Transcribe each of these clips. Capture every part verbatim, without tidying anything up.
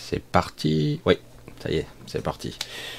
c'est parti. Oui, ça y est, c'est parti.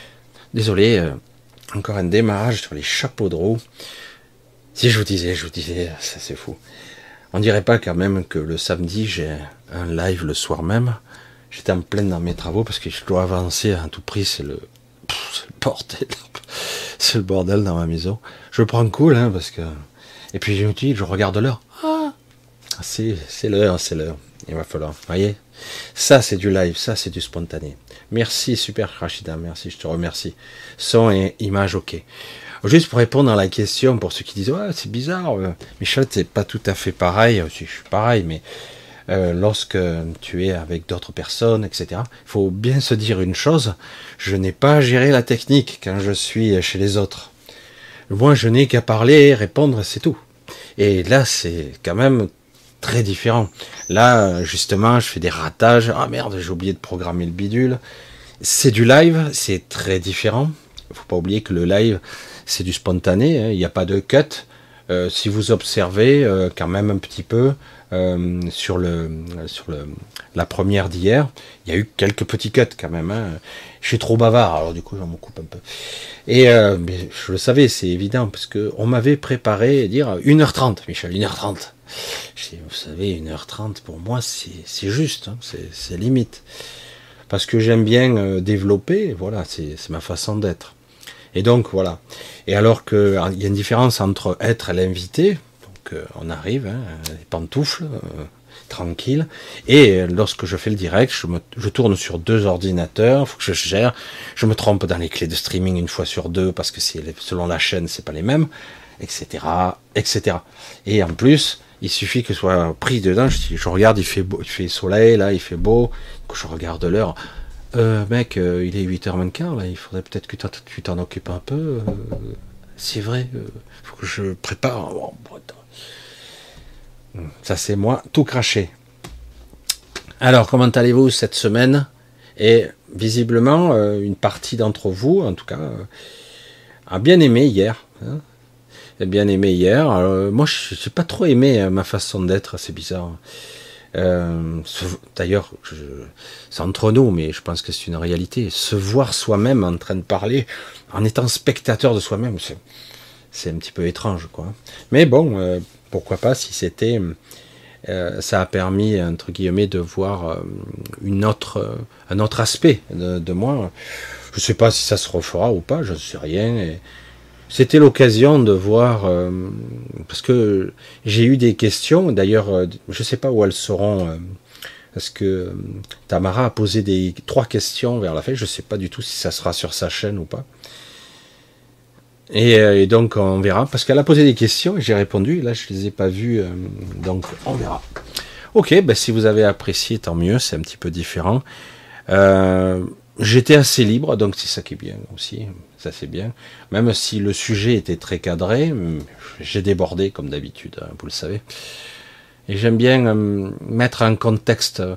Désolé, euh, encore un démarrage sur les chapeaux de roue. Si je vous disais, je vous disais, ça c'est fou. On dirait pas quand même que le samedi, j'ai un live le soir même. J'étais en pleine dans mes travaux parce que je dois avancer à tout prix, c'est le... Pff, c'est le bordel. C'est le bordel dans ma maison. Je le prends cool, hein, parce que... Et puis je me dis, je regarde l'heure. Ah, c'est, c'est l'heure, c'est l'heure. Il va falloir, vous voyez, ça c'est du live, ça c'est du spontané. Merci, super Rachida, merci, je te remercie. Son et image, ok. Juste pour répondre à la question, pour ceux qui disent, ouais, c'est bizarre, euh, Michel, c'est pas tout à fait pareil, je suis pareil, mais euh, lorsque tu es avec d'autres personnes, et cetera, il faut bien se dire une chose, je n'ai pas à gérer la technique quand je suis chez les autres. Moi, je n'ai qu'à parler, répondre, c'est tout. Et là, c'est quand même très différent. Là, justement, je fais des ratages. Ah merde, j'ai oublié de programmer le bidule. C'est du live, c'est très différent. Il faut pas oublier que le live, c'est du spontané. Hein, il n'y a pas de cut. Euh, si vous observez euh, quand même un petit peu euh, sur le sur le la première d'hier, il y a eu quelques petits cuts quand même. Hein. Je suis trop bavard, alors du coup, j'en me coupe un peu. Et euh, mais je le savais, c'est évident, parce que on m'avait préparé à dire une heure trente, Michel, une heure trente. Je dis, vous savez, une heure trente, pour moi, c'est, c'est juste, hein, c'est, c'est limite. Parce que j'aime bien euh, développer, voilà, c'est, c'est ma façon d'être. Et donc, voilà. Et alors qu'il y a une différence entre être l'invité, donc euh, on arrive, hein, les pantoufles, euh, tranquille, et lorsque je fais le direct, je, me, je tourne sur deux ordinateurs, il faut que je gère, je me trompe dans les clés de streaming une fois sur deux, parce que c'est selon la chaîne, c'est pas les mêmes, et cetera, et cetera. Et en plus, il suffit que je sois pris dedans, je, je regarde, il fait beau, il fait soleil, là, il fait beau, que je regarde l'heure. Euh, mec, euh, il est huit heures moins quart, là, il faudrait peut-être que tu t'en occupes un peu. Euh, c'est vrai, euh, faut que je prépare. Oh, ça, c'est moi, tout craché. Alors, comment allez-vous cette semaine? Et visiblement, euh, une partie d'entre vous, en tout cas, euh, a bien aimé hier. Hein, bien aimé hier. Alors, moi, je n'ai pas trop aimé ma façon d'être, c'est bizarre. Euh, D'ailleurs, je, c'est entre nous, mais je pense que c'est une réalité. Se voir soi-même en train de parler, en étant spectateur de soi-même, c'est, c'est un petit peu étrange, quoi. Mais bon, euh, pourquoi pas si c'était... Euh, ça a permis, entre guillemets, de voir euh, une autre, euh, un autre aspect de, de moi. Je ne sais pas si ça se refera ou pas, je ne sais rien. Et c'était l'occasion de voir, euh, parce que j'ai eu des questions, d'ailleurs, euh, je ne sais pas où elles seront, euh, parce que euh, Tamara a posé des, trois questions vers la fin, je ne sais pas du tout si ça sera sur sa chaîne ou pas. Et, euh, et donc on verra, parce qu'elle a posé des questions et j'ai répondu, et là je ne les ai pas vues, euh, donc on verra. Ok, ben si vous avez apprécié, tant mieux, c'est un petit peu différent. Euh, J'étais assez libre, donc c'est ça qui est bien aussi, ça c'est bien. Même si le sujet était très cadré, j'ai débordé comme d'habitude, hein, vous le savez. Et j'aime bien euh, mettre un contexte, euh,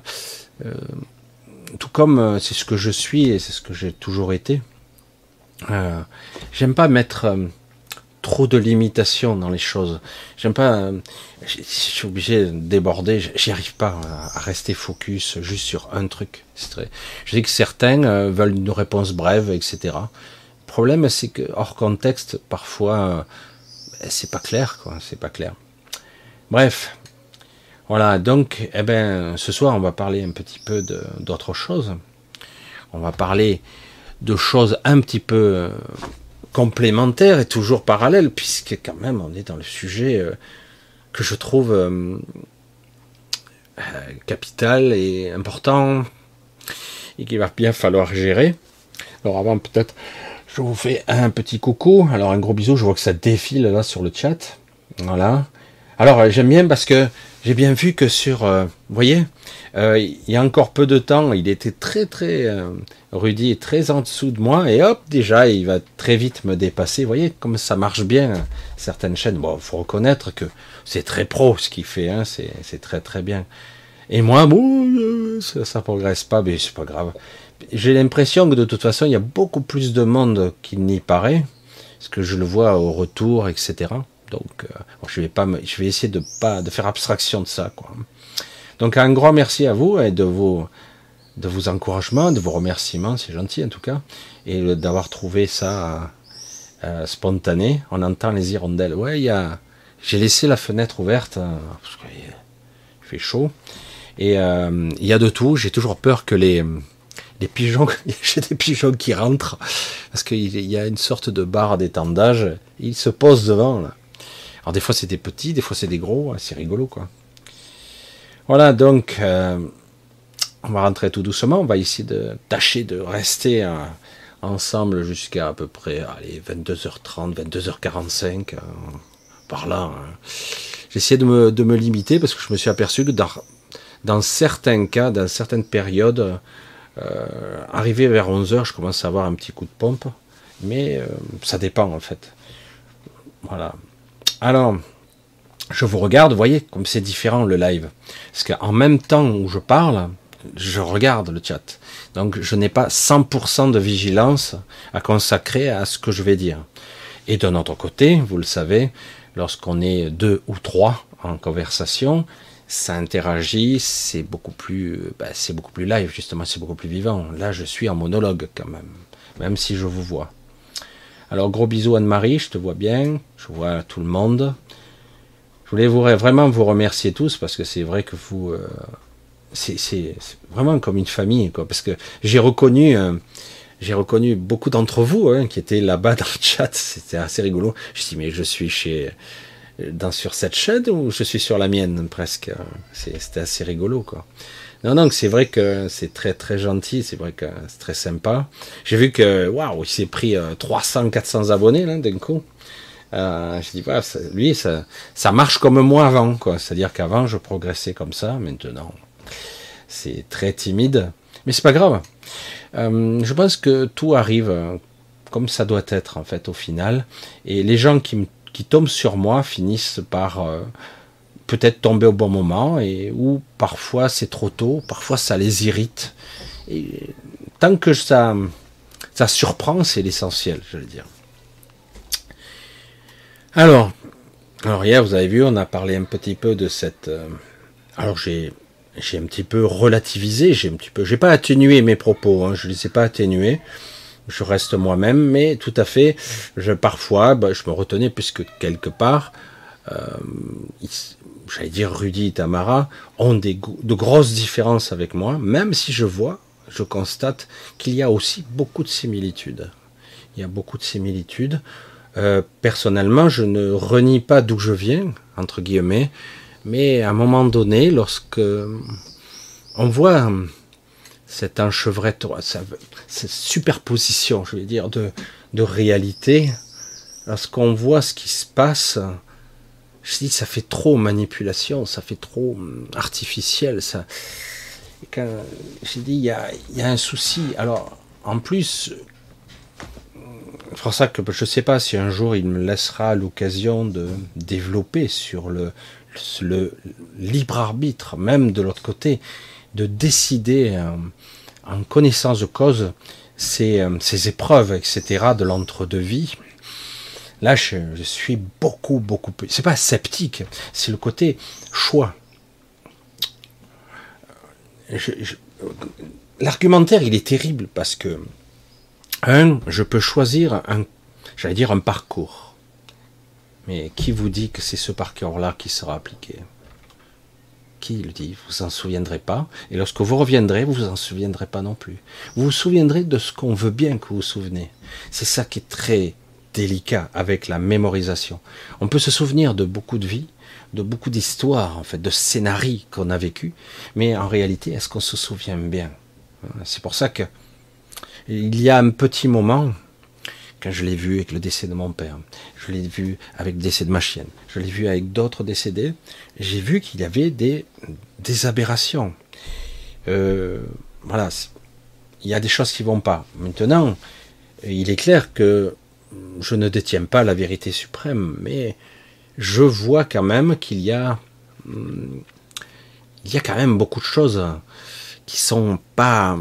tout comme euh, c'est ce que je suis et c'est ce que j'ai toujours été. Euh, j'aime pas mettre euh, trop de limitations dans les choses. J'aime pas. Euh, je suis obligé de déborder. J'y arrive pas à, à rester focus juste sur un truc. C'est très... Je sais que certains euh, veulent une réponse brève, et cetera. Le problème, c'est que hors contexte, parfois, euh, c'est pas clair, quoi. C'est pas clair. Bref, voilà. Donc, eh ben, ce soir, on va parler un petit peu de, d'autre chose. On va parler de choses un petit peu euh, complémentaires et toujours parallèles, puisque quand même on est dans le sujet euh, que je trouve euh, euh, capital et important et qu'il va bien falloir gérer. Alors avant, peut-être, je vous fais un petit coucou. Alors un gros bisou, je vois que ça défile là sur le chat. Voilà. Alors j'aime bien parce que j'ai bien vu que sur, euh, vous voyez, euh, il y a encore peu de temps, il était très très, euh, Rudy est très en dessous de moi, et hop, déjà, il va très vite me dépasser. Vous voyez, comme ça marche bien, certaines chaînes. Bon, faut reconnaître que c'est très pro ce qu'il fait, hein, c'est, c'est très très bien. Et moi, bon, ça, ça progresse pas, mais c'est pas grave. J'ai l'impression que de toute façon, il y a beaucoup plus de monde qu'il n'y paraît, parce que je le vois au retour, et cetera. Donc, euh, bon, je vais pas, me, je vais essayer de pas de faire abstraction de ça, quoi. Donc, un grand merci à vous et de vos de vos encouragements, de vos remerciements, c'est gentil en tout cas, et d'avoir trouvé ça euh, spontané. On entend les hirondelles. Ouais, il y a, j'ai laissé la fenêtre ouverte euh, parce qu'il fait chaud, et euh, il y a de tout. J'ai toujours peur que les les pigeons, j'ai des pigeons qui rentrent parce qu'il y a une sorte de barre d'étendage. Ils se posent devant là. Alors des fois c'est des petits, des fois c'est des gros. C'est rigolo quoi. Voilà donc. Euh, On va rentrer tout doucement, on va essayer de tâcher de rester euh, ensemble jusqu'à à peu près allez, vingt-deux heures trente, vingt-deux heures quarante-cinq, euh, par là. Hein. J'essaie de me, de me limiter parce que je me suis aperçu que dans, dans certains cas, dans certaines périodes, euh, arrivé vers onze heures, je commence à avoir un petit coup de pompe, mais euh, ça dépend en fait. Voilà. Alors, je vous regarde, vous voyez comme c'est différent le live. Parce qu'en même temps où je parle, je regarde le chat. Donc je n'ai pas cent pour cent de vigilance à consacrer à ce que je vais dire. Et d'un autre côté, vous le savez, lorsqu'on est deux ou trois en conversation, ça interagit, c'est beaucoup plus, ben, c'est beaucoup plus live justement, c'est beaucoup plus vivant. Là, je suis en monologue quand même, même si je vous vois. Alors gros bisous Anne-Marie, je te vois bien, je vois tout le monde. Je voulais vous, vraiment vous remercier tous parce que c'est vrai que vous... Euh, C'est, c'est, c'est vraiment comme une famille, quoi. Parce que j'ai reconnu, euh, j'ai reconnu beaucoup d'entre vous hein, qui étaient là-bas dans le chat. C'était assez rigolo. Je me dis mais je suis chez, dans sur cette chaîne ou je suis sur la mienne presque. C'est, c'était assez rigolo, quoi. Non, non, c'est vrai que c'est très très gentil. C'est vrai que c'est très sympa. J'ai vu que waouh, il s'est pris euh, trois cents, quatre cents abonnés là d'un coup. Euh, je dis voilà, ça, lui ça, ça marche comme moi avant, quoi. C'est-à-dire qu'avant je progressais comme ça, maintenant. C'est très timide, mais c'est pas grave. Euh, je pense que tout arrive comme ça doit être en fait au final. Et les gens qui, qui tombent sur moi finissent par euh, peut-être tomber au bon moment, et ou parfois c'est trop tôt, parfois ça les irrite. Et tant que ça, ça surprend, c'est l'essentiel, je veux dire. Alors, alors hier vous avez vu, on a parlé un petit peu de cette. Euh, alors j'ai J'ai un petit peu relativisé, j'ai un petit peu, j'ai pas atténué mes propos, hein, je les ai pas atténués, je reste moi-même, mais tout à fait, je parfois, bah, je me retenais puisque quelque part, euh, j'allais dire Rudy et Tamara ont des, de grosses différences avec moi, même si je vois, je constate qu'il y a aussi beaucoup de similitudes. Il y a beaucoup de similitudes. Euh, personnellement, je ne renie pas d'où je viens, entre guillemets. Mais à un moment donné, lorsque on voit cette enchevêtrement, cette superposition, je vais dire, de, de réalité, lorsqu'on voit ce qui se passe, je dis ça fait trop manipulation, ça fait trop artificiel. Ça, quand, j'ai dit il y a, il y a un souci. Alors en plus, c'est pour ça que je ne sais pas si un jour il me laissera l'occasion de développer sur le le libre arbitre, même de l'autre côté, de décider euh, en connaissance de cause ces, euh, ces épreuves, et cetera de l'entre-deux-vie. Là, je, je suis beaucoup, beaucoup plus... C'est pas sceptique, c'est le côté choix. Je, je, l'argumentaire, il est terrible parce que, un, je peux choisir un, j'allais dire un parcours. Mais qui vous dit que c'est ce parcours-là qui sera appliqué? Qui le dit? Vous vous en souviendrez pas. Et lorsque vous reviendrez, vous vous en souviendrez pas non plus. Vous vous souviendrez de ce qu'on veut bien que vous vous souvenez. C'est ça qui est très délicat avec la mémorisation. On peut se souvenir de beaucoup de vies, de beaucoup d'histoires, en fait, de scénarios qu'on a vécus, mais en réalité, est-ce qu'on se souvient bien? C'est pour ça que il y a un petit moment, quand je l'ai vu avec le décès de mon père, je l'ai vu avec le décès de ma chienne, je l'ai vu avec d'autres décédés, j'ai vu qu'il y avait des, des aberrations. Euh, voilà, il y a des choses qui ne vont pas. Maintenant, il est clair que je ne détiens pas la vérité suprême, mais je vois quand même qu'il y a, il y a quand même beaucoup de choses qui sont pas...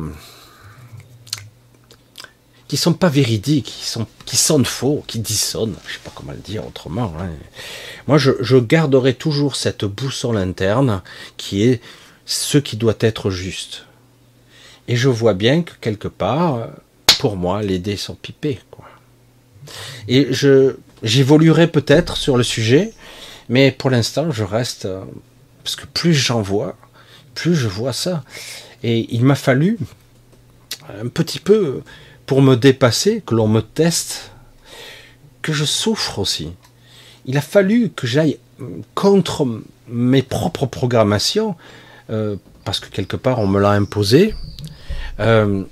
qui sont pas véridiques, qui sont qui sonnent faux, qui dissonnent, je sais pas comment le dire autrement. Hein. Moi, je, je garderai toujours cette boussole interne qui est ce qui doit être juste. Et je vois bien que quelque part, pour moi, les dés sont pipés, quoi. Et je, j'évoluerai peut-être sur le sujet, mais pour l'instant, je reste, parce que plus j'en vois, plus je vois ça. Et il m'a fallu un petit peu pour me dépasser, que l'on me teste, que je souffre aussi. Il a fallu que j'aille contre mes propres programmations, euh, parce que quelque part on me l'a imposé, euh,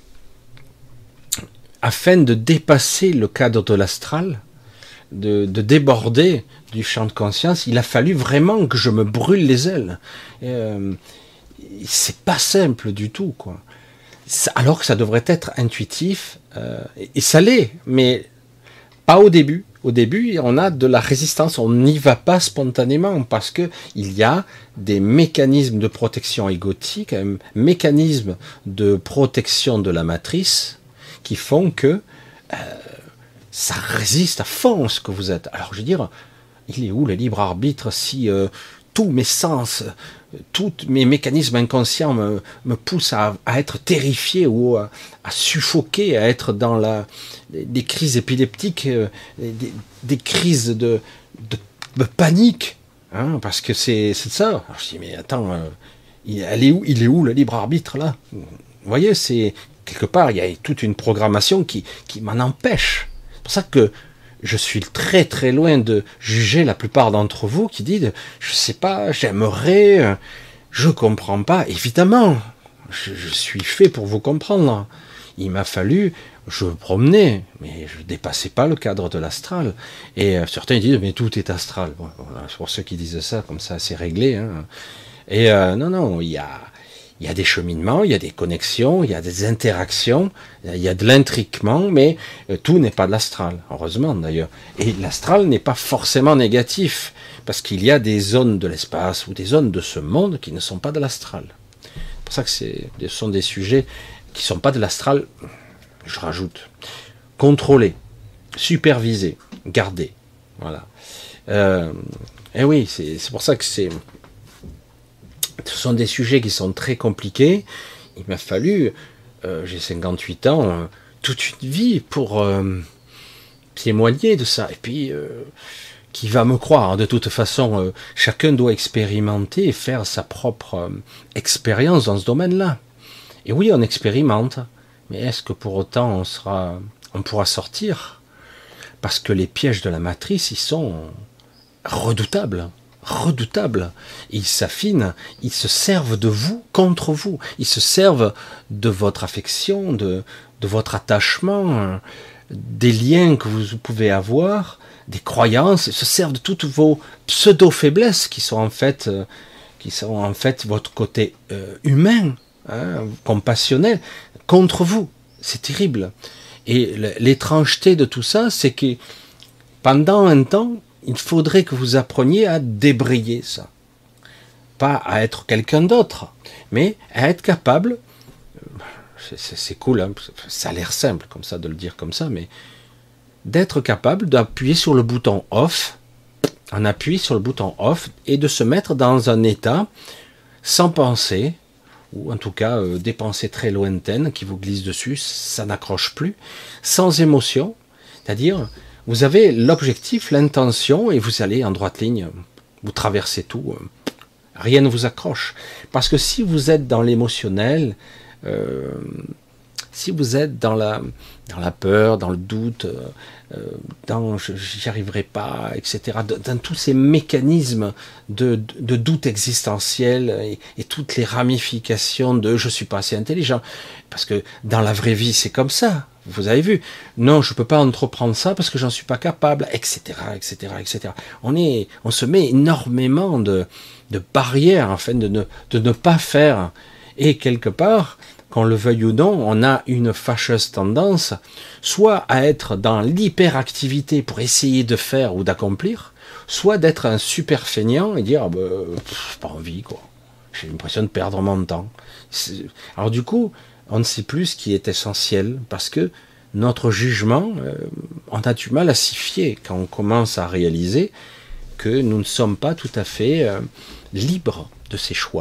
afin de dépasser le cadre de l'astral, de, de déborder du champ de conscience. Il a fallu vraiment que je me brûle les ailes. Euh, c'est pas simple du tout, quoi. Alors que ça devrait être intuitif, euh, et ça l'est, mais pas au début. Au début, on a de la résistance, on n'y va pas spontanément, parce que il y a des mécanismes de protection égotique, un mécanisme de protection de la matrice, qui font que euh, ça résiste à fond ce que vous êtes. Alors je veux dire, il est où le libre arbitre si euh, tous mes sens, tous mes mécanismes inconscients me, me poussent à, à être terrifié ou à, à suffoquer, à être dans la, des crises épileptiques, des, des crises de, de, de panique, hein, parce que c'est ça. Alors je dis, mais attends, euh, il, elle est où, il est où le libre arbitre là? Vous voyez, c'est quelque part, il y a toute une programmation qui, qui m'en empêche. C'est pour ça que je suis très très loin de juger la plupart d'entre vous qui disent, je sais pas, j'aimerais, je comprends pas. Évidemment, je, je suis fait pour vous comprendre. Il m'a fallu, je me promenais, mais je dépassais pas le cadre de l'astral. Et euh, certains disent, mais tout est astral. Bon, voilà, pour ceux qui disent ça, comme ça, c'est réglé. Hein. Et euh, non, non, il y a... Il y a des cheminements, il y a des connexions, il y a des interactions, il y a de l'intriquement, mais tout n'est pas de l'astral, heureusement d'ailleurs. Et l'astral n'est pas forcément négatif, parce qu'il y a des zones de l'espace ou des zones de ce monde qui ne sont pas de l'astral. C'est pour ça que c'est, ce sont des sujets qui ne sont pas de l'astral, je rajoute, contrôlés, supervisés, gardés. Voilà. Euh, et oui, c'est, c'est pour ça que c'est... Ce sont des sujets qui sont très compliqués. Il m'a fallu, euh, j'ai cinquante-huit ans, euh, toute une vie pour euh, témoigner de ça. Et puis, euh, qui va me croire? De toute façon, euh, chacun doit expérimenter et faire sa propre euh, expérience dans ce domaine-là. Et oui, on expérimente, mais est-ce que pour autant on sera, on pourra sortir? Parce que les pièges de la matrice, ils sont redoutables. Redoutables. Ils s'affinent, ils se servent de vous contre vous. Ils se servent de votre affection, de, de votre attachement, des liens que vous pouvez avoir, des croyances. Ils se servent de toutes vos pseudo-faiblesses qui sont en fait, euh, qui sont en fait votre côté euh, humain, hein, compassionnel, contre vous. C'est terrible. Et l'étrangeté de tout ça, c'est que pendant un temps, il faudrait que vous appreniez à débrayer ça. Pas à être quelqu'un d'autre, mais à être capable, c'est cool, hein, ça a l'air simple comme ça de le dire comme ça, mais d'être capable d'appuyer sur le bouton off, on appuie sur le bouton off, et de se mettre dans un état sans pensée, ou en tout cas euh, des pensées très lointaines qui vous glissent dessus, ça n'accroche plus, sans émotion, c'est-à-dire... Vous avez l'objectif, l'intention, et vous allez en droite ligne, vous traversez tout, rien ne vous accroche. Parce que si vous êtes dans l'émotionnel, euh, si vous êtes dans la, dans la peur, dans le doute, euh, dans je j'y arriverai pas, et cetera, dans tous ces mécanismes de, de, de doute existentiel et, et toutes les ramifications de je suis pas assez intelligent, parce que dans la vraie vie c'est comme ça. Vous avez vu, non, je peux pas entreprendre ça parce que j'en suis pas capable, et cetera, et cetera, et cetera. On est, on se met énormément de, de barrières afin de ne, de ne pas faire. Et quelque part, qu'on le veuille ou non, on a une fâcheuse tendance, soit à être dans l'hyperactivité pour essayer de faire ou d'accomplir, soit d'être un super feignant et dire, ah ben, pff, pas envie, quoi. J'ai l'impression de perdre mon temps. Alors du coup, on ne sait plus ce qui est essentiel, parce que notre jugement, euh, on a du mal à s'y fier quand on commence à réaliser que nous ne sommes pas tout à fait euh, libres de ces choix.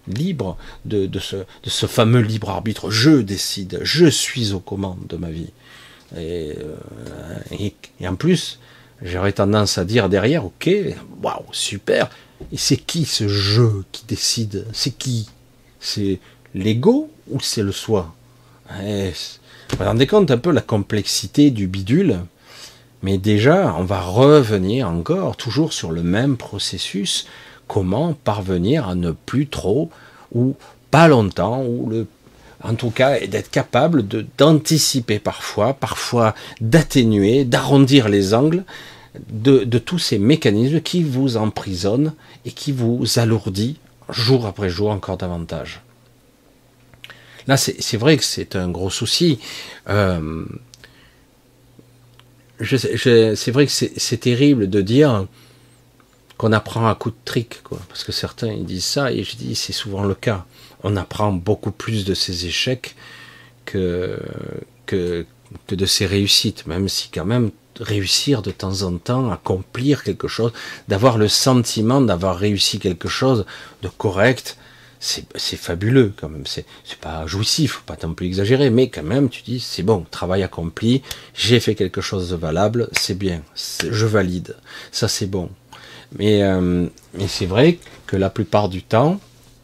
libre de, de, ce, de ce fameux libre arbitre. Je décide, je suis aux commandes de ma vie. Et, euh, et, et en plus, j'aurais tendance à dire derrière, ok, waouh, super. Et c'est qui ce je qui décide? C'est qui? C'est l'ego ou c'est le soi? Et vous vous rendez compte un peu la complexité du bidule? Mais déjà, on va revenir encore, toujours sur le même processus. Comment parvenir à ne plus trop, ou pas longtemps, ou le, en tout cas, d'être capable de, d'anticiper parfois, parfois d'atténuer, d'arrondir les angles de, de tous ces mécanismes qui vous emprisonnent et qui vous alourdit jour après jour encore davantage. Là, c'est, c'est vrai que c'est un gros souci. Euh, je, je, c'est vrai que c'est, c'est terrible de dire qu'on apprend à coup de trick, quoi. Parce que certains ils disent ça, et je dis c'est souvent le cas. On apprend beaucoup plus de ses échecs que, que, que de ses réussites, même si quand même réussir de temps en temps, accomplir quelque chose, d'avoir le sentiment d'avoir réussi quelque chose de correct, c'est, c'est fabuleux quand même. C'est, c'est pas jouissif, faut pas non plus exagérer, mais quand même tu dis c'est bon, travail accompli, j'ai fait quelque chose de valable, c'est bien, c'est, je valide, ça c'est bon. Mais, euh, mais c'est vrai que la plupart du temps,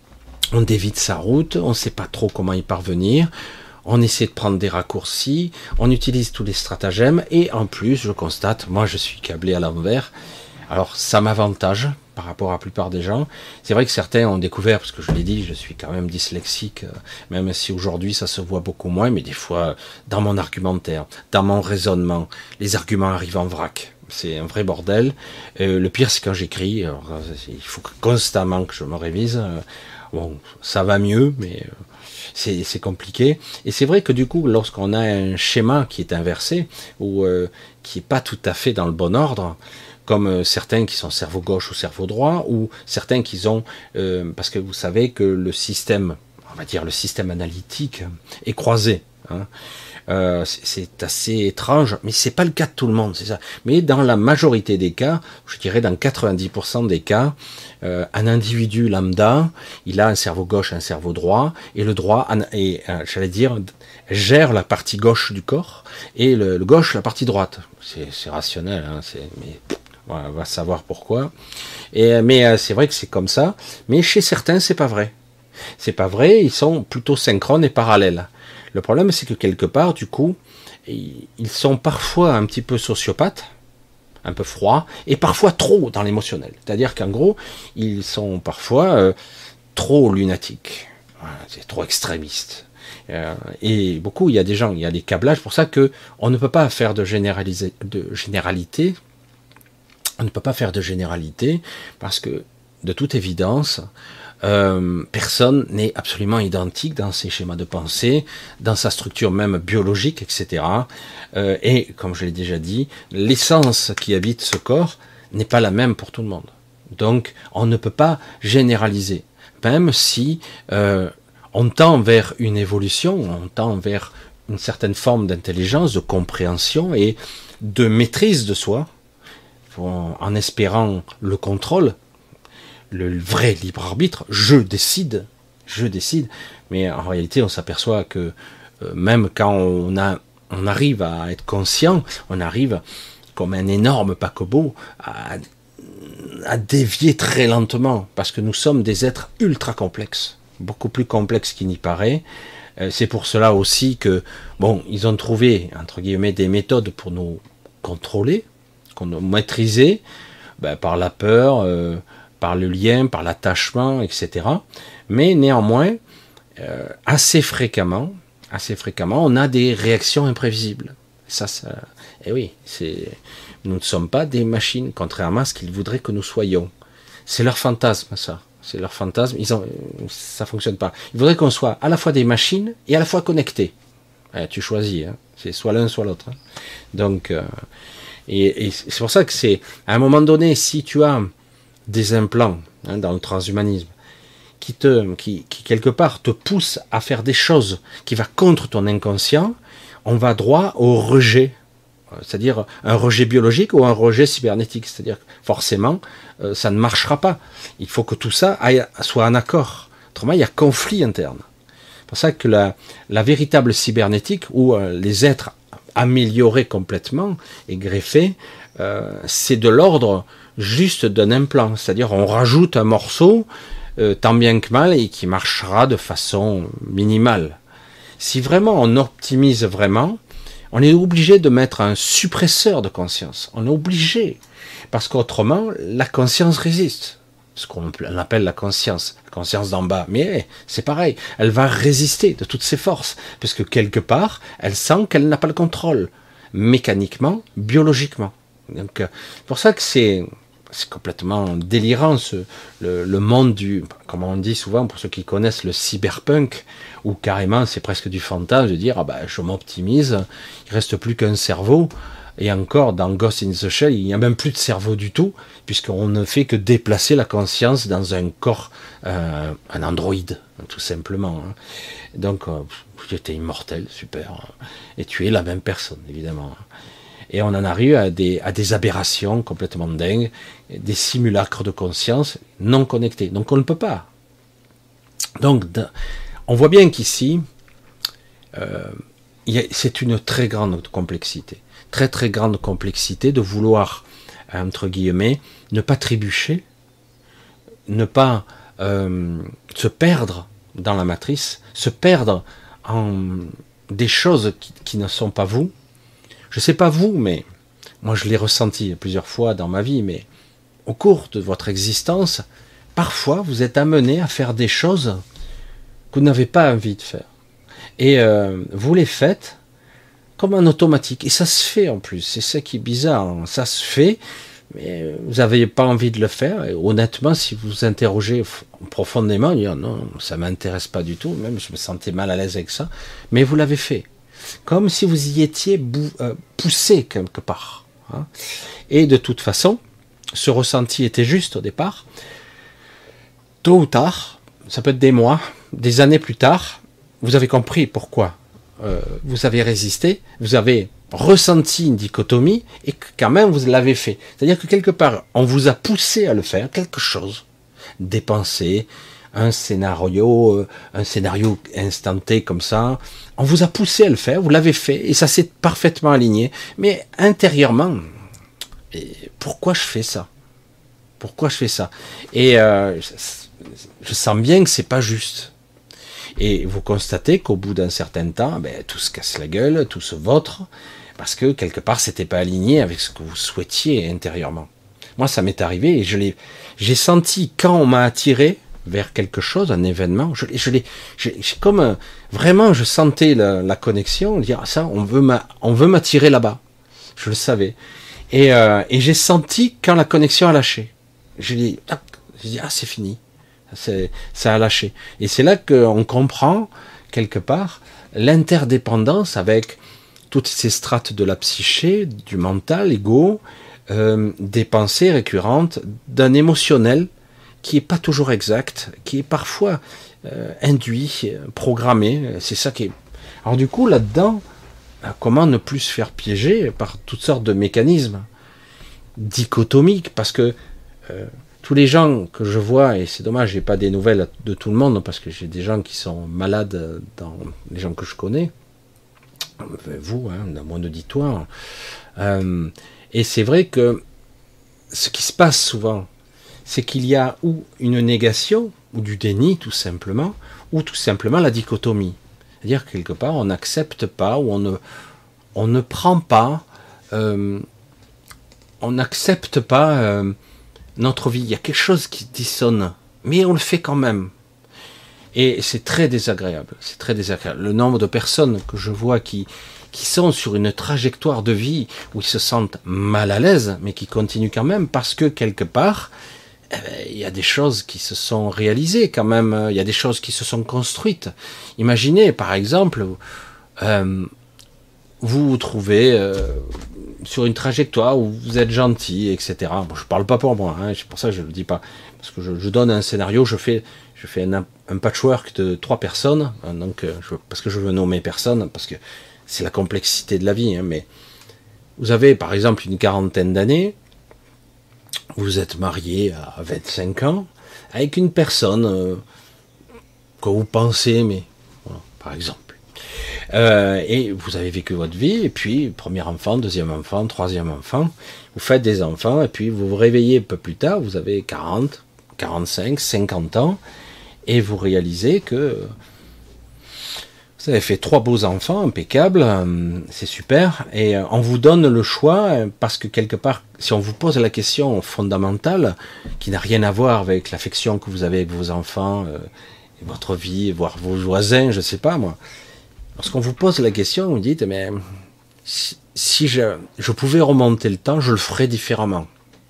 on dévie de sa route, on ne sait pas trop comment y parvenir, on essaie de prendre des raccourcis, on utilise tous les stratagèmes, et en plus, je constate, moi je suis câblé à l'envers, alors ça m'avantage par rapport à la plupart des gens. C'est vrai que certains ont découvert, parce que je l'ai dit, je suis quand même dyslexique, même si aujourd'hui ça se voit beaucoup moins, mais des fois, dans mon argumentaire, dans mon raisonnement, les arguments arrivent en vrac. C'est un vrai bordel. Euh, le pire, c'est quand j'écris. Alors, il faut constamment que je me révise. Bon, ça va mieux, mais c'est, c'est compliqué. Et c'est vrai que du coup, lorsqu'on a un schéma qui est inversé, ou euh, qui est pas tout à fait dans le bon ordre, comme euh, certains qui sont cerveau gauche ou cerveau droit, ou certains qui ont... Euh, parce que vous savez que le système, on va dire le système analytique, est croisé. Hein. Euh, c'est assez étrange, mais c'est pas le cas de tout le monde, c'est ça. Mais dans la majorité des cas, je dirais dans quatre-vingt-dix pour cent des cas, euh, un individu lambda, il a un cerveau gauche, un cerveau droit, et le droit, et euh, j'allais dire, gère la partie gauche du corps, et le, le gauche la partie droite. C'est, c'est rationnel, hein, c'est, mais voilà, on va savoir pourquoi. Et mais euh, c'est vrai que c'est comme ça. Mais chez certains, c'est pas vrai. C'est pas vrai. Ils sont plutôt synchrones et parallèles. Le problème, c'est que quelque part, du coup, ils sont parfois un petit peu sociopathes, un peu froids, et parfois trop dans l'émotionnel. C'est-à-dire qu'en gros, ils sont parfois euh, trop lunatiques, voilà, c'est trop extrémistes. Euh, et beaucoup, il y a des gens, il y a des câblages, pour ça que on ne peut pas faire de, généraliser, de généralité. On ne peut pas faire de généralité parce que, de toute évidence, Euh, personne n'est absolument identique dans ses schémas de pensée, dans sa structure même biologique, et cetera. Euh, et comme je l'ai déjà dit, l'essence qui habite ce corps n'est pas la même pour tout le monde. Donc, on ne peut pas généraliser, même si euh, on tend vers une évolution, on tend vers une certaine forme d'intelligence, de compréhension et de maîtrise de soi, en espérant le contrôle. Le vrai libre arbitre, je décide, je décide, mais en réalité on s'aperçoit que euh, même quand on, a, on arrive à être conscient, on arrive comme un énorme paquebot à, à dévier très lentement, parce que nous sommes des êtres ultra complexes, beaucoup plus complexes qu'il n'y paraît. Euh, c'est pour cela aussi que, bon, ils ont trouvé, entre guillemets, des méthodes pour nous contrôler, pour nous maîtriser, ben, par la peur, euh, par le lien, par l'attachement, et cetera. Mais néanmoins, euh, assez fréquemment, assez fréquemment, on a des réactions imprévisibles. Ça, ça, eh oui, c'est, nous ne sommes pas des machines, contrairement à ce qu'ils voudraient que nous soyons. C'est leur fantasme, ça. C'est leur fantasme. Ils ont, ça fonctionne pas. Ils voudraient qu'on soit à la fois des machines et à la fois connectés. Eh, tu choisis, hein. C'est soit l'un, soit l'autre. Hein. Donc, euh, et, et c'est pour ça que c'est, à un moment donné, si tu as des implants hein, dans le transhumanisme qui te, qui, qui quelque part te poussent à faire des choses qui va contre ton inconscient, on va droit au rejet, c'est-à-dire un rejet biologique ou un rejet cybernétique, c'est-à-dire que forcément euh, ça ne marchera pas. Il faut que tout ça aille, soit en accord. Autrement, il y a conflit interne. C'est pour ça que la, la véritable cybernétique, où euh, les êtres améliorés complètement et greffés, euh, c'est de l'ordre juste d'un implant. C'est-à-dire on rajoute un morceau, euh, tant bien que mal, et qui marchera de façon minimale. Si vraiment on optimise vraiment, on est obligé de mettre un suppresseur de conscience. On est obligé. Parce qu'autrement, la conscience résiste. Ce qu'on appelle la conscience. La conscience d'en bas. Mais c'est pareil. Elle va résister de toutes ses forces. Parce que quelque part, elle sent qu'elle n'a pas le contrôle. Mécaniquement, biologiquement. Donc, c'est pour ça que c'est, c'est complètement délirant, ce, le, le monde du, comme on dit souvent, pour ceux qui connaissent le cyberpunk, où carrément c'est presque du fantasme de dire, ah ben, je m'optimise, il reste plus qu'un cerveau, et encore dans Ghost in the Shell, il n'y a même plus de cerveau du tout, puisqu'on ne fait que déplacer la conscience dans un corps, euh, un androïde, tout simplement. Donc, euh, tu étais immortel, super, et tu es la même personne, évidemment. Et on en arrive à des, à des aberrations complètement dingues, des simulacres de conscience non connectés. Donc on ne peut pas. Donc on voit bien qu'ici, euh, c'est une très grande complexité. Très très grande complexité de vouloir, entre guillemets, ne pas trébucher, ne pas euh, se perdre dans la matrice, se perdre en des choses qui, qui ne sont pas vous. Je ne sais pas vous, mais moi je l'ai ressenti plusieurs fois dans ma vie, mais au cours de votre existence, parfois vous êtes amené à faire des choses que vous n'avez pas envie de faire. Et euh, vous les faites comme un automatique. Et ça se fait en plus, c'est ça qui est bizarre, hein. Ça se fait, mais vous n'avez pas envie de le faire. Et honnêtement, si vous vous interrogez profondément, dire non, ça ne m'intéresse pas du tout, même je me sentais mal à l'aise avec ça, mais vous l'avez fait. Comme si vous y étiez bou- euh, poussé quelque part. Hein. Et de toute façon, ce ressenti était juste au départ. Tôt ou tard, ça peut être des mois, des années plus tard, vous avez compris pourquoi euh, vous avez résisté, vous avez ressenti une dichotomie et que quand même vous l'avez fait. C'est-à-dire que quelque part, on vous a poussé à le faire, quelque chose, des pensées, un scénario, un scénario instanté comme ça. On vous a poussé à le faire, vous l'avez fait, et ça s'est parfaitement aligné. Mais intérieurement, pourquoi je fais ça? Pourquoi je fais ça? Et euh, je sens bien que c'est pas juste. Et vous constatez qu'au bout d'un certain temps, ben, tout se casse la gueule, tout se vautre, parce que quelque part, c'était pas aligné avec ce que vous souhaitiez intérieurement. Moi, ça m'est arrivé, et je l'ai, j'ai senti quand on m'a attiré vers quelque chose, un événement, je, je l'ai, j'ai, comme euh, vraiment, je sentais la, la connexion, dire ah, ça, on veut m'a, on veut m'attirer là-bas, je le savais, et, euh, et j'ai senti quand la connexion a lâché, je dis ah, j'ai dit ah c'est fini, c'est, ça a lâché, et c'est là qu'on comprend quelque part l'interdépendance avec toutes ces strates de la psyché, du mental, ego, euh, des pensées récurrentes, d'un émotionnel qui est pas toujours exact, qui est parfois euh, induit, programmé. C'est ça qui est. Alors du coup là-dedans, comment ne plus se faire piéger par toutes sortes de mécanismes dichotomiques, parce que euh, tous les gens que je vois, et c'est dommage, j'ai pas des nouvelles de tout le monde, parce que j'ai des gens qui sont malades dans les gens que je connais, vous, hein, dans mon auditoire, euh, et c'est vrai que ce qui se passe souvent, c'est qu'il y a ou une négation, ou du déni tout simplement, ou tout simplement la dichotomie. C'est-à-dire que quelque part, on n'accepte pas, ou on ne, on ne prend pas, euh, on n'accepte pas euh, notre vie. Il y a quelque chose qui dissonne, mais on le fait quand même. Et c'est très désagréable, c'est très désagréable. Le nombre de personnes que je vois qui, qui sont sur une trajectoire de vie où ils se sentent mal à l'aise, mais qui continuent quand même, parce que quelque part, eh ben, il y a des choses qui se sont réalisées quand même, il y a des choses qui se sont construites. Imaginez, par exemple, euh, vous vous trouvez euh, sur une trajectoire où vous êtes gentil, et cetera. Bon, je parle pas pour moi, hein, c'est pour ça que je le dis pas, parce que je, je donne un scénario, je fais, je fais un, un patchwork de trois personnes, hein, donc je, parce que je veux nommer personne, parce que c'est la complexité de la vie, hein, mais vous avez par exemple une quarantaine d'années, vous êtes marié à vingt-cinq ans, avec une personne euh, que vous pensez aimer, voilà, par exemple. Euh, et vous avez vécu votre vie, et puis premier enfant, deuxième enfant, troisième enfant, vous faites des enfants, et puis vous vous réveillez un peu plus tard, vous avez quarante, quarante-cinq, cinquante ans, et vous réalisez que vous avez fait trois beaux enfants, impeccables, c'est super, et on vous donne le choix, parce que quelque part, si on vous pose la question fondamentale, qui n'a rien à voir avec l'affection que vous avez avec vos enfants, euh, et votre vie, voire vos voisins, je sais pas moi, lorsqu'on vous pose la question, vous dites, mais si, si je, je pouvais remonter le temps, je le ferais différemment.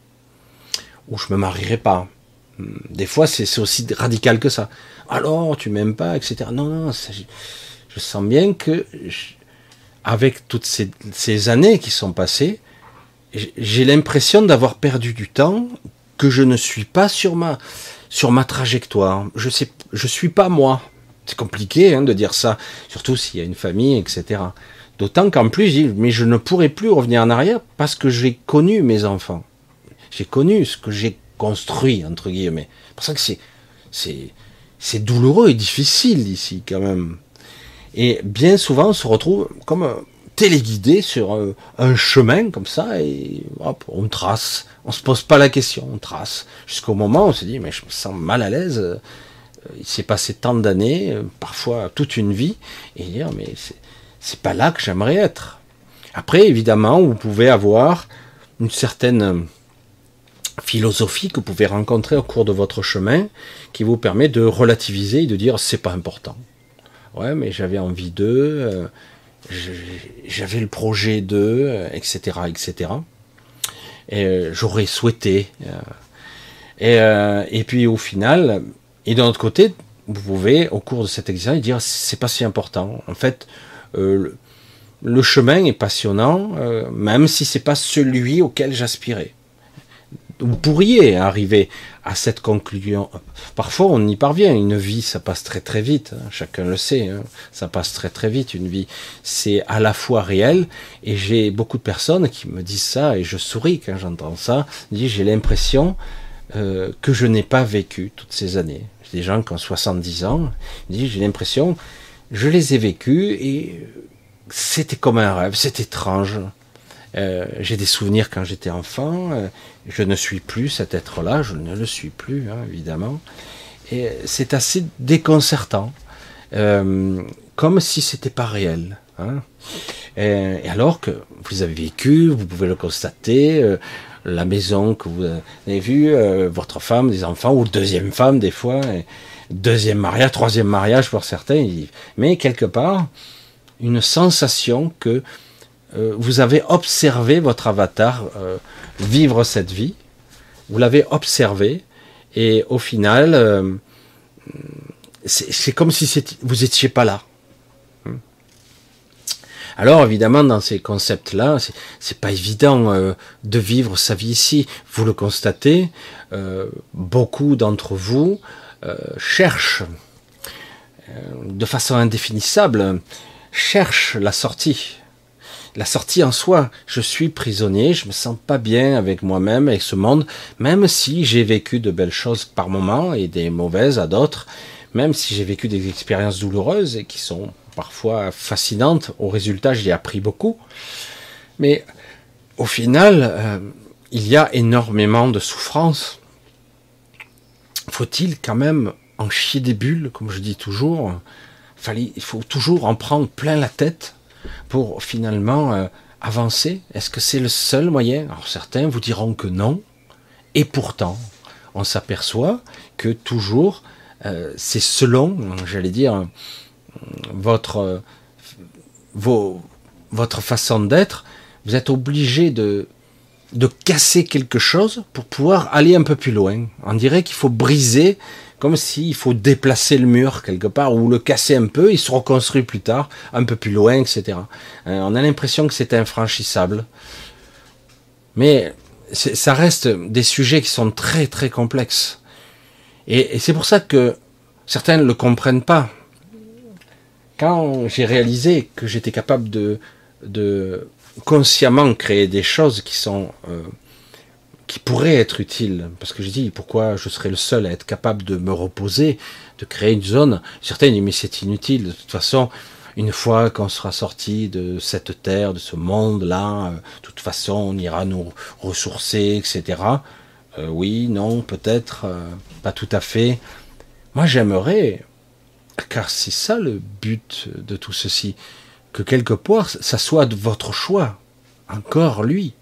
Ou je me marierais pas. Des fois, c'est aussi radical que ça. Alors, tu m'aimes pas, et cetera. Non, non, ça, je, je sens bien que, je, avec toutes ces, ces années qui sont passées, j'ai l'impression d'avoir perdu du temps, que je ne suis pas sur ma, sur ma trajectoire. Je sais, je suis pas moi. C'est compliqué hein, de dire ça, surtout s'il y a une famille, et cetera. D'autant qu'en plus, je dis, mais je ne pourrai plus revenir en arrière parce que j'ai connu mes enfants. J'ai connu ce que j'ai construit, entre guillemets. C'est pour ça que c'est, c'est, c'est douloureux et difficile ici, quand même. Et bien souvent, on se retrouve comme téléguidé sur un, un chemin, comme ça, et hop, on trace. On se pose pas la question, on trace. Jusqu'au moment où on se dit, mais je me sens mal à l'aise. Il s'est passé tant d'années, parfois toute une vie, et dire, mais c'est, c'est pas là que j'aimerais être. Après, évidemment, vous pouvez avoir une certaine philosophie que vous pouvez rencontrer au cours de votre chemin, qui vous permet de relativiser et de dire, c'est pas important. Ouais, mais j'avais envie d'eux, euh, j'avais le projet d'eux, et cetera, et cetera. Et euh, j'aurais souhaité. Euh, et, euh, et puis au final, et de l'autre côté, vous pouvez, au cours de cet exercice, dire c'est pas si important. En fait, euh, le, le chemin est passionnant, euh, même si c'est pas celui auquel j'aspirais. Vous pourriez arriver à cette conclusion. Parfois, on y parvient. Une vie, ça passe très très vite. Hein. Chacun le sait. Hein. Ça passe très très vite. Une vie, c'est à la fois réel. Et j'ai beaucoup de personnes qui me disent ça, et je souris quand j'entends ça. Je dis, j'ai l'impression euh, que je n'ai pas vécu toutes ces années. J'ai des gens qui ont soixante-dix ans. Je dis, j'ai l'impression, je les ai vécus et c'était comme un rêve. C'est étrange. Euh, j'ai des souvenirs quand j'étais enfant, euh, je ne suis plus cet être-là, je ne le suis plus, hein, évidemment, et c'est assez déconcertant, euh, comme si c'était pas réel, hein. Et, et alors que vous avez vécu, vous pouvez le constater, euh, la maison que vous avez vue, euh, votre femme, des enfants, ou deuxième femme des fois, et deuxième mariage, troisième mariage pour certains, mais quelque part, une sensation que Euh, vous avez observé votre avatar euh, vivre cette vie, vous l'avez observé, et au final, euh, c'est, c'est comme si c'était, vous étiez pas là. Alors évidemment, dans ces concepts-là, c'est, c'est pas évident euh, de vivre sa vie ici. Vous le constatez, euh, beaucoup d'entre vous euh, cherchent, euh, de façon indéfinissable, cherchent la sortie. La sortie en soi, je suis prisonnier, je me sens pas bien avec moi-même, avec ce monde, même si j'ai vécu de belles choses par moments et des mauvaises à d'autres, même si j'ai vécu des expériences douloureuses et qui sont parfois fascinantes, au résultat j'y ai appris beaucoup, mais au final, euh, il y a énormément de souffrance. Faut-il quand même en chier des bulles, comme je dis toujours, il faut toujours en prendre plein la tête pour finalement euh, avancer? Est-ce que c'est le seul moyen? Alors certains vous diront que non, et pourtant on s'aperçoit que toujours euh, c'est selon, j'allais dire, votre euh, vos, votre façon d'être, vous êtes obligé de de casser quelque chose pour pouvoir aller un peu plus loin. On dirait qu'il faut briser, comme s'il faut déplacer le mur quelque part, ou le casser un peu, il se reconstruit plus tard, un peu plus loin, et cetera. Euh, on a l'impression que c'est infranchissable. Mais c'est, ça reste des sujets qui sont très très complexes. Et, et c'est pour ça que certains ne le comprennent pas. Quand j'ai réalisé que j'étais capable de, de consciemment créer des choses qui sont... Euh, qui pourrait être utile. Parce que je dis, pourquoi je serais le seul à être capable de me reposer, de créer une zone. Certains disent, mais c'est inutile. De toute façon, une fois qu'on sera sorti de cette terre, de ce monde-là, euh, de toute façon, on ira nous ressourcer, et cetera. Euh, oui, non, peut-être, euh, pas tout à fait. Moi, j'aimerais, car c'est ça le but de tout ceci, que quelque part, ça soit de votre choix. Encore lui.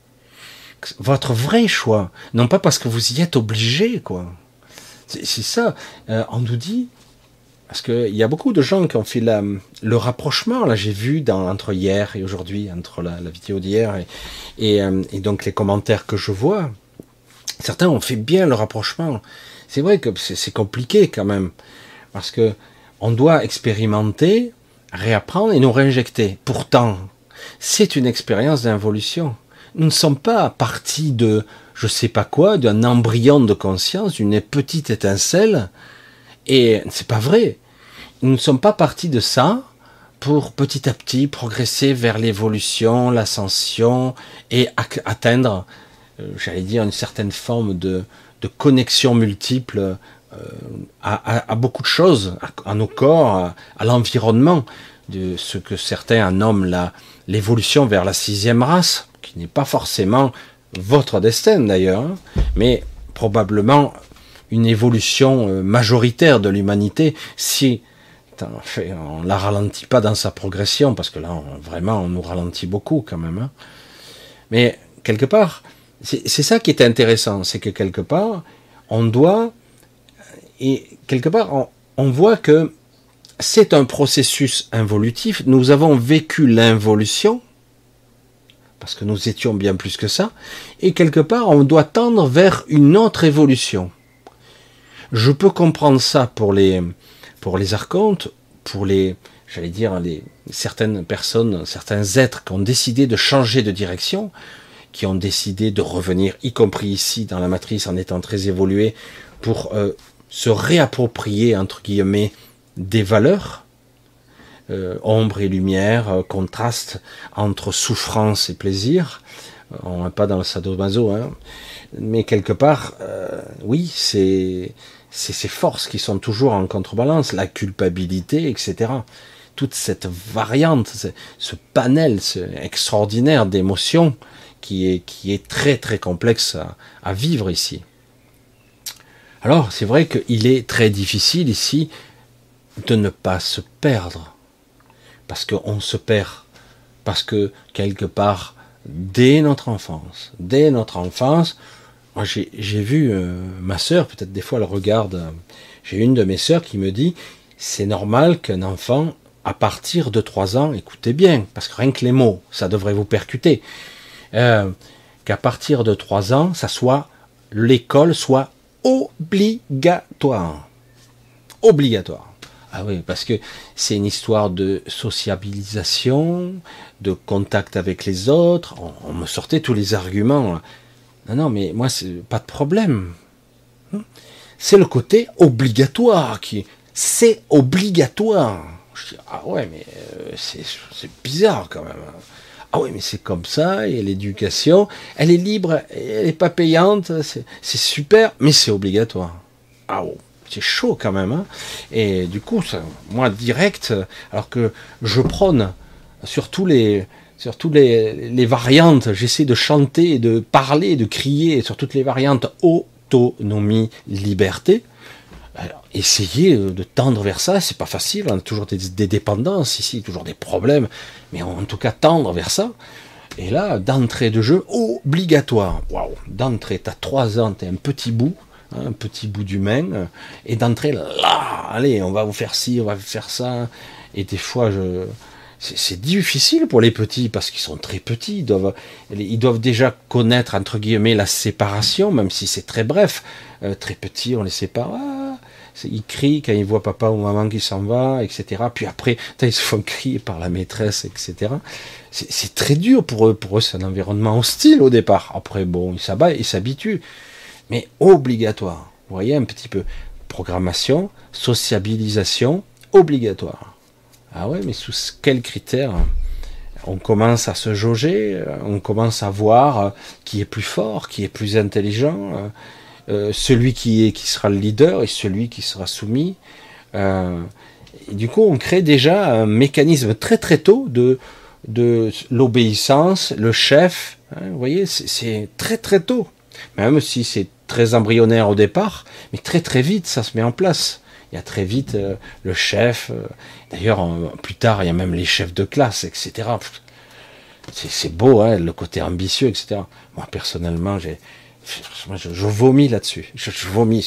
Votre vrai choix. Non pas parce que vous y êtes obligé, quoi. C'est, c'est ça. Euh, on nous dit, parce qu'il y a beaucoup de gens qui ont fait la, le rapprochement, là j'ai vu dans, entre hier et aujourd'hui, entre la, la vidéo d'hier et, et, euh, et donc les commentaires que je vois, certains ont fait bien le rapprochement. C'est vrai que c'est, c'est compliqué quand même, parce que on doit expérimenter, réapprendre et nous réinjecter. Pourtant, c'est une expérience d'involution. Nous ne sommes pas partis de je sais pas quoi, d'un embryon de conscience, d'une petite étincelle, et c'est pas vrai. Nous ne sommes pas partis de ça pour petit à petit progresser vers l'évolution, l'ascension et atteindre, euh, j'allais dire, une certaine forme de, de connexion multiple euh, à, à, à beaucoup de choses, à, à nos corps, à, à l'environnement, de ce que certains nomment la, l'évolution vers la sixième race, qui n'est pas forcément votre destin d'ailleurs, hein, mais probablement une évolution majoritaire de l'humanité si on ne la ralentit pas dans sa progression, parce que là on, vraiment on nous ralentit beaucoup quand même. Hein. Mais quelque part, c'est, c'est ça qui est intéressant, c'est que quelque part on doit, et quelque part on, on voit que c'est un processus involutif, nous avons vécu l'involution, parce que nous étions bien plus que ça, et quelque part on doit tendre vers une autre évolution. Je peux comprendre ça pour les, pour les archontes, pour les, j'allais dire, les, certaines personnes, certains êtres qui ont décidé de changer de direction, qui ont décidé de revenir, y compris ici dans la matrice en étant très évolués, pour euh, se réapproprier, entre guillemets, des valeurs, euh, ombre et lumière, euh, contraste entre souffrance et plaisir. On n'est pas dans le sadomaso, hein, mais quelque part, euh, oui, c'est, c'est ces forces qui sont toujours en contrebalance, la culpabilité, et cetera. Toute cette variante, ce panel ce extraordinaire d'émotions qui est, qui est très très complexe à, à vivre ici. Alors, c'est vrai qu'il est très difficile ici de ne pas se perdre, parce qu'on se perd, parce que quelque part, dès notre enfance, dès notre enfance, moi j'ai, j'ai vu euh, ma sœur, peut-être des fois elle regarde, euh, j'ai une de mes sœurs qui me dit, c'est normal qu'un enfant, à partir de trois ans, écoutez bien, parce que rien que les mots, ça devrait vous percuter, euh, qu'à partir de trois ans, ça soit, l'école soit obligatoire. Obligatoire. Ah oui, parce que c'est une histoire de sociabilisation, de contact avec les autres. On, on me sortait tous les arguments. Non, non, mais moi, c'est pas de problème. C'est le côté obligatoire qui, c'est obligatoire. Je dis, ah ouais, mais euh, c'est, c'est bizarre quand même. Ah oui, mais c'est comme ça, et l'éducation, elle est libre, elle n'est pas payante, c'est, c'est super, mais c'est obligatoire. Ah ouais. C'est chaud quand même, hein. Et du coup, ça, moi direct, alors que je prône sur tous les, sur toutes les, les variantes, j'essaie de chanter, de parler, de crier sur toutes les variantes autonomie, liberté. Alors, essayer de tendre vers ça, c'est pas facile. On a toujours des, des dépendances ici, toujours des problèmes, mais en tout cas tendre vers ça. Et là, d'entrée de jeu obligatoire. Waouh, d'entrée, t'as trois ans, t'es un petit bout. Un petit bout d'humain, et d'entrer là, allez, on va vous faire ci, on va vous faire ça, et des fois, je, c'est, c'est difficile pour les petits, parce qu'ils sont très petits, ils doivent, ils doivent déjà connaître, entre guillemets, la séparation, même si c'est très bref, euh, très petits, on les sépare, ah, ils crient quand ils voient papa ou maman qui s'en va, et cetera, puis après, ils se font crier par la maîtresse, et cetera, c'est, c'est très dur pour eux, pour eux, c'est un environnement hostile au départ, après, bon, ils s'abattent, ils s'habituent, mais obligatoire. Vous voyez un petit peu. Programmation, sociabilisation, obligatoire. Ah ouais, mais sous quels critères? on commence à se jauger, on commence à voir qui est plus fort, qui est plus intelligent, euh, celui qui, est, qui sera le leader et celui qui sera soumis. Euh, et du coup, on crée déjà un mécanisme très très tôt de, de l'obéissance, le chef. Hein, vous voyez, c'est très très tôt. Même si c'est très embryonnaire au départ, mais très très vite, ça se met en place. Il y a très vite euh, le chef. Euh, D'ailleurs, euh, plus tard, il y a même les chefs de classe, et cetera. C'est beau, hein, le côté ambitieux, et cetera. Moi, personnellement, j'ai, je, je vomis là-dessus. Je, je vomis.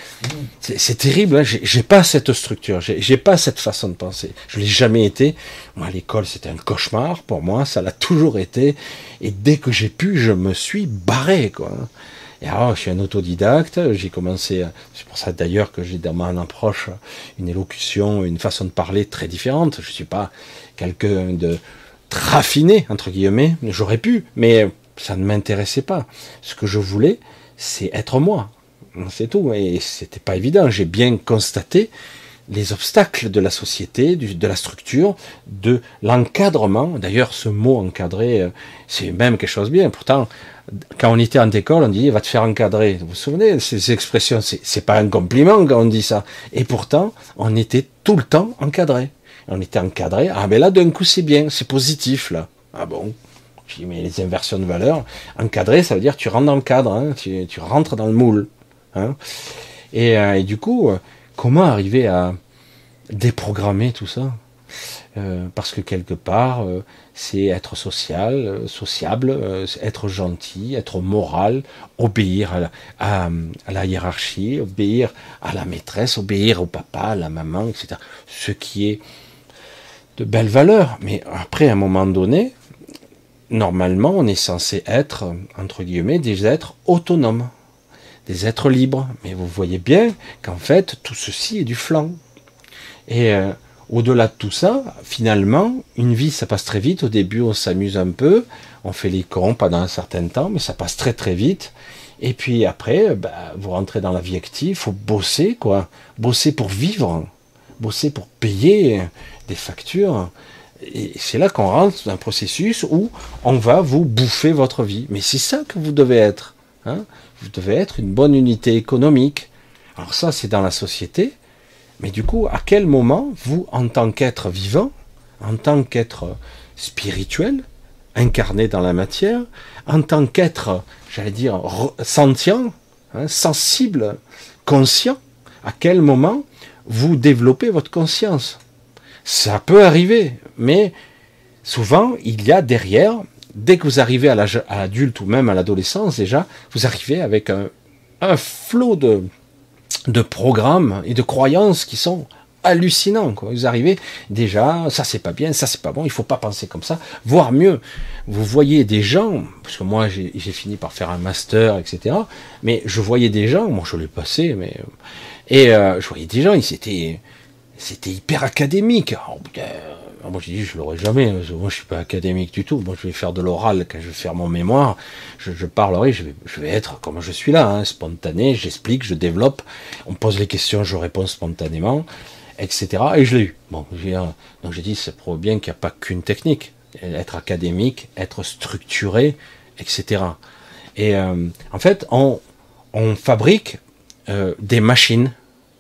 C'est terrible. Hein. J'ai pas cette structure. J'ai pas cette façon de penser. Je l'ai jamais été. Moi, à l'école, c'était un cauchemar pour moi. Ça l'a toujours été. Et dès que j'ai pu, je me suis barré, quoi. Et alors, je suis un autodidacte, j'ai commencé, c'est pour ça d'ailleurs que j'ai dans mon approche une élocution, une façon de parler très différente. Je suis pas quelqu'un de raffiné, entre guillemets, j'aurais pu, mais ça ne m'intéressait pas. Ce que je voulais, c'est être moi. C'est tout. Et c'était pas évident. J'ai bien constaté les obstacles de la société, du, de la structure, de l'encadrement. D'ailleurs, ce mot encadré, c'est même quelque chose de bien. Pourtant, quand on était en école, on dit, va te faire encadrer. Vous vous souvenez de ces expressions? C'est pas un compliment quand on dit ça. Et pourtant, on était tout le temps encadré. On était encadré. Ah, ben là, d'un coup, c'est bien, c'est positif, là. Ah bon? Je dis, mais les inversions de valeurs, encadré, ça veut dire tu rentres dans le cadre, hein, tu, tu rentres dans le moule. Hein. Et, euh, et du coup, euh, comment arriver à déprogrammer tout ça? euh, Parce que quelque part, euh, c'est être social, euh, sociable, euh, être gentil, être moral, obéir à la, à, à la hiérarchie, obéir à la maîtresse, obéir au papa, à la maman, et cetera. Ce qui est de belles valeurs. Mais après, à un moment donné, normalement, on est censé être, entre guillemets, des êtres autonomes, des êtres libres. Mais vous voyez bien qu'en fait, tout ceci est du flan. Et euh, au-delà de tout ça, finalement, une vie, ça passe très vite. Au début, on s'amuse un peu, on fait les cons pendant un certain temps, mais ça passe très très vite. Et puis après, bah, vous rentrez dans la vie active, il faut bosser, quoi. Bosser pour vivre, bosser pour payer des factures. Et c'est là qu'on rentre dans un processus où on va vous bouffer votre vie. Mais c'est ça que vous devez être. Hein, vous devez être une bonne unité économique. Alors ça, c'est dans la société. Mais du coup, à quel moment, vous, en tant qu'être vivant, en tant qu'être spirituel, incarné dans la matière, en tant qu'être, j'allais dire, sentient, hein, sensible, conscient, à quel moment vous développez votre conscience? Ça peut arriver, mais souvent, il y a derrière, dès que vous arrivez à l'âge adulte ou même à l'adolescence déjà, vous arrivez avec un, un flot de, de programmes et de croyances qui sont hallucinants, quoi. Vous arrivez déjà, ça c'est pas bien, ça c'est pas bon, il faut pas penser comme ça, voire mieux. Vous voyez des gens, parce que moi j'ai fini par faire un master, et cetera. Mais je voyais des gens, moi je l'ai passé, mais et euh, je voyais des gens, ils étaient C'était hyper académique. Alors, euh, moi, j'ai dit, je l'aurais jamais. Moi, je suis pas académique du tout. Moi, je vais faire de l'oral quand je vais faire mon mémoire. Je, je parlerai, je vais, je vais être comme je suis là, hein, spontané. J'explique, je développe. On me pose les questions, je réponds spontanément, et cetera. Et je l'ai eu. Bon, donc j'ai dit, c'est prouve bien qu'il n'y a pas qu'une technique. Être académique, être structuré, et cetera. Et euh, en fait, on, on fabrique euh, des machines,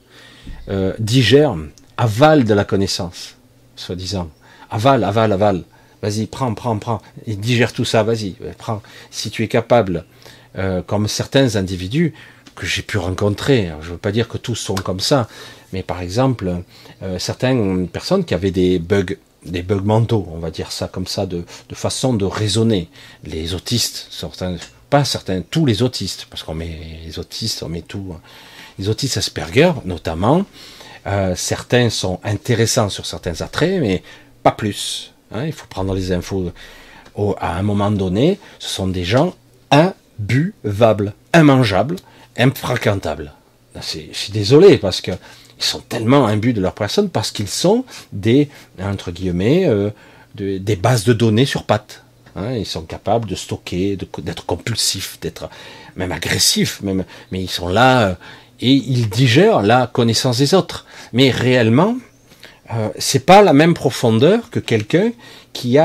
euh, digèrent, avale de la connaissance, soi-disant. Avale, avale, avale. Vas-y, prends, prends, prends. Et digère tout ça, vas-y, prends. Si tu es capable, euh, comme certains individus que j'ai pu rencontrer, je ne veux pas dire que tous sont comme ça, mais par exemple, euh, certaines personnes qui avaient des bugs, des bugs mentaux, on va dire ça comme ça, de, de façon de raisonner. Les autistes, certains, pas certains, tous les autistes, parce qu'on met les autistes, on met tout. Les autistes Asperger, notamment, Euh, certains sont intéressants sur certains attraits, mais pas plus. Hein, il faut prendre les infos au, à un moment donné. Ce sont des gens imbuvables, immangeables, infréquentables. Je suis désolé parce que ils sont tellement imbus de leur personne parce qu'ils sont des, entre guillemets, euh, de, des bases de données sur pattes. Hein, ils sont capables de stocker, d'être compulsifs, d'être même agressifs, même, mais ils sont là. Euh, Et ils digèrent la connaissance des autres. Mais réellement, euh, c'est pas la même profondeur que quelqu'un qui a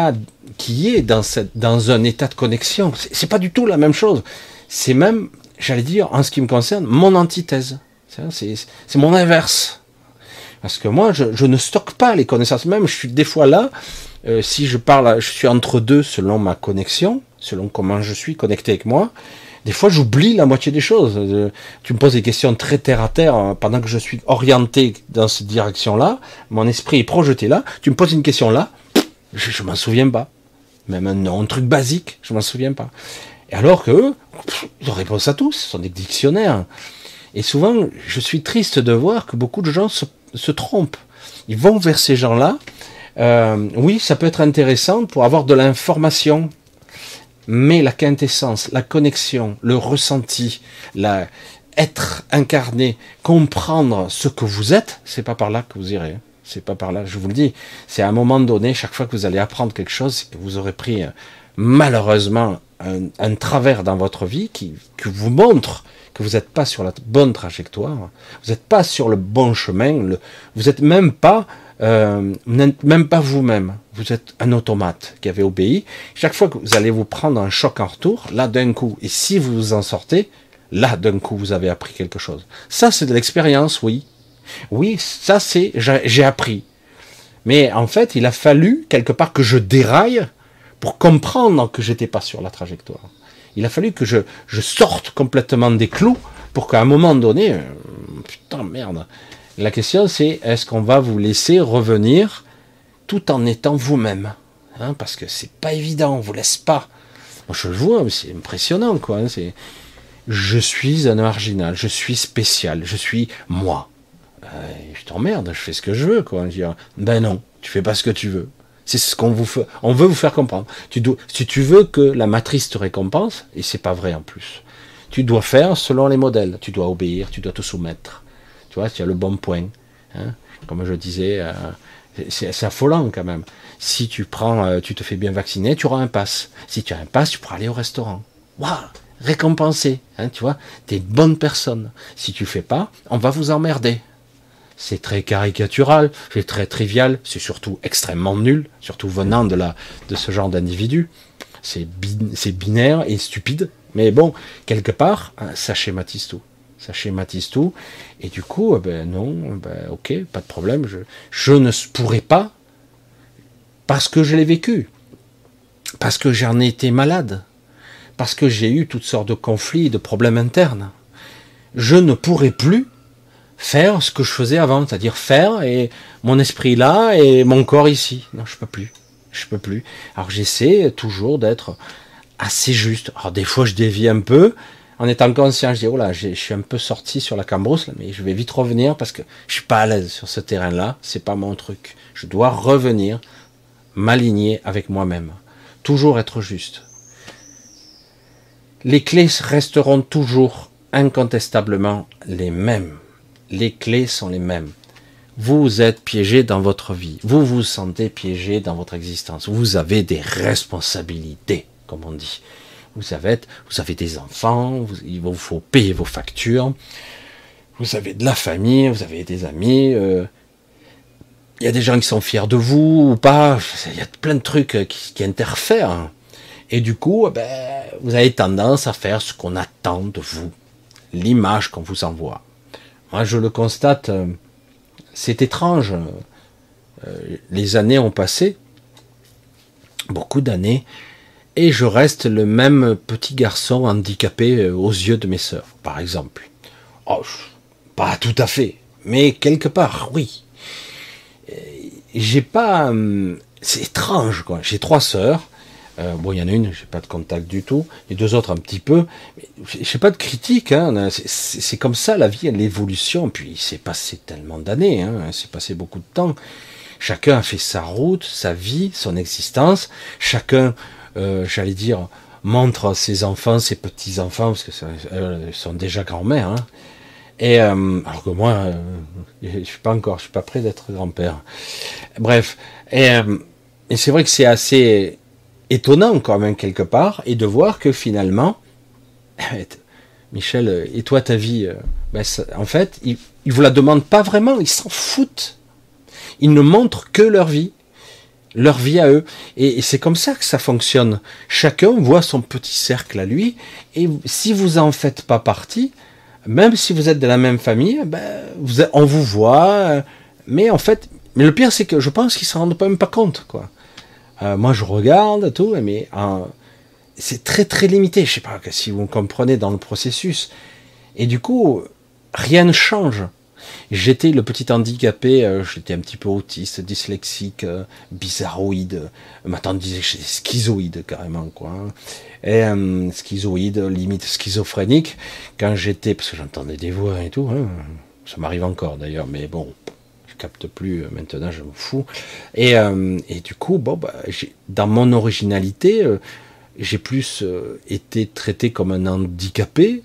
qui est dans, cette, dans un état de connexion. C'est, c'est pas du tout la même chose. C'est même, j'allais dire, en ce qui me concerne, mon antithèse. C'est, c'est, c'est mon inverse. Parce que moi, je, je ne stocke pas les connaissances. Même, je suis des fois là, euh, si je parle, je suis entre deux selon ma connexion, selon comment je suis connecté avec moi. Des fois, j'oublie la moitié des choses. Euh, tu me poses des questions très terre à terre hein, pendant que je suis orienté dans cette direction-là. Mon esprit est projeté là. Tu me poses une question là, je, je m'en souviens pas. Même un, un truc basique, je m'en souviens pas. Et alors que eux, ils ont réponse à tout. Ce sont des dictionnaires. Et souvent, je suis triste de voir que beaucoup de gens se, se trompent. Ils vont vers ces gens-là. Euh, oui, ça peut être intéressant pour avoir de l'information. Mais la quintessence, la connexion, le ressenti, la être incarné, comprendre ce que vous êtes, c'est pas par là que vous irez. C'est pas par là, je vous le dis. C'est à un moment donné, chaque fois que vous allez apprendre quelque chose, c'est que vous aurez pris malheureusement un, un travers dans votre vie qui, qui vous montre que vous n'êtes pas sur la bonne trajectoire, vous n'êtes pas sur le bon chemin, le, vous n'êtes même pas Euh, vous n'êtes même pas vous-même, vous êtes un automate qui avait obéi. Chaque fois que vous allez vous prendre un choc en retour, là d'un coup, et si vous vous en sortez, là d'un coup vous avez appris quelque chose. Ça c'est de l'expérience, oui. Oui, ça c'est, j'ai, j'ai appris. Mais en fait, il a fallu quelque part que je déraille pour comprendre que j'étais pas sur la trajectoire. Il a fallu que je, je sorte complètement des clous pour qu'à un moment donné, euh, putain merde, la question c'est, est-ce qu'on va vous laisser revenir tout en étant vous-même hein, parce que c'est pas évident, on vous laisse pas. Moi, je le vois, c'est impressionnant, quoi. Hein, c'est... Je suis un marginal, je suis spécial, je suis moi. Euh, je t'emmerde, je fais ce que je veux, quoi. Je dis, ben non, tu fais pas ce que tu veux. C'est ce qu'on vous fait, on veut vous faire comprendre. Tu dois, si tu veux que la matrice te récompense, et c'est pas vrai en plus, tu dois faire selon les modèles. Tu dois obéir, tu dois te soumettre. Tu vois, tu as le bon point. Hein. Comme je disais, euh, c'est, c'est affolant quand même. Si tu prends, euh, tu te fais bien vacciner, tu auras un pass. Si tu as un pass, tu pourras aller au restaurant. Waouh, récompensé. Hein, tu vois, t'es une bonne personne. Si tu fais pas, on va vous emmerder. C'est très caricatural, c'est très trivial, c'est surtout extrêmement nul, surtout venant de la, de ce genre d'individu. C'est, bin, c'est binaire et stupide. Mais bon, quelque part, hein, ça schématise tout. Ça schématise tout, et du coup, ben non, ben ok, pas de problème, je, je ne pourrais pas, parce que je l'ai vécu, parce que j'en ai été malade, parce que j'ai eu toutes sortes de conflits, de problèmes internes. Je ne pourrais plus faire ce que je faisais avant, c'est-à-dire faire, et mon esprit là, et mon corps ici. Non, je peux plus, je peux plus. Alors j'essaie toujours d'être assez juste. Alors des fois je dévie un peu, en étant conscient, je dis, oh là, je suis un peu sorti sur la cambrousse, là, mais je vais vite revenir parce que je suis pas à l'aise sur ce terrain-là, c'est pas mon truc. Je dois revenir, m'aligner avec moi-même. Toujours être juste. Les clés resteront toujours incontestablement les mêmes. Les clés sont les mêmes. Vous êtes piégé dans votre vie. Vous vous sentez piégé dans votre existence. Vous avez des responsabilités, comme on dit. Vous avez, vous avez des enfants, vous, il vous faut payer vos factures, vous avez de la famille, vous avez des amis, euh, il y a des gens qui sont fiers de vous ou pas, il y a plein de trucs qui, qui interfèrent. Et du coup, ben, vous avez tendance à faire ce qu'on attend de vous, l'image qu'on vous envoie. Moi, je le constate, euh, c'est étrange. Euh, les années ont passé, beaucoup d'années, et je reste le même petit garçon handicapé aux yeux de mes sœurs, par exemple. Oh, pas tout à fait, mais quelque part, oui. J'ai pas... C'est étrange, quoi. J'ai trois sœurs. Euh, bon, il y en a une, j'ai pas de contact du tout. Les deux autres, un petit peu. J'ai pas de critique, hein. C'est, c'est, c'est comme ça, la vie, l'évolution. Puis, il s'est passé tellement d'années, hein. Il s'est passé beaucoup de temps. Chacun a fait sa route, sa vie, son existence. Chacun... Euh, j'allais dire, montre à ses enfants, ses petits-enfants, parce que ça, euh, ils sont déjà grands-mères, hein. Et euh, alors que moi, euh, je suis pas encore, je suis pas prêt d'être grand-père. Bref, et, euh, et c'est vrai que c'est assez étonnant quand même quelque part, et de voir que finalement, Michel, et toi ta vie, ben, ça, en fait, ils, ils vous la demandent pas vraiment, ils s'en foutent. Ils ne montrent que leur vie. leur vie à eux. Et, et c'est comme ça que ça fonctionne. Chacun voit son petit cercle à lui, et si vous en faites pas partie, même si vous êtes de la même famille, ben, vous, on vous voit, mais en fait, mais le pire c'est que je pense qu'ils s'en rendent même pas compte, quoi. Euh, moi je regarde tout, mais euh, c'est très très limité. Je sais pas si vous comprenez dans le processus. Et du coup, rien ne change. J'étais le petit handicapé, euh, j'étais un petit peu autiste, dyslexique, euh, bizarroïde. Ma tante disait que j'étais schizoïde carrément, quoi. Et euh, schizoïde, limite schizophrénique. Quand j'étais, parce que j'entendais des voix et tout, hein, ça m'arrive encore d'ailleurs, mais bon, je capte plus maintenant, je m'en fous. Et, euh, et du coup, bon, bah, j'ai, dans mon originalité, euh, j'ai plus euh, été traité comme un handicapé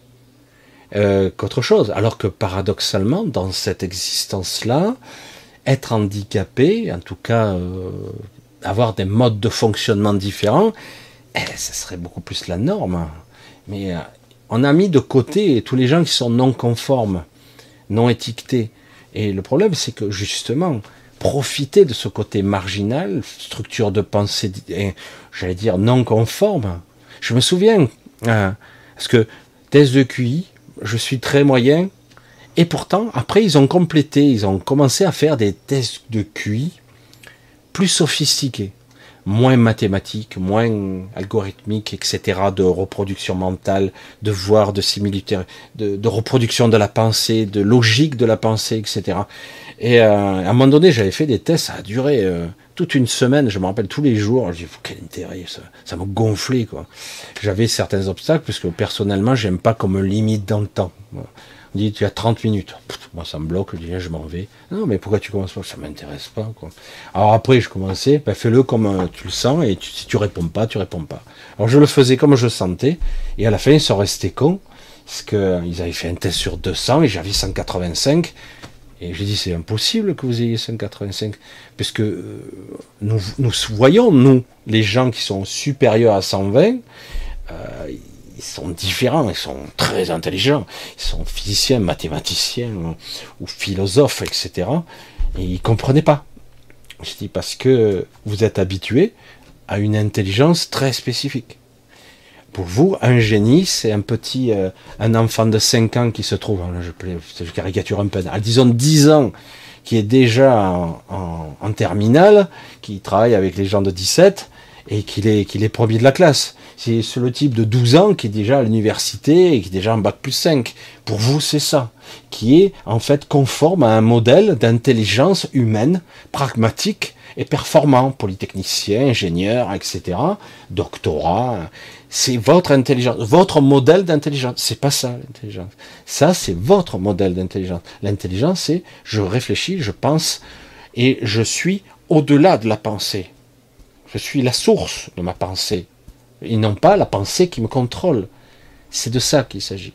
euh, qu'autre chose. Alors que paradoxalement, dans cette existence-là, être handicapé, en tout cas euh, avoir des modes de fonctionnement différents, eh, ça serait beaucoup plus la norme. Mais euh, on a mis de côté tous les gens qui sont non conformes, non étiquetés. Et le problème, c'est que justement, profiter de ce côté marginal, structure de pensée, j'allais dire non conforme. Je me souviens, euh, parce que test de Q I, je suis très moyen, et pourtant, après, ils ont complété, ils ont commencé à faire des tests de Q I plus sophistiqués, moins mathématiques, moins algorithmiques, et cetera, de reproduction mentale, de voir, de similitude, de, de reproduction de la pensée, de logique de la pensée, et cetera. Et euh, à un moment donné, j'avais fait des tests, ça a duré euh, toute une semaine, je me rappelle tous les jours, je dis, quel intérêt, ça, ça me gonflait, quoi. J'avais certains obstacles, parce que personnellement, j'aime pas qu'on me limite dans le temps. On dit, tu as trente minutes. Pff, moi, ça me bloque, je dis, je m'en vais. Non, mais pourquoi tu commences pas? Ça m'intéresse pas, quoi. Alors après, je commençais, ben, fais-le comme euh, tu le sens, et tu, si tu réponds pas, tu réponds pas. Alors je le faisais comme je sentais, et à la fin, ils sont restés cons, parce que euh, ils avaient fait un test sur deux cents, et j'avais cent quatre-vingt-cinq, et j'ai dit, c'est impossible que vous ayez cent quatre-vingt-cinq, puisque euh, nous, nous voyons, nous, les gens qui sont supérieurs à cent vingt, euh, ils sont différents, ils sont très intelligents, ils sont physiciens, mathématiciens, ou, ou philosophes, et cetera. Et ils ne comprenaient pas. Je dis, parce que vous êtes habitués à une intelligence très spécifique. Pour vous, un génie, c'est un petit, euh, un enfant de cinq ans qui se trouve, là, je, je caricature un peu, à disons dix ans, qui est déjà en, en, en terminale, qui travaille avec les gens de dix-sept, et qu'il est, qu'il est premier de la classe. C'est le type de douze ans qui est déjà à l'université et qui est déjà en bac plus cinq. Pour vous, c'est ça, qui est en fait conforme à un modèle d'intelligence humaine, pragmatique et performant, polytechnicien, ingénieur, et cetera, doctorat. C'est votre intelligence, votre modèle d'intelligence. C'est pas ça, l'intelligence. Ça, c'est votre modèle d'intelligence. L'intelligence, c'est je réfléchis, je pense, et je suis au-delà de la pensée. Je suis la source de ma pensée, et non pas la pensée qui me contrôle. C'est de ça qu'il s'agit.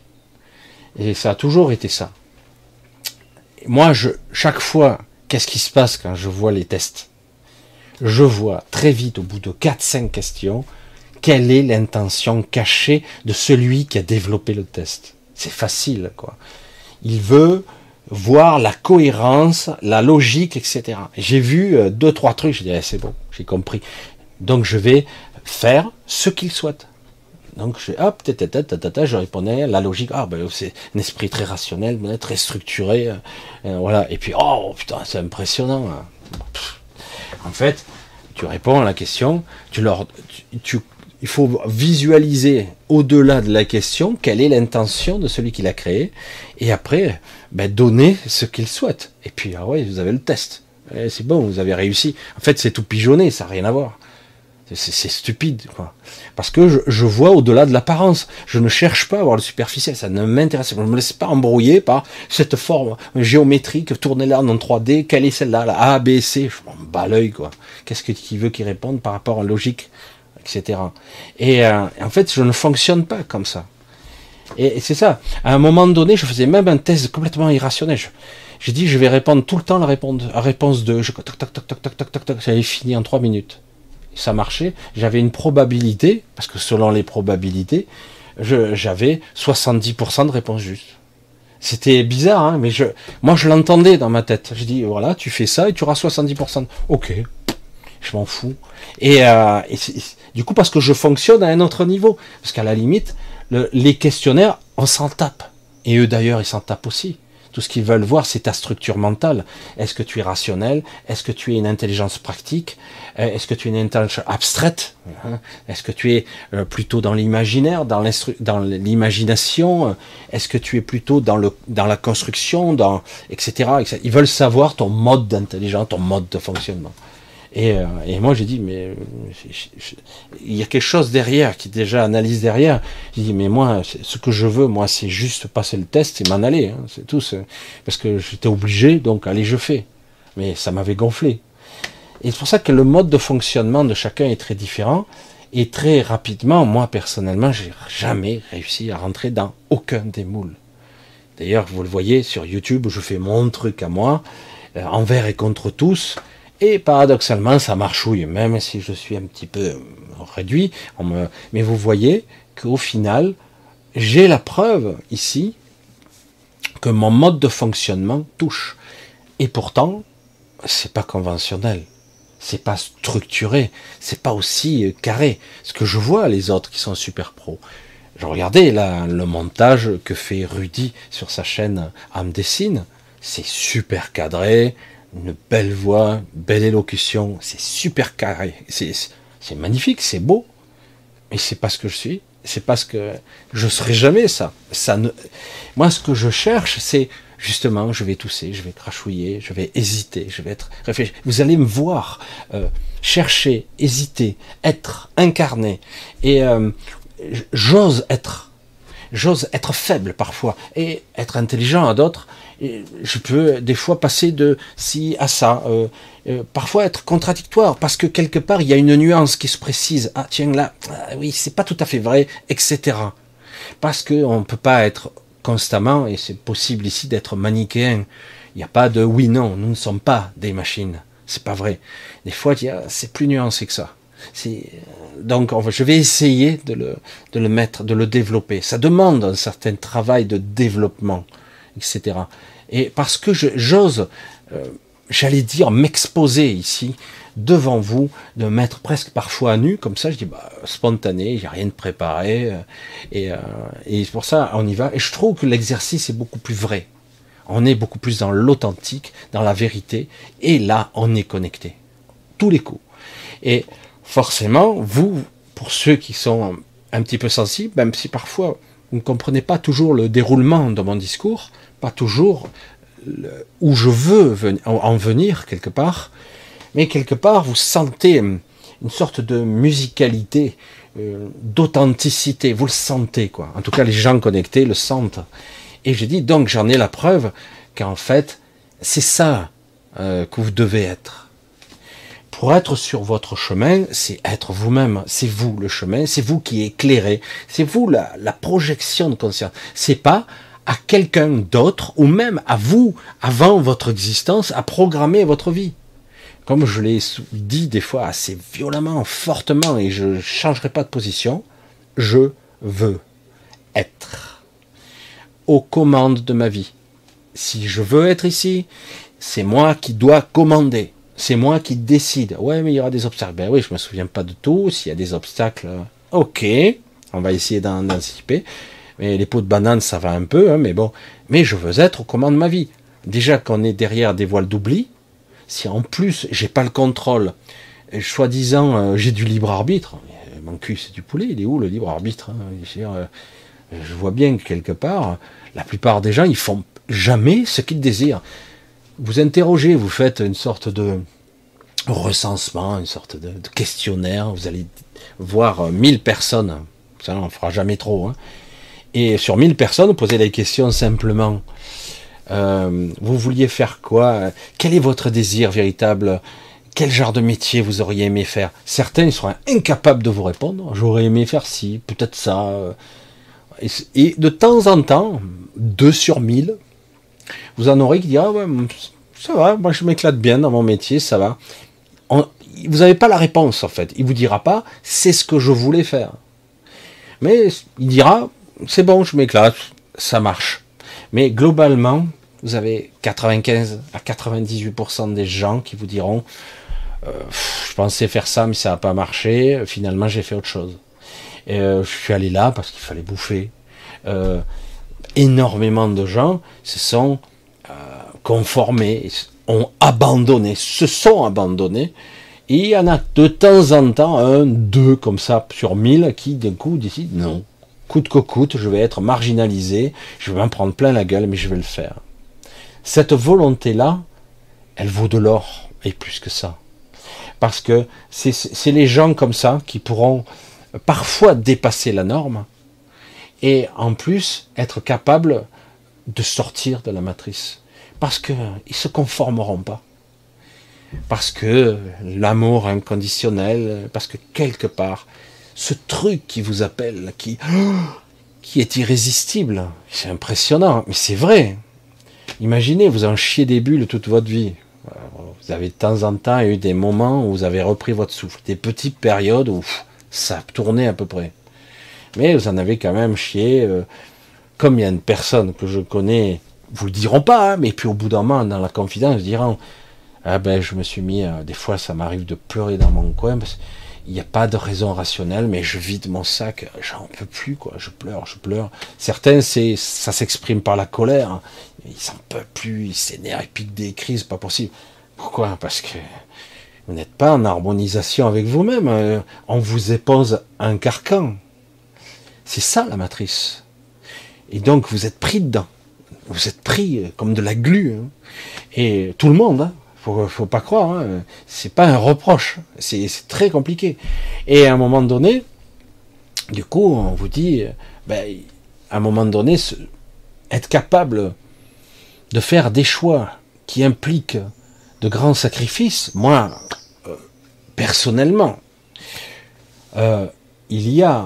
Et ça a toujours été ça. Et moi, je, chaque fois, qu'est-ce qui se passe quand je vois les tests? Je vois très vite, au bout de quatre cinq questions, quelle est l'intention cachée de celui qui a développé le test. C'est facile, quoi. Il veut voir la cohérence, la logique, et cetera. J'ai vu euh, deux, trois trucs, j'ai dit, eh, c'est bon, j'ai compris. Donc je vais faire ce qu'il souhaite. Donc je hop, tata, tata, tata, je répondais, la logique, ah ben c'est un esprit très rationnel, très structuré, euh, euh, voilà. Et puis, oh putain, c'est impressionnant. Hein. Pff. En fait, tu réponds à la question, tu leur, tu, tu il faut visualiser au-delà de la question quelle est l'intention de celui qui l'a créé, et après ben, donner ce qu'il souhaite. Et puis ah ouais, vous avez le test. Et c'est bon, vous avez réussi. En fait, c'est tout pigeonné, ça n'a rien à voir. C'est, c'est stupide, quoi. Parce que je, je vois au-delà de l'apparence. Je ne cherche pas à voir le superficiel, ça ne m'intéresse pas. Je ne me laisse pas embrouiller par cette forme géométrique, tournez-la en trois D, quelle est celle-là, la A, B, C. Je m'en bats l'œil, quoi. Qu'est-ce qu'il veut qu'il réponde par rapport à la logique, et cetera. Et euh, en fait, je ne fonctionne pas comme ça. Et, et c'est ça. À un moment donné, je faisais même un test complètement irrationnel. Je, j'ai dit, je vais répondre tout le temps la réponse, la réponse de... Je, tac, tac, tac, tac, tac, tac, tac, tac. J'avais fini en trois minutes. Ça marchait. J'avais une probabilité, parce que selon les probabilités, je, j'avais soixante-dix pour cent de réponses justes. C'était bizarre, hein, mais je, moi je l'entendais dans ma tête. Je dis, voilà, tu fais ça et tu auras soixante-dix pour cent. Ok. je m'en fous. Et, euh, et du coup, parce que je fonctionne à un autre niveau. Parce qu'à la limite, le, les questionnaires, on s'en tape. Et eux d'ailleurs, ils s'en tapent aussi. Tout ce qu'ils veulent voir, c'est ta structure mentale. Est-ce que tu es rationnel? Est-ce que tu es une intelligence pratique? Est-ce que tu es une intelligence abstraite? Est-ce que tu es plutôt dans l'imaginaire, dans l'imagination? Est-ce que tu es plutôt dans, le, dans la construction, dans, et cetera, et cetera. Ils veulent savoir ton mode d'intelligence, ton mode de fonctionnement. Et, euh, et moi j'ai dit, mais je, je, il y a quelque chose derrière, qui déjà analyse derrière. J'ai dit, mais moi, ce que je veux, moi, c'est juste passer le test et m'en aller. Hein, c'est tout. Parce que j'étais obligé, donc allez, je fais. Mais ça m'avait gonflé. Et c'est pour ça que le mode de fonctionnement de chacun est très différent. Et très rapidement, moi, personnellement, j'ai jamais réussi à rentrer dans aucun des moules. D'ailleurs, vous le voyez sur YouTube, je fais mon truc à moi, euh, envers et contre tous. Et paradoxalement, ça marchouille, même si je suis un petit peu réduit. On me... Mais vous voyez qu'au final, j'ai la preuve ici que mon mode de fonctionnement touche. Et pourtant, c'est pas conventionnel, c'est pas structuré, c'est pas aussi carré. Ce que je vois les autres qui sont super pros. Je regardais là le montage que fait Rudy sur sa chaîne Âme Dessine, c'est super cadré. Une belle voix, belle élocution, c'est super carré, c'est, c'est magnifique, c'est beau, mais c'est pas ce que je suis, c'est pas ce que je serai jamais ça. Ça ne, moi ce que je cherche, c'est justement, je vais tousser, je vais crachouiller, je vais hésiter, je vais être réfléchir. Vous allez me voir euh, chercher, hésiter, être, incarner, et euh, j'ose être, j'ose être faible parfois et être intelligent à d'autres. Et je peux des fois passer de ci à ça, euh, euh, parfois être contradictoire, parce que quelque part il y a une nuance qui se précise. Ah tiens là, ah, oui c'est pas tout à fait vrai, et cetera. Parce que on peut pas être constamment, et c'est possible ici d'être manichéen. Il n'y a pas de oui non, nous ne sommes pas des machines. C'est pas vrai. Des fois il y a, c'est plus nuancé que ça. C'est, donc je vais essayer de le, de le mettre, de le développer. Ça demande un certain travail de développement, et cetera. Et parce que je, j'ose, euh, j'allais dire, m'exposer ici, devant vous, de me mettre presque parfois à nu, comme ça, je dis, bah, spontané, j'ai rien de préparé, euh, et, euh, et pour ça, on y va. Et je trouve que l'exercice est beaucoup plus vrai. On est beaucoup plus dans l'authentique, dans la vérité, et là, on est connecté. Tous les coups. Et forcément, vous, pour ceux qui sont un petit peu sensibles, même si parfois vous ne comprenez pas toujours le déroulement de mon discours, pas toujours le, où je veux en venir quelque part, mais quelque part vous sentez une sorte de musicalité, euh, d'authenticité, vous le sentez quoi. En tout cas les gens connectés le sentent. Et je dis donc j'en ai la preuve qu'en fait c'est ça euh, que vous devez être. Pour être sur votre chemin, c'est être vous-même, c'est vous le chemin, c'est vous qui éclairez, c'est vous la, la projection de conscience. C'est pas à quelqu'un d'autre, ou même à vous, avant votre existence, à programmer votre vie. Comme je l'ai dit des fois assez violemment, fortement, et je ne changerai pas de position, je veux être aux commandes de ma vie. Si je veux être ici, c'est moi qui dois commander. C'est moi qui décide. Ouais, mais il y aura des obstacles. Ben oui, je me souviens pas de tout. S'il y a des obstacles, ok, on va essayer d'en anticiper. Mais les pots de banane, ça va un peu, hein, mais bon. Mais je veux être aux commandes de ma vie. Déjà qu'on est derrière des voiles d'oubli, si en plus j'ai pas le contrôle, soi-disant euh, j'ai du libre arbitre, mon cul c'est du poulet, il est où le libre arbitre hein, je, veux dire, euh, je vois bien que quelque part, la plupart des gens ils font jamais ce qu'ils désirent. Vous interrogez, vous faites une sorte de recensement, une sorte de, de questionnaire, vous allez voir mille personnes, ça on fera jamais trop, hein. Et sur mille personnes, vous posez la question simplement, euh, vous vouliez faire quoi? Quel est votre désir véritable? Quel genre de métier vous auriez aimé faire? Certains ils seront incapables de vous répondre, j'aurais aimé faire ci, peut-être ça. Et, et de temps en temps, deux sur mille, vous en aurez qui diront, ah ouais, ça va, moi je m'éclate bien dans mon métier, ça va. On, vous n'avez pas la réponse en fait. Il vous dira pas, c'est ce que je voulais faire. Mais il dira, c'est bon, je m'éclate, ça marche. Mais globalement, vous avez quatre-vingt-quinze à quatre-vingt-dix-huit pour cent des gens qui vous diront, Euh, je pensais faire ça, mais ça n'a pas marché. Finalement, j'ai fait autre chose. Et, euh, je suis allé là parce qu'il fallait bouffer. Euh, énormément de gens se sont euh, conformés, ont abandonné, se sont abandonnés. Et il y en a de temps en temps un, deux comme ça sur mille qui d'un coup décident non, coûte que coûte, je vais être marginalisé, je vais m'en prendre plein la gueule, mais je vais le faire. Cette volonté-là, elle vaut de l'or, et plus que ça. Parce que c'est, c'est les gens comme ça qui pourront parfois dépasser la norme, et en plus être capables de sortir de la matrice. Parce qu'ils ne se conformeront pas. Parce que l'amour inconditionnel, parce que quelque part, ce truc qui vous appelle, qui, qui est irrésistible, c'est impressionnant, mais c'est vrai. Imaginez, vous en chiez des bulles toute votre vie. Vous avez de temps en temps eu des moments où vous avez repris votre souffle, des petites périodes où ça tournait à peu près. Mais vous en avez quand même chié. Euh, comme il y a une personne que je connais, vous le diront pas, hein, mais puis au bout d'un moment, dans la confidence, ils diront, ah ben je me suis mis, euh, des fois ça m'arrive de pleurer dans mon coin, parce qu'il n'y a pas de raison rationnelle, mais je vide mon sac, j'en peux plus, quoi, je pleure, je pleure. Certains, c'est, ça s'exprime par la colère, hein. Ils s'en peuvent plus, ils s'énervent, ils piquent des crises, pas possible. Pourquoi? Parce que vous n'êtes pas en harmonisation avec vous-même, euh, on vous épose un carcan. C'est ça la matrice. Et donc vous êtes pris dedans. Vous êtes pris comme de la glu. Hein. Et tout le monde, hein. faut, faut pas croire, hein. C'est pas un reproche. C'est, c'est très compliqué. Et à un moment donné, du coup, on vous dit, ben, à un moment donné, être capable de faire des choix qui impliquent de grands sacrifices. Moi, euh, personnellement, euh, il y a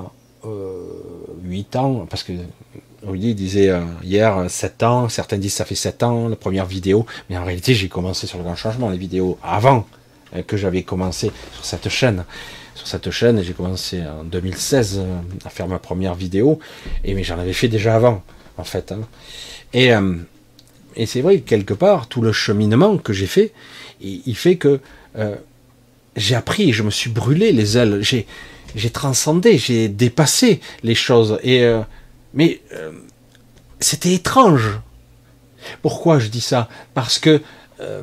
huit euh, ans, parce que Olivier disait euh, hier sept ans, certains disent ça fait sept ans, la première vidéo, mais en réalité j'ai commencé sur le grand changement, les vidéos avant euh, que j'avais commencé sur cette chaîne. Sur cette chaîne, j'ai commencé en deux mille seize euh, à faire ma première vidéo, et mais j'en avais fait déjà avant, en fait. Hein. Et, euh, et c'est vrai que quelque part, tout le cheminement que j'ai fait, il, il fait que euh, j'ai appris, je me suis brûlé les ailes, j'ai J'ai transcendé, j'ai dépassé les choses. Et euh, mais euh, c'était étrange. Pourquoi je dis ça? Parce que euh,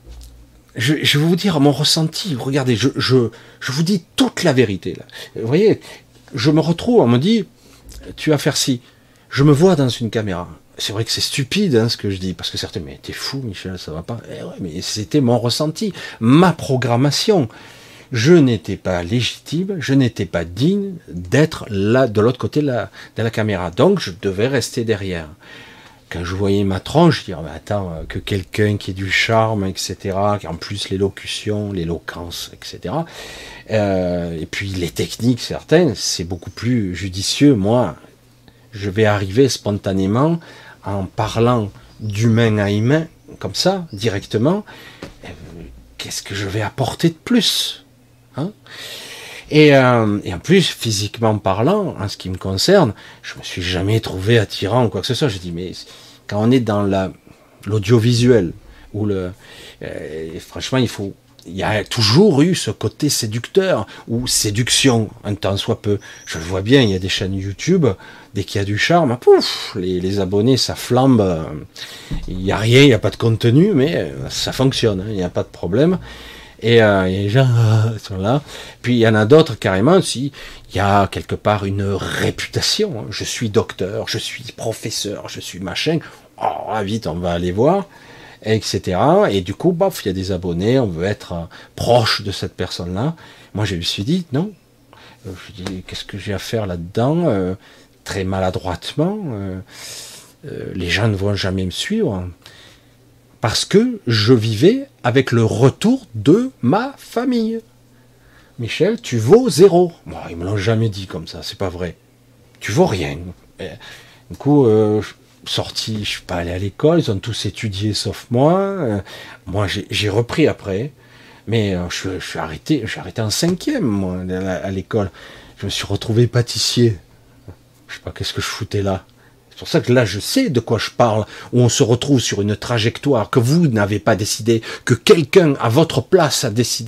je, je vais vous dire mon ressenti. Regardez, je, je, je vous dis toute la vérité. Là. Vous voyez, je me retrouve, on me dit, tu vas faire ci. Je me vois dans une caméra. C'est vrai que c'est stupide hein, ce que je dis, parce que certains, mais t'es fou Michel, ça va pas. Eh ouais, mais c'était mon ressenti, ma programmation. Je n'étais pas légitime, je n'étais pas digne d'être là, de l'autre côté de la, de la caméra. Donc, je devais rester derrière. Quand je voyais ma tronche, je disais, mais attends, que quelqu'un qui ait du charme, et cetera, qui en plus l'élocution, l'éloquence, et cetera. Euh, et puis les techniques, certaines, c'est beaucoup plus judicieux. Moi, je vais arriver spontanément en parlant d'humain à humain, comme ça, directement. Euh, qu'est-ce que je vais apporter de plus ? Hein et, euh, et en plus, physiquement parlant, en ce qui me concerne, je me suis jamais trouvé attirant ou quoi que ce soit. Je dis, mais quand on est dans la, l'audiovisuel, ou le, euh, franchement, il faut, il y a toujours eu ce côté séducteur ou séduction, un temps soit peu. Je le vois bien, il y a des chaînes YouTube, dès qu'il y a du charme, pouf, les, les abonnés, ça flambe. Il n'y a rien, il n'y a pas de contenu, mais ça fonctionne, hein, il n'y a pas de problème. Et euh, les gens euh, sont là. Puis il y en a d'autres carrément, si il y a quelque part une réputation. Hein. Je suis docteur, je suis professeur, je suis machin. Oh, vite, on va aller voir, et cetera. Et du coup, bof, il y a des abonnés, on veut être euh, proche de cette personne-là. Moi, je me suis dit, non. Euh, je dis, qu'est-ce que j'ai à faire là-dedans euh, très maladroitement. Euh, euh, les gens ne vont jamais me suivre. Parce que je vivais avec le retour de ma famille. Michel, tu vaux zéro. Bon, ils me l'ont jamais dit comme ça, c'est pas vrai. Tu vaux rien. Et, du coup, euh, sorti, je suis pas allé à l'école, ils ont tous étudié sauf moi. Euh, moi, j'ai, j'ai repris après, mais euh, je, je suis arrêté, je suis arrêté en cinquième moi à, à l'école. Je me suis retrouvé pâtissier. Je sais pas qu'est-ce que je foutais là. C'est pour ça que là, je sais de quoi je parle, où on se retrouve sur une trajectoire que vous n'avez pas décidé, que quelqu'un à votre place a décidé.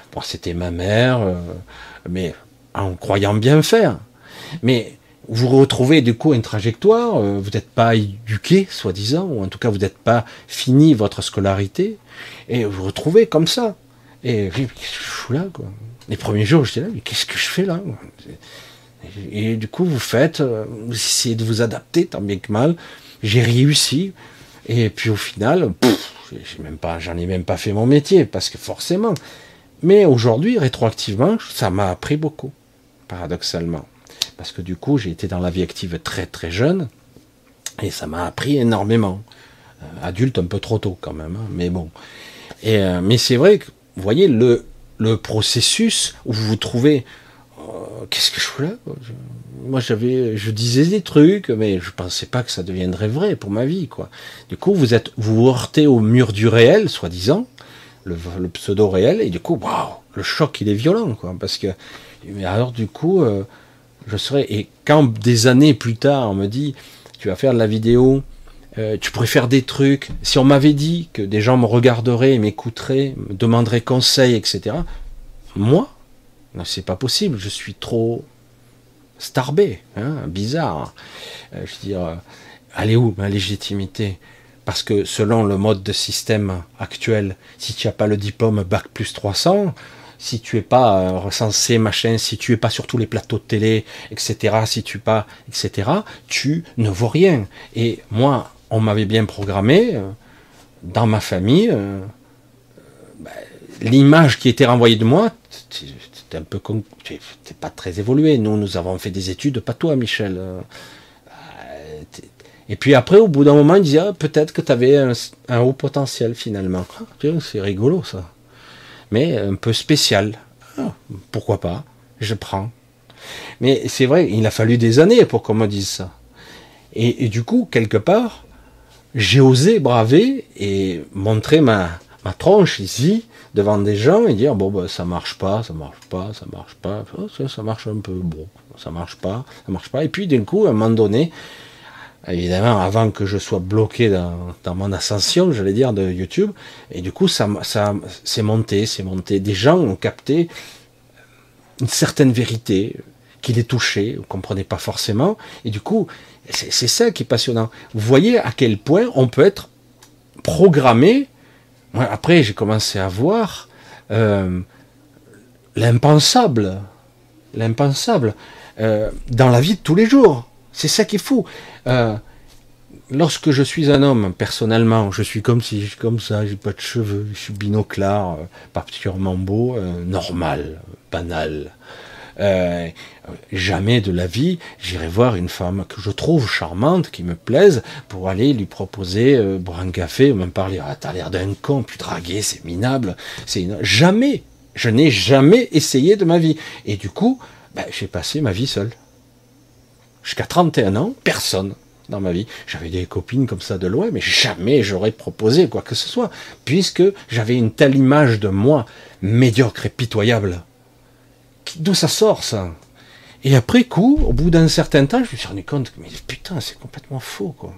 bon, c'était ma mère, euh, mais en croyant bien faire. Mais vous retrouvez du coup une trajectoire, euh, vous n'êtes pas éduqué, soi-disant, ou en tout cas vous n'êtes pas fini votre scolarité, et vous vous retrouvez comme ça. Et qu'est-ce que je fous là, quoi? Les premiers jours, j'étais là, mais qu'est-ce que je fais là? Et, et du coup, vous faites, euh, vous essayez de vous adapter, tant bien que mal. J'ai réussi, et puis au final, pff, j'ai même pas, j'en ai même pas fait mon métier, parce que forcément. Mais aujourd'hui, rétroactivement, ça m'a appris beaucoup, paradoxalement. Parce que du coup, j'ai été dans la vie active très très jeune, et ça m'a appris énormément. Euh, adulte un peu trop tôt quand même, hein, mais bon. Et, euh, mais c'est vrai que, vous voyez, le, le processus où vous vous trouvez, euh, qu'est-ce que je fais là? je, Moi, j'avais, je disais des trucs, mais je pensais pas que ça deviendrait vrai pour ma vie, quoi. Du coup, vous êtes, vous vous heurtez au mur du réel, soi-disant, le, le pseudo réel, et du coup, waouh, le choc, il est violent, quoi, parce que, mais alors, du coup, euh, je serais, et quand des années plus tard, on me dit, tu vas faire de la vidéo, euh, tu pourrais faire des trucs, si on m'avait dit que des gens me regarderaient, m'écouteraient, me demanderaient conseil, et cetera, moi, c'est pas possible, je suis trop starbé, hein, bizarre. Euh, je veux dire, euh, elle est où ma légitimité? Parce que selon le mode de système actuel, si tu n'as pas le diplôme bac plus trois cents, si tu es pas euh, recensé, machin, si tu es pas sur tous les plateaux de télé, et cetera, si tu pas, et cetera, tu ne vaux rien. Et moi, on m'avait bien programmé, euh, dans ma famille, euh, bah, l'image qui était renvoyée de moi, c'était un peu comme, t'es pas très évolué. Nous, nous avons fait des études, pas toi, Michel. Euh, Et puis après, au bout d'un moment, il disait, ah, peut-être que tu avais un, un haut potentiel finalement. Ah, c'est rigolo ça. Mais un peu spécial. Ah, pourquoi pas? Je prends. Mais c'est vrai, il a fallu des années pour qu'on me dise ça. Et, et du coup, quelque part, j'ai osé braver et montrer ma, ma tronche ici, devant des gens, et dire, bon, ben, ça marche pas, ça marche pas, ça marche pas, ça, ça marche un peu, bon, ça marche pas, ça marche pas. Et puis, d'un coup, à un moment donné, évidemment, avant que je sois bloqué dans, dans mon ascension, j'allais dire, de YouTube, et du coup, ça, ça c'est monté, c'est monté. Des gens ont capté une certaine vérité qui les touchait, vous ne comprenez pas forcément, et du coup, c'est, c'est ça qui est passionnant. Vous voyez à quel point on peut être programmé. Après, j'ai commencé à voir euh, l'impensable, l'impensable euh, dans la vie de tous les jours. C'est ça qui est fou. Euh, lorsque je suis un homme, personnellement, je suis comme si, comme ça, j'ai pas de cheveux, je suis binoclard, euh, pas particulièrement beau, euh, normal, banal. Euh, jamais de la vie, j'irai voir une femme que je trouve charmante, qui me plaise, pour aller lui proposer euh, boire un café, ou même parler, ah, t'as l'air d'un con, puis draguer, c'est minable. C'est une... Jamais, je n'ai jamais essayé de ma vie. Et du coup, ben, j'ai passé ma vie seul. Jusqu'à trente et un ans, personne dans ma vie. J'avais des copines comme ça de loin, mais jamais j'aurais proposé quoi que ce soit, puisque j'avais une telle image de moi, médiocre et pitoyable. D'où ça sort, ça? Et après coup, au bout d'un certain temps, je me suis rendu compte que, mais putain, c'est complètement faux, quoi.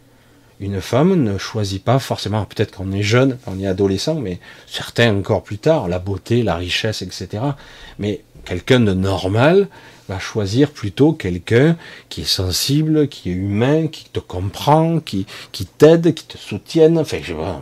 Une femme ne choisit pas forcément, peut-être qu'on est jeune, on est adolescent, mais certains encore plus tard, la beauté, la richesse, et cetera. Mais quelqu'un de normal va choisir plutôt quelqu'un qui est sensible, qui est humain, qui te comprend, qui, qui t'aide, qui te soutienne. Enfin, je vois,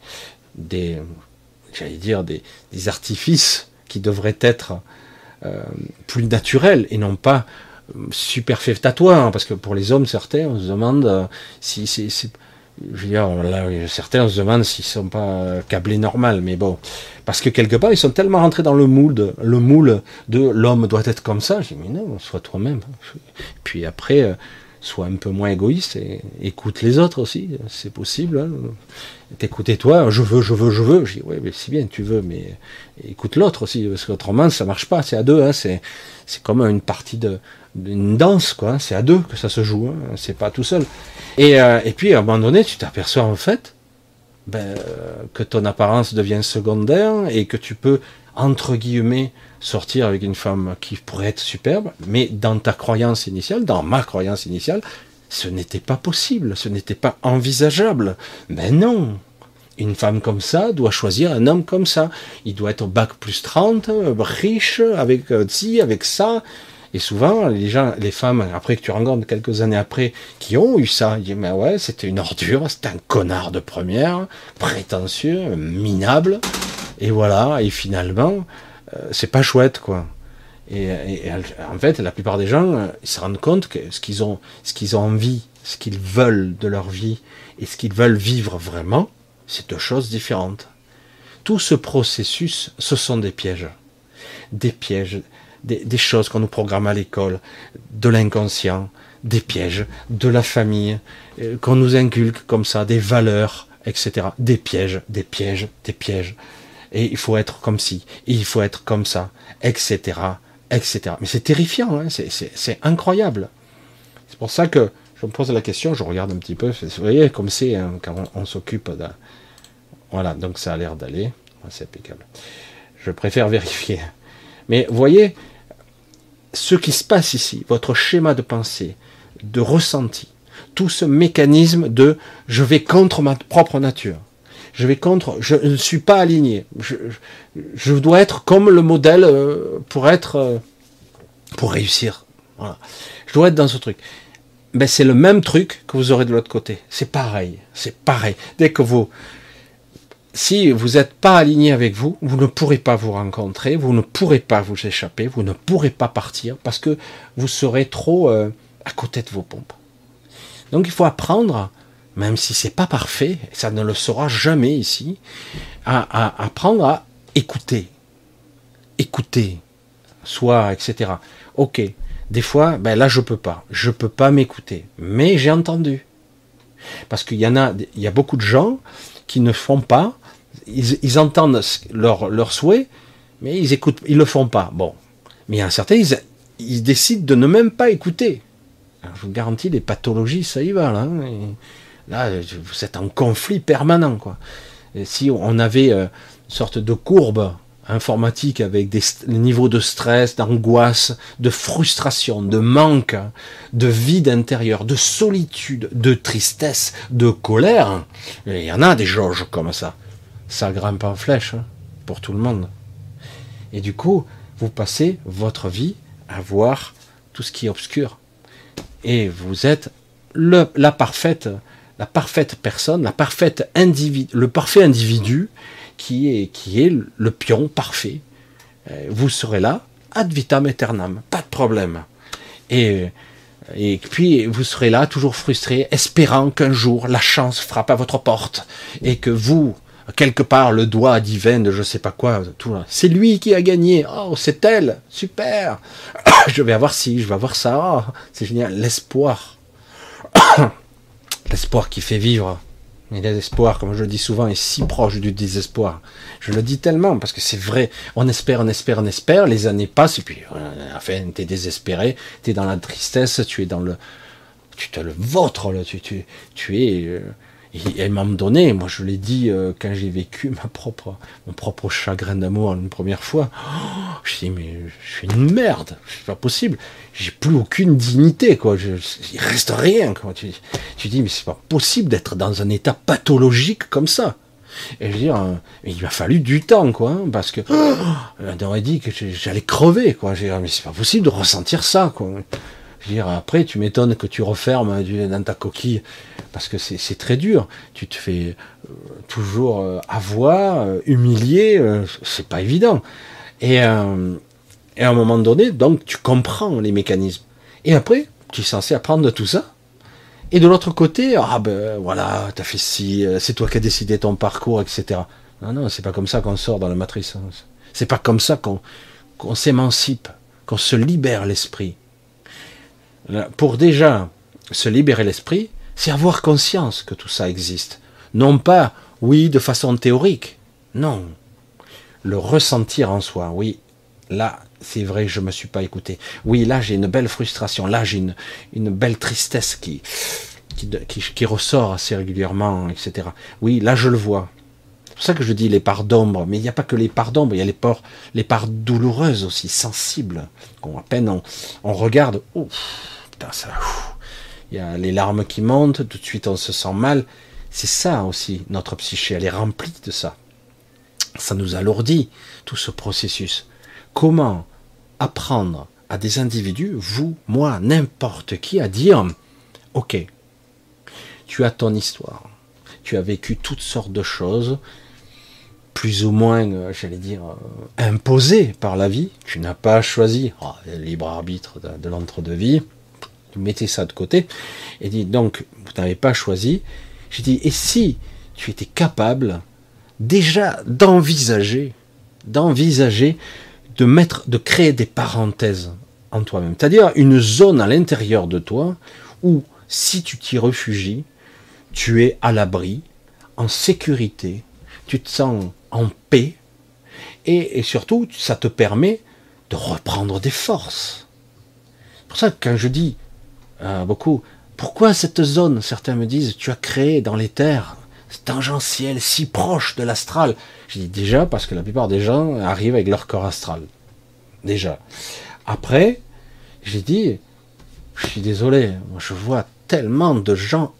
des, j'allais dire, des, des artifices qui devraient être euh, plus naturels et non pas superfétatoires. Parce que pour les hommes, certains, on se demande euh, si c'est... si, je veux dire, là, certains se demandent s'ils sont pas câblés normal, mais bon, parce que quelque part ils sont tellement rentrés dans le moule, le moule de l'homme doit être comme ça. Je dis mais non, sois toi-même. Puis après, euh, sois un peu moins égoïste et écoute les autres aussi, c'est possible. Hein. T'écouter toi, je veux, je veux, je veux. Je dis ouais, mais si bien tu veux, mais écoute l'autre aussi, parce qu'autrement ça marche pas. C'est à deux, hein, c'est c'est comme une partie de une danse, quoi. C'est à deux que ça se joue, hein, c'est pas tout seul. Et, euh, et puis à un moment donné, tu t'aperçois en fait ben, que ton apparence devient secondaire et que tu peux entre guillemets sortir avec une femme qui pourrait être superbe, mais dans ta croyance initiale, dans ma croyance initiale, ce n'était pas possible, ce n'était pas envisageable. Mais non. Une femme comme ça doit choisir un homme comme ça. Il doit être au bac plus trente, riche, avec euh, ci, avec ça. Et souvent, les gens, les femmes, après que tu rencontres quelques années après, qui ont eu ça, ils disent, mais ouais, c'était une ordure, c'était un connard de première, prétentieux, minable. Et voilà, et finalement, euh, c'est pas chouette, quoi. Et, et, et en fait, la plupart des gens, euh, ils se rendent compte que ce qu'ils ont, ce qu'ils ont envie, ce qu'ils veulent de leur vie, et ce qu'ils veulent vivre vraiment, c'est deux choses différentes. Tout ce processus, ce sont des pièges. Des pièges, des, des choses qu'on nous programme à l'école, de l'inconscient, des pièges, de la famille, euh, qu'on nous inculque comme ça, des valeurs, et cetera. Des pièges, des pièges, des pièges. Et il faut être comme ci, et il faut être comme ça, et cetera, et cetera. Mais c'est terrifiant, hein, c'est, c'est, c'est incroyable. C'est pour ça que je me pose la question, je regarde un petit peu, vous voyez comme c'est hein, quand on, on s'occupe d'un... Voilà, donc ça a l'air d'aller. C'est impeccable. Je préfère vérifier. Mais vous voyez, ce qui se passe ici, votre schéma de pensée, de ressenti, tout ce mécanisme de je vais contre ma propre nature, je vais contre, je ne suis pas aligné, je, je, je dois être comme le modèle pour être, pour réussir. Voilà. Je dois être dans ce truc. Ben, c'est le même truc que vous aurez de l'autre côté. C'est pareil. C'est pareil. Dès que vous, si vous n'êtes pas aligné avec vous, vous ne pourrez pas vous rencontrer, vous ne pourrez pas vous échapper, vous ne pourrez pas partir parce que vous serez trop euh, à côté de vos pompes. Donc il faut apprendre, même si c'est pas parfait, ça ne le sera jamais ici, à, à apprendre à écouter, écouter, soit, et cetera. Ok, des fois, ben là je peux pas, je peux pas m'écouter, mais j'ai entendu, parce qu'il y en a, il y a beaucoup de gens qui ne font pas. Ils, ils entendent leurs leur souhaits, mais ils écoutent, ils le font pas. Bon, mais il y en a certains, ils, ils décident de ne même pas écouter. Alors, je vous garantis, les pathologies, ça y va là. Hein, et là, vous êtes en conflit permanent, quoi. Et si on avait euh, une sorte de courbe informatique avec des niveaux de stress, d'angoisse, de frustration, de manque, de vide intérieur, de solitude, de tristesse, de colère, il y en a des jauges comme ça. Ça grimpe en flèche hein, pour tout le monde. Et du coup, vous passez votre vie à voir tout ce qui est obscur. Et vous êtes le, la parfaite, la parfaite personne, la parfaite individu, le parfait individu qui est, qui est le pion parfait. Vous serez là, ad vitam aeternam, pas de problème. Et, et puis vous serez là, toujours frustré, espérant qu'un jour la chance frappe à votre porte et que vous, quelque part, le doigt divin de je sais pas quoi, tout, c'est lui qui a gagné, oh c'est elle, super, je vais avoir ci, je vais avoir ça, oh, c'est génial, l'espoir, l'espoir qui fait vivre. Mais l'espoir, comme je le dis souvent, est si proche du désespoir. Je le dis tellement, parce que c'est vrai. On espère, on espère, on espère, les années passent, et puis, enfin, t'es désespéré, t'es dans la tristesse, tu es dans le... Tu te le vôtres, là, tu, tu, tu es... Euh, et à un moment donné, moi je l'ai dit euh, quand j'ai vécu ma propre, mon propre chagrin d'amour une première fois, oh, je dis mais je suis une merde, c'est pas possible, j'ai plus aucune dignité quoi, je, il reste rien quoi. Tu, tu dis mais c'est pas possible d'être dans un état pathologique comme ça. Et je veux dire, euh, il m'a fallu du temps quoi, hein, parce que oh, on aurait dit que j'allais crever quoi. J'ai dit mais c'est pas possible de ressentir ça quoi. Je veux dire, après, tu m'étonnes que tu refermes dans ta coquille, parce que c'est très dur. Tu te fais euh, toujours euh, avoir, euh, humilier, euh, c'est pas évident. Et, euh, et à un moment donné, donc, tu comprends les mécanismes. Et après, tu es censé apprendre de tout ça. Et de l'autre côté, ah ben voilà, t'as fait ci, c'est toi qui as décidé ton parcours, et cetera. Non, non, c'est pas comme ça qu'on sort dans la matrice. Hein. C'est pas comme ça qu'on qu'on s'émancipe, qu'on se libère l'esprit. Pour déjà se libérer l'esprit, c'est avoir conscience que tout ça existe. Non pas, oui, de façon théorique. Non. Le ressentir en soi. Oui, là, c'est vrai, je ne me suis pas écouté. Oui, là, j'ai une belle frustration. Là, j'ai une, une belle tristesse qui, qui, qui, qui ressort assez régulièrement, et cetera. Oui, là, je le vois. C'est pour ça que je dis les parts d'ombre. Mais il n'y a pas que les parts d'ombre, il y a les parts, les parts douloureuses aussi, sensibles. Qu'on, à peine on, on regarde... Ouf, putain, ça, ouf, il y a les larmes qui montent, tout de suite on se sent mal. C'est ça aussi, notre psyché, elle est remplie de ça. Ça nous alourdit, tout ce processus. Comment apprendre à des individus, vous, moi, n'importe qui, à dire, ok, tu as ton histoire, tu as vécu toutes sortes de choses, plus ou moins, euh, j'allais dire, euh, imposées par la vie, tu n'as pas choisi, oh, le libre arbitre de, de l'entre-deux-vie, mettez ça de côté, et dit, donc, vous n'avez pas choisi. J'ai dit, et si tu étais capable déjà d'envisager, d'envisager, de mettre, de créer des parenthèses en toi-même, c'est-à-dire une zone à l'intérieur de toi où, si tu t'y réfugies, tu es à l'abri, en sécurité, tu te sens en paix, et, et surtout, ça te permet de reprendre des forces. C'est pour ça que quand je dis euh, beaucoup, pourquoi cette zone, certains me disent, tu as créé dans les terres, tangentiel, si proche de l'astral. Je dis déjà parce que la plupart des gens arrivent avec leur corps astral. Déjà. Après, j'ai dit, je suis désolé, moi je vois tellement de gens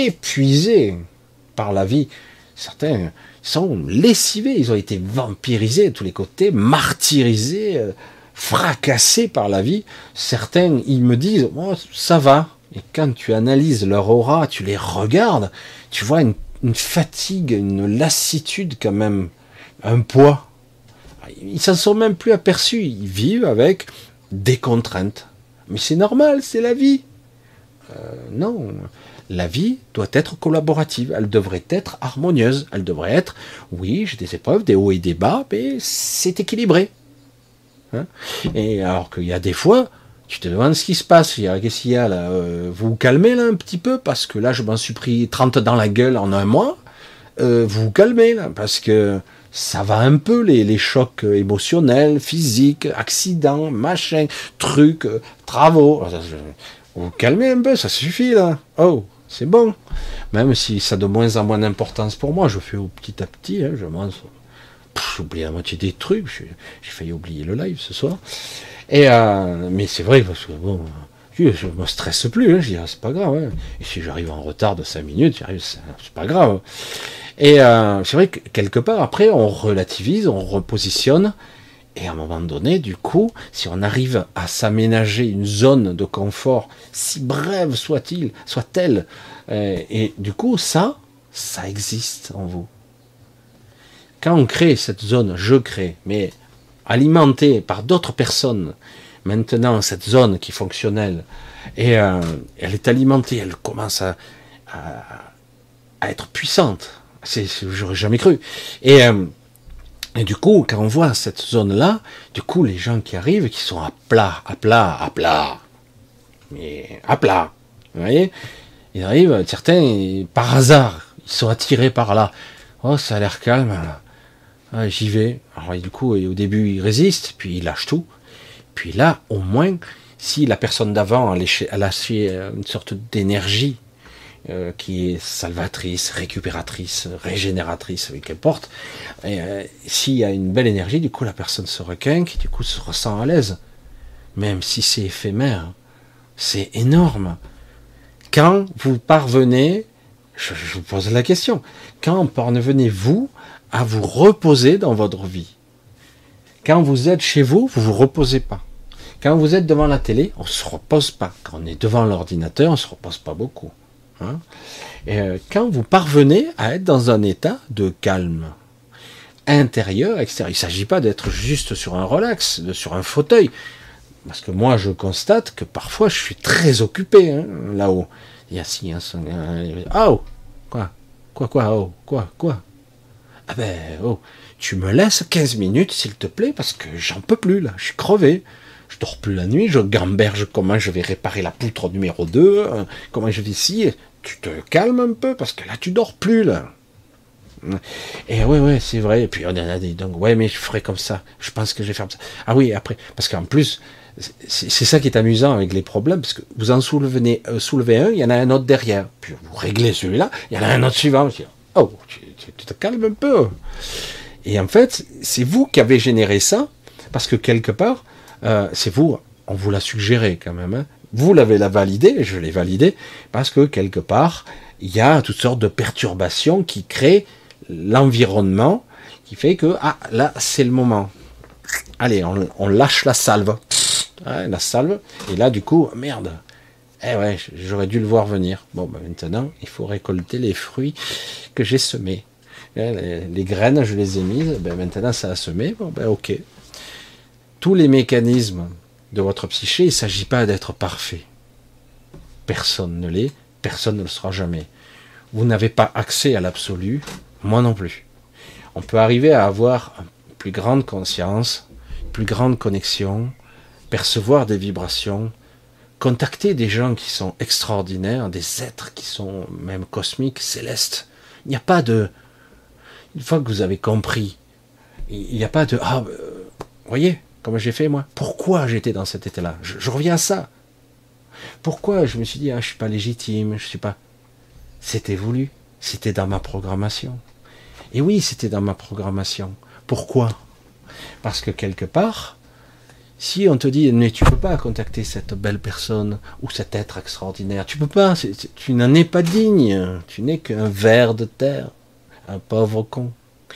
épuisés par la vie. Certains sont lessivés, ils ont été vampirisés de tous les côtés, martyrisés, euh, fracassés par la vie. Certains, ils me disent, oh, ça va. Et quand tu analyses leur aura, tu les regardes, tu vois une, une fatigue, une lassitude quand même, un poids. Ils s'en sont même plus aperçus, ils vivent avec des contraintes. Mais c'est normal, c'est la vie. Euh, non, la vie doit être collaborative, elle devrait être harmonieuse, elle devrait être, oui, j'ai des épreuves, des hauts et des bas, mais c'est équilibré. Hein, et alors qu'il y a des fois, tu te demandes ce qui se passe, qu'est-ce qu'il y a là, euh, vous vous calmez là un petit peu, parce que là je m'en suis pris trente dans la gueule en un mois, euh, vous vous calmez là, parce que ça va un peu les, les chocs émotionnels, physiques, accidents, machin, trucs, euh, travaux, vous vous calmez un peu, ça suffit là, oh, c'est bon, même si ça a de moins en moins d'importance pour moi, je fais au petit à petit, hein, je mange, j'ai oublié la moitié des trucs, j'ai failli oublier le live ce soir. Et euh, mais c'est vrai parce que bon, je, je me stresse plus, hein, je dis ah, c'est pas grave. Hein. Et si j'arrive en retard de cinq minutes, c'est, c'est pas grave. Et euh, c'est vrai que quelque part après on relativise, on repositionne, et à un moment donné, du coup, si on arrive à s'aménager une zone de confort, si brève soit-il, soit-elle, euh, et du coup ça, ça existe en vous. Quand on crée cette zone, je crée, mais alimentée par d'autres personnes, maintenant cette zone qui est fonctionnelle, et euh, elle est alimentée, elle commence à, à, à être puissante. C'est, c'est, j'aurais jamais cru. Et, euh, et du coup, quand on voit cette zone-là, du coup, les gens qui arrivent, qui sont à plat, à plat, à plat, mais à plat, vous voyez, ils arrivent, certains, par hasard, ils sont attirés par là. Oh, ça a l'air calme, là. Ah, j'y vais. Alors, du coup, au début, il résiste, puis il lâche tout. Puis là, au moins, si la personne d'avant a lâché une sorte d'énergie euh, qui est salvatrice, récupératrice, régénératrice, qu'importe, et, euh, s'il y a une belle énergie, du coup, la personne se requinque, du coup, se ressent à l'aise. Même si c'est éphémère, c'est énorme. Quand vous parvenez, je, je vous pose la question, quand parvenez-vous à vous reposer dans votre vie? Quand vous êtes chez vous, vous vous reposez pas. Quand vous êtes devant la télé, on se repose pas. Quand on est devant l'ordinateur, on se repose pas beaucoup. Hein, et quand vous parvenez à être dans un état de calme intérieur, extérieur, il ne s'agit pas d'être juste sur un relax, de, sur un fauteuil. Parce que moi, je constate que parfois, je suis très occupé hein, là-haut. Il y a si un son. Oh, quoi, quoi, quoi, oh, quoi, quoi. Ah ben, oh, tu me laisses quinze minutes, s'il te plaît, parce que j'en peux plus, là, je suis crevé. Je dors plus la nuit, je gamberge comment je vais réparer la poutre numéro deux, euh, comment je vais ici. Tu te calmes un peu, parce que là, tu dors plus, là. Et ouais, ouais, c'est vrai. Et puis, on en a dit, donc, ouais, mais je ferai comme ça. Je pense que je vais faire comme ça. Ah oui, après, parce qu'en plus, c'est, c'est ça qui est amusant avec les problèmes, parce que vous en soulevez, euh, soulevez un, il y en a un autre derrière. Puis, vous réglez celui-là, il y en a un autre suivant. Oh, tu, tu, tu te calmes un peu. Et en fait, c'est vous qui avez généré ça, parce que quelque part, euh, c'est vous, on vous l'a suggéré quand même, hein, Vous l'avez validé, je l'ai validé, parce que quelque part, il y a toutes sortes de perturbations qui créent l'environnement, qui fait que, ah, là, c'est le moment. Allez, on, on lâche la salve. Ouais, la salve. Et là, du coup, merde. Eh ouais, j'aurais dû le voir venir. Bon, ben maintenant, il faut récolter les fruits que j'ai semés. Les, les graines, je les ai mises. Ben maintenant, ça a semé. Bon, ben ok. Tous les mécanismes de votre psyché, il ne s'agit pas d'être parfait. Personne ne l'est. Personne ne le sera jamais. Vous n'avez pas accès à l'absolu. Moi non plus. On peut arriver à avoir une plus grande conscience, une plus grande connexion, percevoir des vibrations, contacter des gens qui sont extraordinaires, des êtres qui sont même cosmiques, célestes. Il n'y a pas de... Une fois que vous avez compris, il n'y a pas de... Ah, euh, vous voyez, comme j'ai fait moi. Pourquoi j'étais dans cet état-là, je, je reviens à ça. Pourquoi je me suis dit, ah, je suis pas légitime, je suis pas... C'était voulu, c'était dans ma programmation. Et oui, c'était dans ma programmation. Pourquoi? Parce que quelque part, si on te dit, mais tu peux pas contacter cette belle personne ou cet être extraordinaire, tu peux pas, c'est, c'est, tu n'en es pas digne, tu n'es qu'un ver de terre, un pauvre con.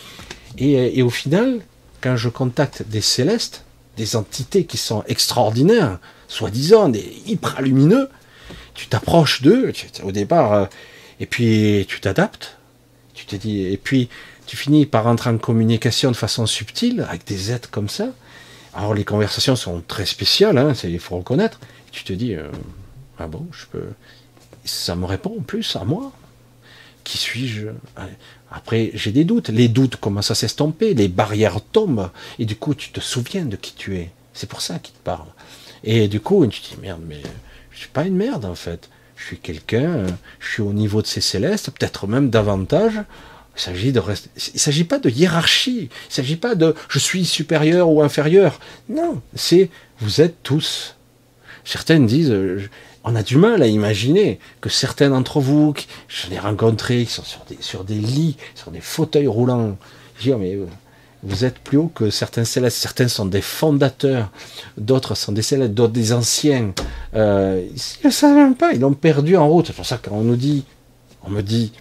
Et, et au final, quand je contacte des célestes, des entités qui sont extraordinaires, soi-disant des hyper lumineux, tu t'approches d'eux, tu, au départ, euh, et puis tu t'adaptes, tu te dis, et puis tu finis par rentrer en communication de façon subtile avec des êtres comme ça. Alors les conversations sont très spéciales, hein, il faut reconnaître. Et tu te dis, euh, ah bon, je peux, ça me répond en plus à moi. Qui suis-je? Après, j'ai des doutes. Les doutes commencent à s'estomper, les barrières tombent, et du coup, tu te souviens de qui tu es. C'est pour ça qu'il te parle. Et du coup, tu te dis, merde, mais je suis pas une merde en fait. Je suis quelqu'un, je suis au niveau de ces célestes, peut-être même davantage. Il s'agit de rester... Il s'agit pas de hiérarchie. Il s'agit pas de je suis supérieur ou inférieur. Non, c'est vous êtes tous. Certains disent, on a du mal à imaginer que certains d'entre vous, je l'ai rencontrés, qui sont sur des, sur des lits, sur des fauteuils roulants. Je dis, oh, mais vous êtes plus haut que certains célestes. Certains sont des fondateurs, d'autres sont des célestes, d'autres des anciens. Euh, ils ne savent même pas, ils l'ont perdu en route. C'est pour ça que quand on nous dit, on me dit,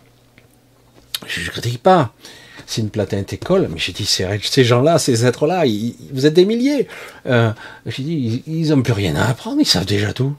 je ne critique pas, c'est une platinte école, mais j'ai dit, ces, ces gens-là, ces êtres-là, ils, vous êtes des milliers. Euh, j'ai dit, ils n'ont plus rien à apprendre, ils savent déjà tout.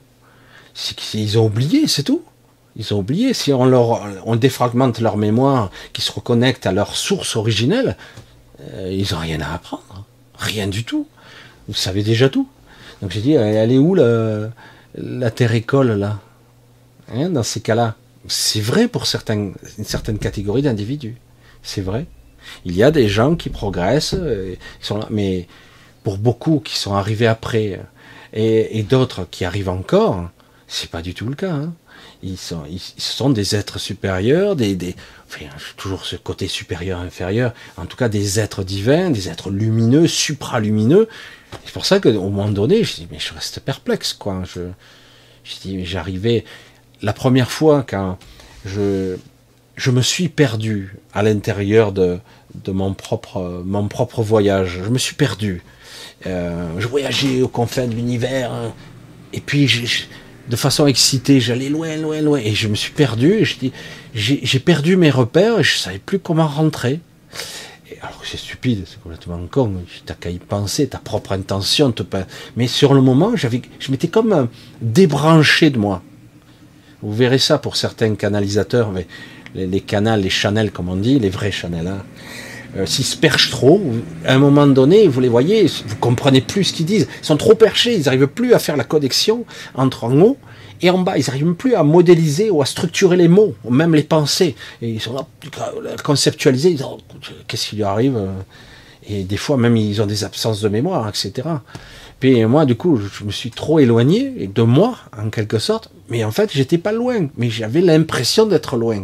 Ils ont oublié, c'est tout. Ils ont oublié. Si on, leur, on défragmente leur mémoire, qu'ils se reconnectent à leur source originelle, euh, ils n'ont rien à apprendre. Rien du tout. Vous savez déjà tout. Donc j'ai dit, elle est où la, la terre école, là, hein, dans ces cas-là? C'est vrai pour certains, une certaine catégorie d'individus. C'est vrai. Il y a des gens qui progressent, ils sont là, mais pour beaucoup qui sont arrivés après, et, et d'autres qui arrivent encore, c'est pas du tout le cas. Hein. Ils sont, ils, ils sont des êtres supérieurs, des, des, enfin, toujours ce côté supérieur, inférieur, en tout cas des êtres divins, des êtres lumineux, supralumineux. C'est pour ça qu'au moment donné, je dis, mais je reste perplexe, quoi. Je, je dis, j'arrivais, la première fois quand je, je me suis perdu à l'intérieur de, de mon propre, mon propre voyage. Je me suis perdu. Euh, je voyageais aux confins de l'univers, hein, et puis je, je, de façon excitée, j'allais loin, loin, loin, et je me suis perdu. Et je dis, j'ai, j'ai perdu mes repères et je savais plus comment rentrer. Et alors c'est stupide, c'est complètement con. T'as qu'à y penser, ta propre intention. Te... Mais sur le moment, j'avais, je m'étais comme débranché de moi. Vous verrez ça pour certains canalisateurs, mais les, les canals, les channels, comme on dit, les vrais channels. Hein. Euh, s'ils se perchent trop, à un moment donné, vous les voyez, vous comprenez plus ce qu'ils disent. Ils sont trop perchés, ils n'arrivent plus à faire la connexion entre en haut et en bas. Ils n'arrivent plus à modéliser ou à structurer les mots, ou même les pensées. Et ils sont là, à conceptualiser. Ils disent, oh, qu'est-ce qui lui arrive? Et des fois, même, ils ont des absences de mémoire, et cetera. Puis moi, du coup, je me suis trop éloigné de moi, en quelque sorte. Mais en fait, j'étais pas loin. Mais j'avais l'impression d'être loin.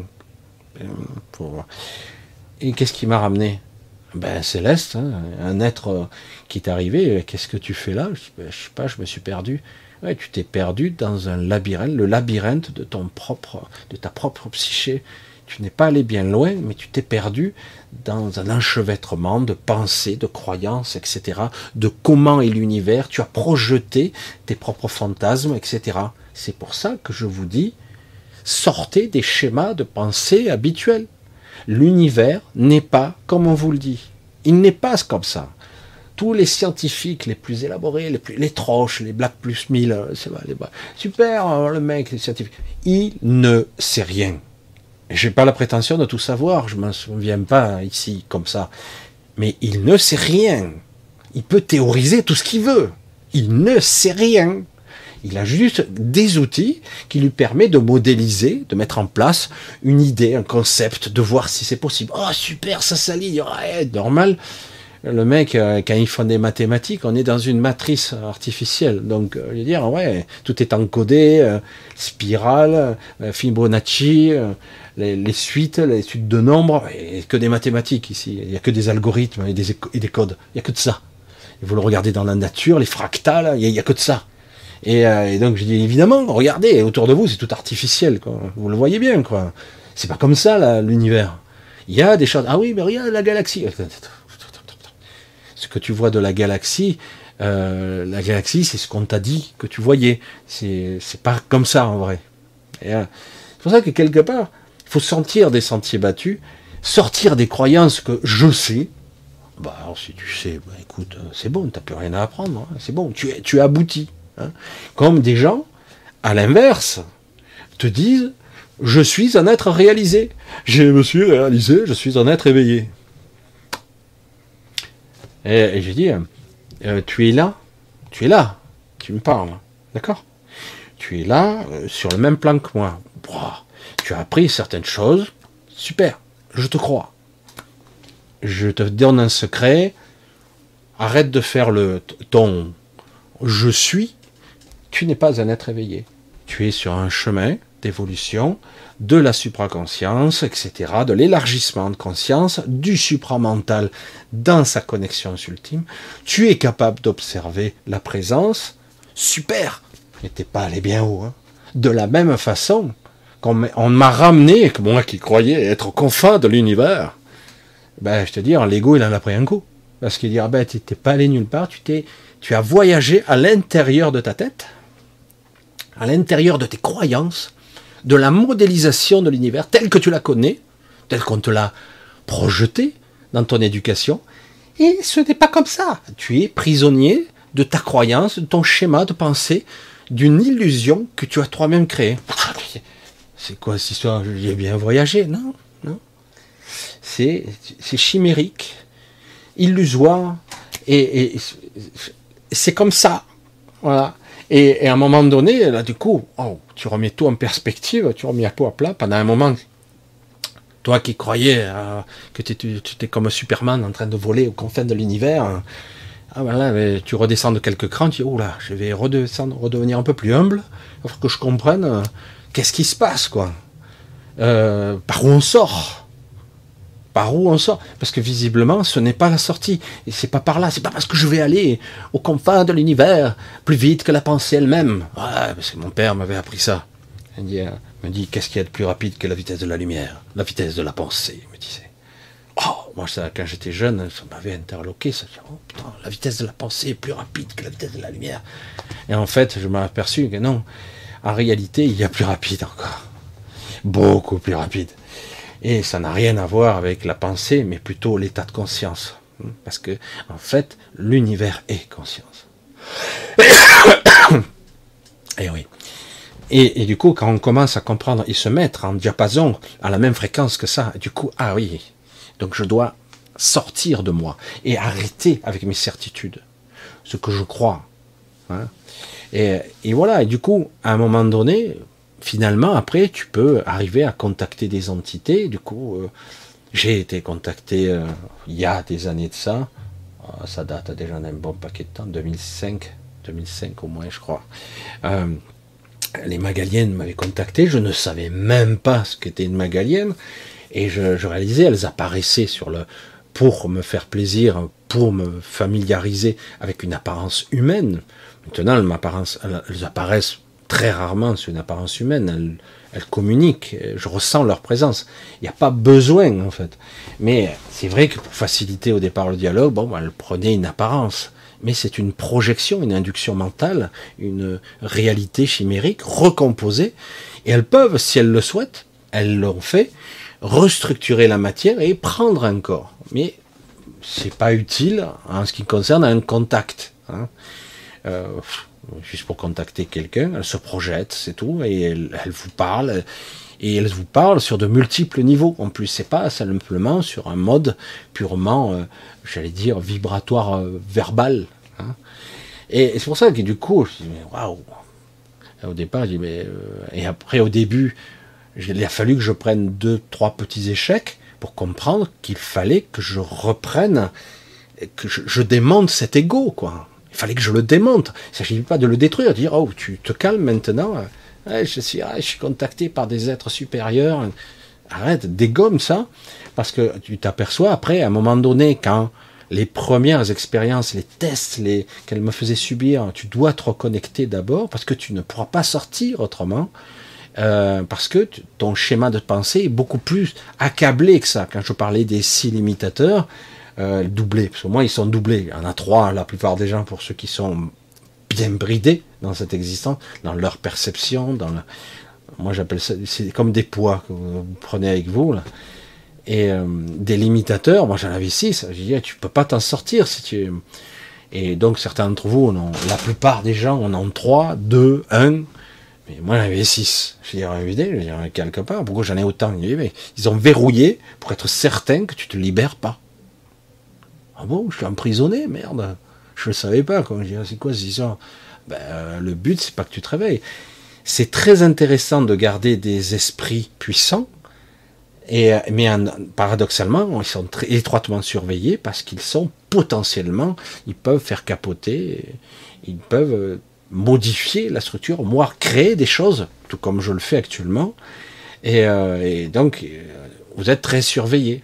Pour... Et qu'est-ce qui m'a ramené? Ben, Céleste, hein, un être qui est arrivé. Qu'est-ce que tu fais là? Je, ben, je sais pas, je me suis perdu. Ouais, tu t'es perdu dans un labyrinthe, le labyrinthe de ton propre, de ta propre psyché. Tu n'es pas allé bien loin, mais tu t'es perdu dans un enchevêtrement de pensées, de croyances, et cetera, de comment est l'univers. Tu as projeté tes propres fantasmes, et cetera. C'est pour ça que je vous dis, sortez des schémas de pensée habituels. L'univers n'est pas comme on vous le dit. Il n'est pas comme ça. Tous les scientifiques les plus élaborés, les, plus, les troches, les Black plus mille, c'est vrai, les, super, le mec, les scientifiques, il ne sait rien. J'ai pas la prétention de tout savoir, je m'en souviens pas ici comme ça. Mais il ne sait rien. Il peut théoriser tout ce qu'il veut. Il ne sait rien. Il a juste des outils qui lui permettent de modéliser, de mettre en place une idée, un concept, de voir si c'est possible. Oh super, ça s'aligne, ouais, normal. Le mec, quand il fait des mathématiques, on est dans une matrice artificielle. Donc, je veux dire, ouais, tout est encodé, euh, spirale, euh, Fibonacci, euh, les, les suites, les suites de nombres, et que des mathématiques ici. Il n'y a que des algorithmes et des, et des codes. Il n'y a que de ça. Et vous le regardez dans la nature, les fractales, il n'y a, a que de ça. Et, euh, et donc, je dis, évidemment, regardez, autour de vous, c'est tout artificiel, quoi. Vous le voyez bien, quoi. C'est pas comme ça, là, l'univers. Il y a des choses. Ah oui, mais regarde la galaxie. Ce que tu vois de la galaxie, euh, la galaxie, c'est ce qu'on t'a dit que tu voyais. C'est, c'est pas comme ça en vrai. Et, euh, c'est pour ça que quelque part, il faut sortir des sentiers battus, sortir des croyances que je sais. Bah, alors si tu sais, bah, écoute, c'est bon, t'as plus rien à apprendre. Hein, c'est bon, tu es, tu es abouti. Hein. Comme des gens, à l'inverse, te disent, je suis un être réalisé. Je me suis réalisé, je suis un être éveillé. Et, et j'ai dit, euh, tu es là, tu es là, tu me parles, d'accord? Tu es là, euh, sur le même plan que moi. Bouah, tu as appris certaines choses, super, je te crois. Je te donne un secret, arrête de faire le ton je suis, tu n'es pas un être éveillé. Tu es sur un chemin d'évolution, de la supraconscience, et cetera, de l'élargissement de conscience, du supramental dans sa connexion ultime. Tu es capable d'observer la présence. Super, mais t'es pas allé bien haut. Hein. De la même façon qu'on on m'a ramené, que moi qui croyais être aux confins de l'univers, ben je te dis, l'ego il en a pris un coup. Parce qu'il dit, ah ben t'es pas allé nulle part, tu t'es, tu as voyagé à l'intérieur de ta tête, à l'intérieur de tes croyances, de la modélisation de l'univers tel que tu la connais, tel qu'on te l'a projeté dans ton éducation, et ce n'est pas comme ça. Tu es prisonnier de ta croyance, de ton schéma de pensée, d'une illusion que tu as toi-même créée. C'est quoi cette histoire? J'ai bien voyagé? Non, non. C'est, c'est chimérique, illusoire, et, et c'est comme ça. Voilà. Et, et à un moment donné, là, du coup, oh, tu remets tout en perspective, tu remets tout à plat. Pendant un moment, toi qui croyais euh, que tu étais comme un Superman en train de voler aux confins de l'univers, ah, voilà, tu redescends de quelques crans, tu dis, oh là, je vais redescendre, redevenir un peu plus humble, il faut que je comprenne euh, qu'est-ce qui se passe, quoi. Euh, par où on sort Par où on sort? Parce que visiblement, ce n'est pas la sortie. Et c'est pas par là. C'est pas parce que je vais aller aux confins de l'univers plus vite que la pensée elle-même. Ouais, parce que mon père m'avait appris ça. Il me dit, euh, me dit qu'est-ce qu'il y a de plus rapide que la vitesse de la lumière? La vitesse de la pensée, il me disait. Oh, moi, ça, quand j'étais jeune, ça m'avait interloqué. Ça, oh putain, la vitesse de la pensée est plus rapide que la vitesse de la lumière. Et en fait, je m'ai aperçu que non. En réalité, il y a plus rapide encore. Beaucoup plus rapide. Et ça n'a rien à voir avec la pensée, mais plutôt l'état de conscience. Parce que, en fait, l'univers est conscience. Et oui. Et, et du coup, quand on commence à comprendre et se mettre en diapason à la même fréquence que ça, du coup, ah oui, donc je dois sortir de moi et arrêter avec mes certitudes, ce que je crois. Hein. Et, et voilà, et du coup, à un moment donné, finalement, après, tu peux arriver à contacter des entités. Du coup, euh, j'ai été contacté euh, il y a des années de ça. Euh, ça date déjà d'un bon paquet de temps, deux mille cinq, deux mille cinq au moins, je crois. Euh, les Magaliennes m'avaient contacté. Je ne savais même pas ce qu'était une Magalienne. Et je, je réalisais, elles apparaissaient sur le, pour me faire plaisir, pour me familiariser avec une apparence humaine. Maintenant, elles, elles apparaissent très rarement sur une apparence humaine, elles, elles communiquent, je ressens leur présence. Il n'y a pas besoin, en fait. Mais c'est vrai que pour faciliter au départ le dialogue, bon, elles prenaient une apparence. Mais c'est une projection, une induction mentale, une réalité chimérique, recomposée. Et elles peuvent, si elles le souhaitent, elles l'ont fait, restructurer la matière et prendre un corps. Mais c'est pas utile en ce qui concerne un contact. Hein. Euh, juste pour contacter quelqu'un, elle se projette, c'est tout, et elle, elle vous parle, et elle vous parle sur de multiples niveaux. En plus, c'est pas simplement sur un mode purement, euh, j'allais dire, vibratoire euh, verbal. Hein. Et, et c'est pour ça que du coup, je dis, mais waouh. Au départ, je dis, mais euh, et après, au début, il a fallu que je prenne deux, trois petits échecs pour comprendre qu'il fallait que je reprenne, que je, je démonte cet ego, quoi. Il fallait que je le démonte. Il ne s'agit pas de le détruire, de dire, oh, tu te calmes maintenant. Ouais, je, suis, ah, je suis contacté par des êtres supérieurs. Arrête, dégomme ça. Parce que tu t'aperçois après, à un moment donné, quand les premières expériences, les tests les, qu'elle me faisait subir, tu dois te reconnecter d'abord, parce que tu ne pourras pas sortir autrement. Euh, parce que tu, ton schéma de pensée est beaucoup plus accablé que ça. Quand je parlais des six limitateurs, Euh, doublés, parce que moi ils sont doublés, il y en a trois la plupart des gens pour ceux qui sont bien bridés dans cette existence, dans leur perception, dans la... moi j'appelle ça, c'est comme des poids que vous, vous prenez avec vous là. Et euh, des limitateurs, moi j'en avais six, je dis tu peux pas t'en sortir si tu... Et donc certains d'entre vous, on en, la plupart des gens on en trois, deux, un, mais moi j'en avais six, je dis évidemment, je dis quelque part, pourquoi j'en ai autant? Ils ont verrouillé pour être certain que tu te libères pas. Ah bon, je suis emprisonné, merde. Je le savais pas. Quand je dis, c'est quoi cette histoire? Ben, euh, le but, c'est pas que tu te réveilles. C'est très intéressant de garder des esprits puissants, et, mais en, paradoxalement, ils sont très étroitement surveillés parce qu'ils sont potentiellement, ils peuvent faire capoter, ils peuvent modifier la structure, voire créer des choses, tout comme je le fais actuellement. Et, euh, et donc, vous êtes très surveillés.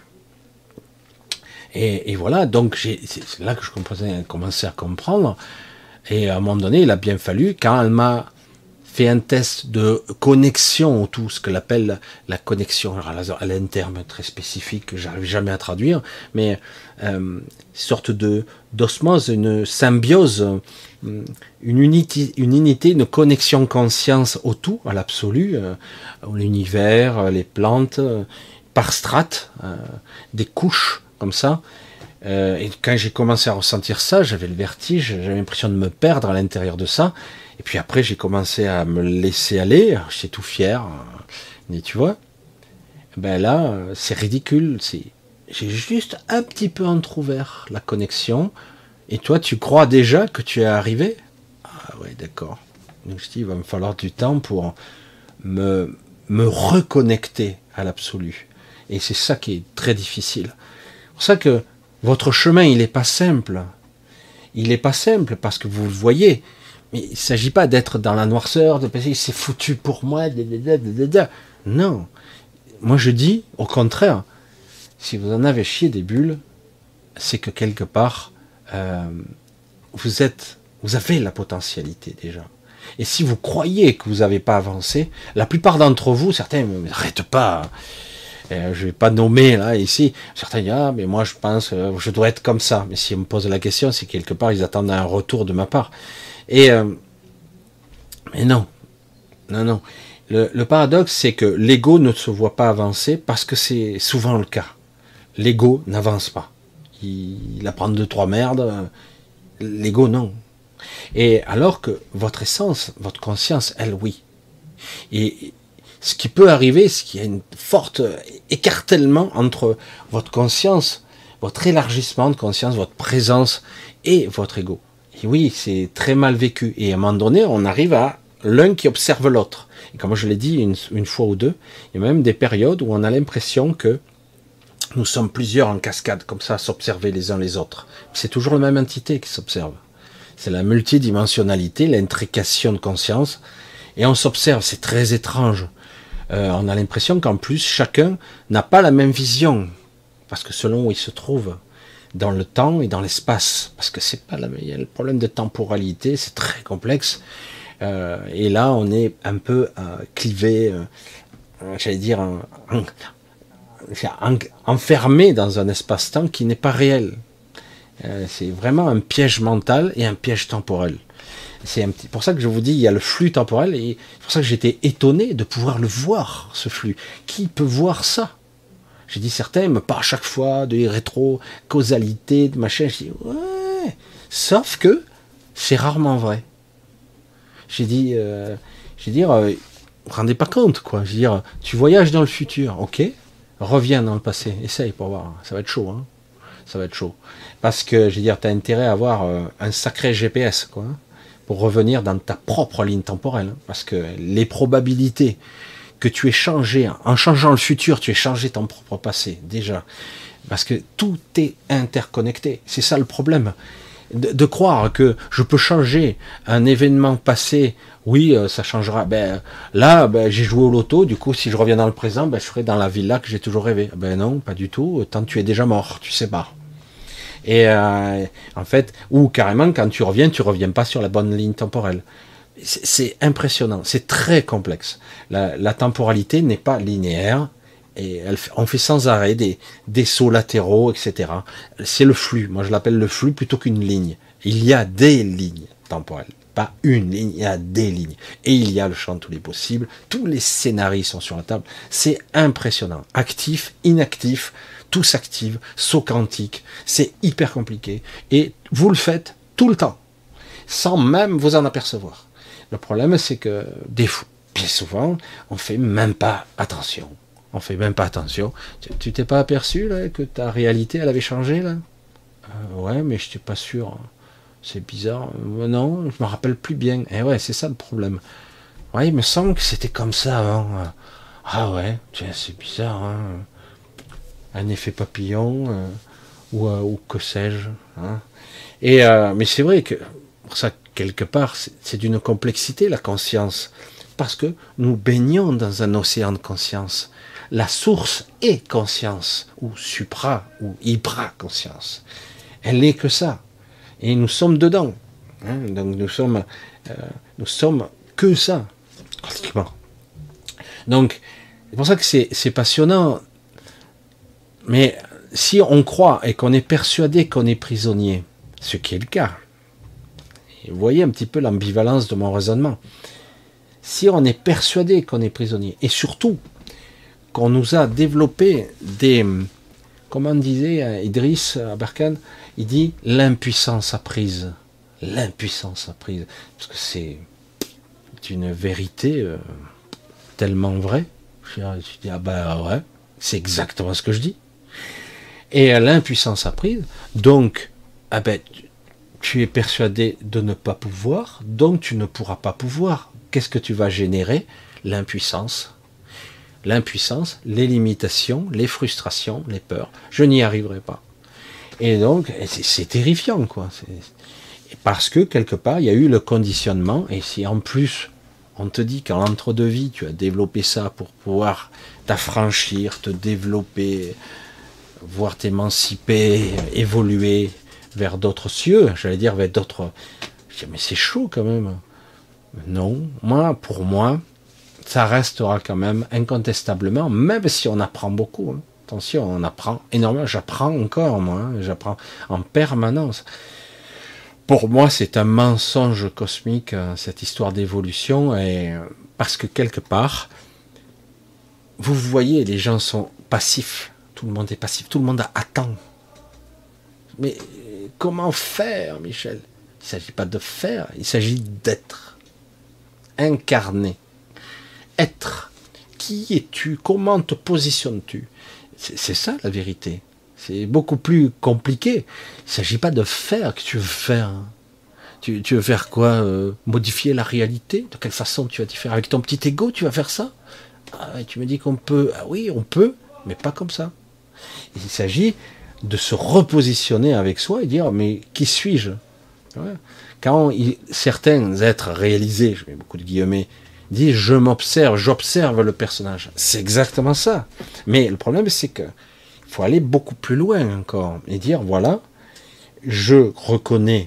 Et, et voilà, donc j'ai, c'est là que je commençais à comprendre. Et à un moment donné, il a bien fallu, quand elle m'a fait un test de connexion, tout ce qu'elle appelle la connexion, alors elle a un terme très spécifique que j'arrive jamais à traduire, mais euh, une sorte de d'osmose, une symbiose, une unité, une unité, une connexion conscience au tout, à l'absolu, euh, l'univers, les plantes, par strates, euh, des couches. Comme ça, euh, et quand j'ai commencé à ressentir ça, j'avais le vertige, j'avais l'impression de me perdre à l'intérieur de ça, et puis après j'ai commencé à me laisser aller, j'étais tout fier, et tu vois, ben là, c'est ridicule, c'est, j'ai juste un petit peu entrouvert la connexion, et toi tu crois déjà que tu es arrivé? Ah ouais, d'accord, donc je dis, il va me falloir du temps pour me, me reconnecter à l'absolu, et c'est ça qui est très difficile. C'est pour ça que votre chemin, il n'est pas simple. Il n'est pas simple parce que vous le voyez. Mais il ne s'agit pas d'être dans la noirceur, de penser c'est foutu pour moi. Non. Moi, je dis, au contraire, si vous en avez chié des bulles, c'est que quelque part, euh, vous êtes, vous avez la potentialité déjà. Et si vous croyez que vous n'avez pas avancé, la plupart d'entre vous, certains ne m'arrêtent pas. Euh, je vais pas nommer là ici. Certains disent ah mais moi je pense que je dois être comme ça. Mais si on me pose la question, c'est quelque part ils attendent un retour de ma part. Et euh, mais non, non non. Le, le paradoxe c'est que l'ego ne se voit pas avancer parce que c'est souvent le cas. L'ego n'avance pas. Il, il apprend deux trois merdes. L'ego non. Et alors que votre essence, votre conscience, elle oui. Et ce qui peut arriver, c'est qu'il y a une forte écartèlement entre votre conscience, votre élargissement de conscience, votre présence et votre ego. Et oui, c'est très mal vécu. Et à un moment donné, on arrive à l'un qui observe l'autre. Et comme je l'ai dit une, une fois ou deux, il y a même des périodes où on a l'impression que nous sommes plusieurs en cascade, comme ça, à s'observer les uns les autres. C'est toujours la même entité qui s'observe. C'est la multidimensionnalité, l'intrication de conscience. Et on s'observe, c'est très étrange. Euh, on a l'impression qu'en plus, chacun n'a pas la même vision. Parce que selon où il se trouve, dans le temps et dans l'espace, parce que c'est pas la, il y a le problème de temporalité, c'est très complexe. Euh, et là, on est un peu euh, clivé, euh, j'allais dire, en, en, en, enfermé dans un espace-temps qui n'est pas réel. Euh, c'est vraiment un piège mental et un piège temporel. C'est un petit, pour ça que je vous dis, il y a le flux temporel, et c'est pour ça que j'étais étonné de pouvoir le voir, ce flux. Qui peut voir ça? J'ai dit, certains me parlent à chaque fois de rétro-causalité, de machin. Je dis, ouais, sauf que c'est rarement vrai. J'ai dit, euh, j'ai dit, euh, vous vous rendez pas compte, quoi. Je veux dire, tu voyages dans le futur, ok, reviens dans le passé, essaye pour voir, ça va être chaud, hein. Ça va être chaud. Parce que, je veux dire, tu as intérêt à avoir euh, un sacré G P S, quoi, hein, pour revenir dans ta propre ligne temporelle. Hein, parce que les probabilités que tu aies changé, en changeant le futur, tu aies changé ton propre passé, déjà. Parce que tout est interconnecté. C'est ça le problème. De, de croire que je peux changer un événement passé, oui, euh, ça changera. Ben, là, ben, j'ai joué au loto, du coup, si je reviens dans le présent, ben, je serai dans la villa que j'ai toujours rêvé. Ben non, pas du tout, tant que tu es déjà mort, tu sais pas. Et euh, en fait, ou carrément, quand tu reviens, tu reviens pas sur la bonne ligne temporelle. C'est impressionnant, c'est très complexe. La, la temporalité n'est pas linéaire, et elle, on fait sans arrêt des, des sauts latéraux, et cetera. C'est le flux, moi je l'appelle le flux plutôt qu'une ligne. Il y a des lignes temporelles, pas une ligne, il y a des lignes. Et il y a le champ de tous les possibles, tous les scénarios sont sur la table, c'est impressionnant. Actif, inactif, tout s'active, saut quantique, c'est hyper compliqué. Et vous le faites tout le temps, sans même vous en apercevoir. Le problème, c'est que des fois, bien souvent, on fait même pas attention. On fait même pas attention. Tu t'es pas aperçu là que ta réalité, elle avait changé là? euh, Ouais, mais je n'étais pas sûr. C'est bizarre. Euh, non, je me rappelle plus bien. Et ouais, c'est ça le problème. Ouais, il me semble que c'était comme ça avant. Ah ouais, tiens, c'est bizarre. Hein, un effet papillon euh, ou, euh, ou que sais-je. Hein. Et euh, mais c'est vrai que pour ça, quelque part, c'est d'une complexité la conscience, parce que nous baignons dans un océan de conscience. La source est conscience, ou supra, ou hyper-conscience. Elle n'est que ça. Et nous sommes dedans. Hein, donc nous sommes, euh, nous sommes que ça, pratiquement. Donc, c'est pour ça que c'est passionnant. Mais si on croit et qu'on est persuadé qu'on est prisonnier, ce qui est le cas, et vous voyez un petit peu l'ambivalence de mon raisonnement, si on est persuadé qu'on est prisonnier, et surtout qu'on nous a développé des, comment disait Idriss Aberkan, il dit l'impuissance apprise, l'impuissance apprise, parce que c'est une vérité euh, tellement vraie. Je dis, ah ben ouais, c'est exactement ce que je dis. Et l'impuissance apprise, donc, ah ben, tu es persuadé de ne pas pouvoir, donc tu ne pourras pas pouvoir. Qu'est-ce que tu vas générer? L'impuissance. L'impuissance, les limitations, les frustrations, les peurs. Je n'y arriverai pas. Et donc, c'est terrifiant, quoi. Parce que, quelque part, il y a eu le conditionnement, et si en plus, on te dit qu'en l'entre-deux-vie, tu as développé ça pour pouvoir t'affranchir, te développer, voir t'émanciper, évoluer vers d'autres cieux, j'allais dire vers d'autres... Je dis, mais c'est chaud quand même. Non, moi, pour moi, ça restera quand même incontestablement, même si on apprend beaucoup. Hein. Attention, on apprend énormément. J'apprends encore, moi. Hein. J'apprends en permanence. Pour moi, c'est un mensonge cosmique, cette histoire d'évolution, et parce que quelque part, vous voyez, les gens sont passifs. Tout le monde est passif. Tout le monde attend. Mais comment faire, Michel? Il ne s'agit pas de faire, il s'agit d'être. Incarner. Être. Qui es-tu? Comment te positionnes-tu? C'est ça la vérité. C'est beaucoup plus compliqué. Il ne s'agit pas de faire. Que tu veux faire? Tu, tu veux faire quoi? euh, Modifier la réalité? De quelle façon tu vas t'y faire? Avec ton petit ego, tu vas faire ça? Ah, tu me dis qu'on peut. Ah oui, on peut, mais pas comme ça. Il s'agit de se repositionner avec soi et dire, mais qui suis-je? Ouais. Quand il, certains êtres réalisés, je mets beaucoup de guillemets, disent je m'observe, j'observe le personnage. C'est exactement ça. Mais le problème, c'est que il faut aller beaucoup plus loin encore et dire voilà, je reconnais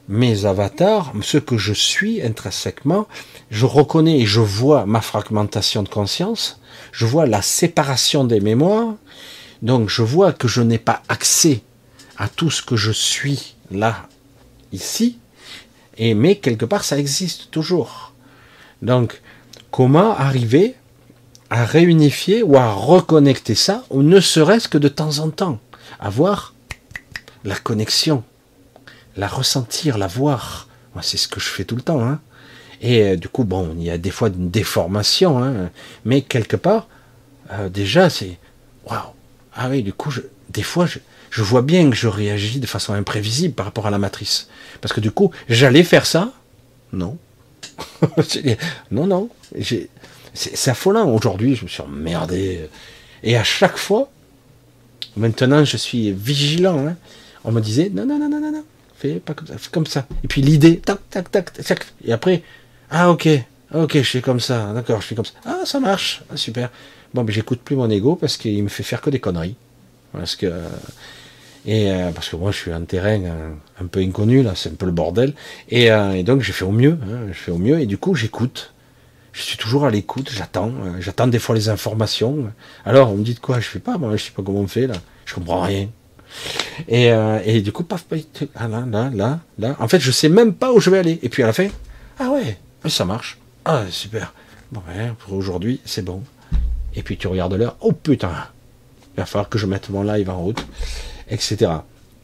mes avatars, ce que je suis intrinsèquement, je reconnais et je vois ma fragmentation de conscience, je vois la séparation des mémoires, donc je vois que je n'ai pas accès à tout ce que je suis là, ici, et mais quelque part ça existe toujours. Donc, comment arriver à réunifier ou à reconnecter ça, ou ne serait-ce que de temps en temps, avoir la connexion, la ressentir, la voir. Moi, c'est ce que je fais tout le temps. Hein. Et euh, du coup, bon, il y a des fois une déformation, hein, mais quelque part, euh, déjà, c'est waouh. Ah oui, du coup, je, des fois, je, je vois bien que je réagis de façon imprévisible par rapport à la matrice, parce que du coup, j'allais faire ça, non, non, non. J'ai, c'est, c'est affolant. Aujourd'hui, je me suis emmerdé, et à chaque fois, maintenant, je suis vigilant. Hein. On me disait non, non, non, non, non, non. Fais pas comme ça, fais comme ça. Et puis l'idée, tac, tac, tac, tac. Et après, ah ok, ok, je fais comme ça, d'accord, je fais comme ça. Ah, ça marche, ah, super. Bon, mais j'écoute plus mon ego parce qu'il me fait faire que des conneries. Parce que et euh, parce que moi, je suis un terrain un, un peu inconnu là, c'est un peu le bordel. Et, euh, et donc, j'ai fait au mieux, hein, je fais au mieux. Et du coup, j'écoute. Je suis toujours à l'écoute, j'attends, euh, j'attends des fois les informations. Alors, on me dit de quoi, je fais pas, moi, je sais pas comment on fait là, je comprends rien. Et, euh, et du coup, paf, paf, ah, là, là, là, là. En fait, je sais même pas où je vais aller. Et puis à la fin, ah ouais, ça marche. Ah, super. Bon, ouais, pour aujourd'hui, c'est bon. Et puis tu regardes l'heure. Oh putain, il va falloir que je mette mon live en route, et cetera.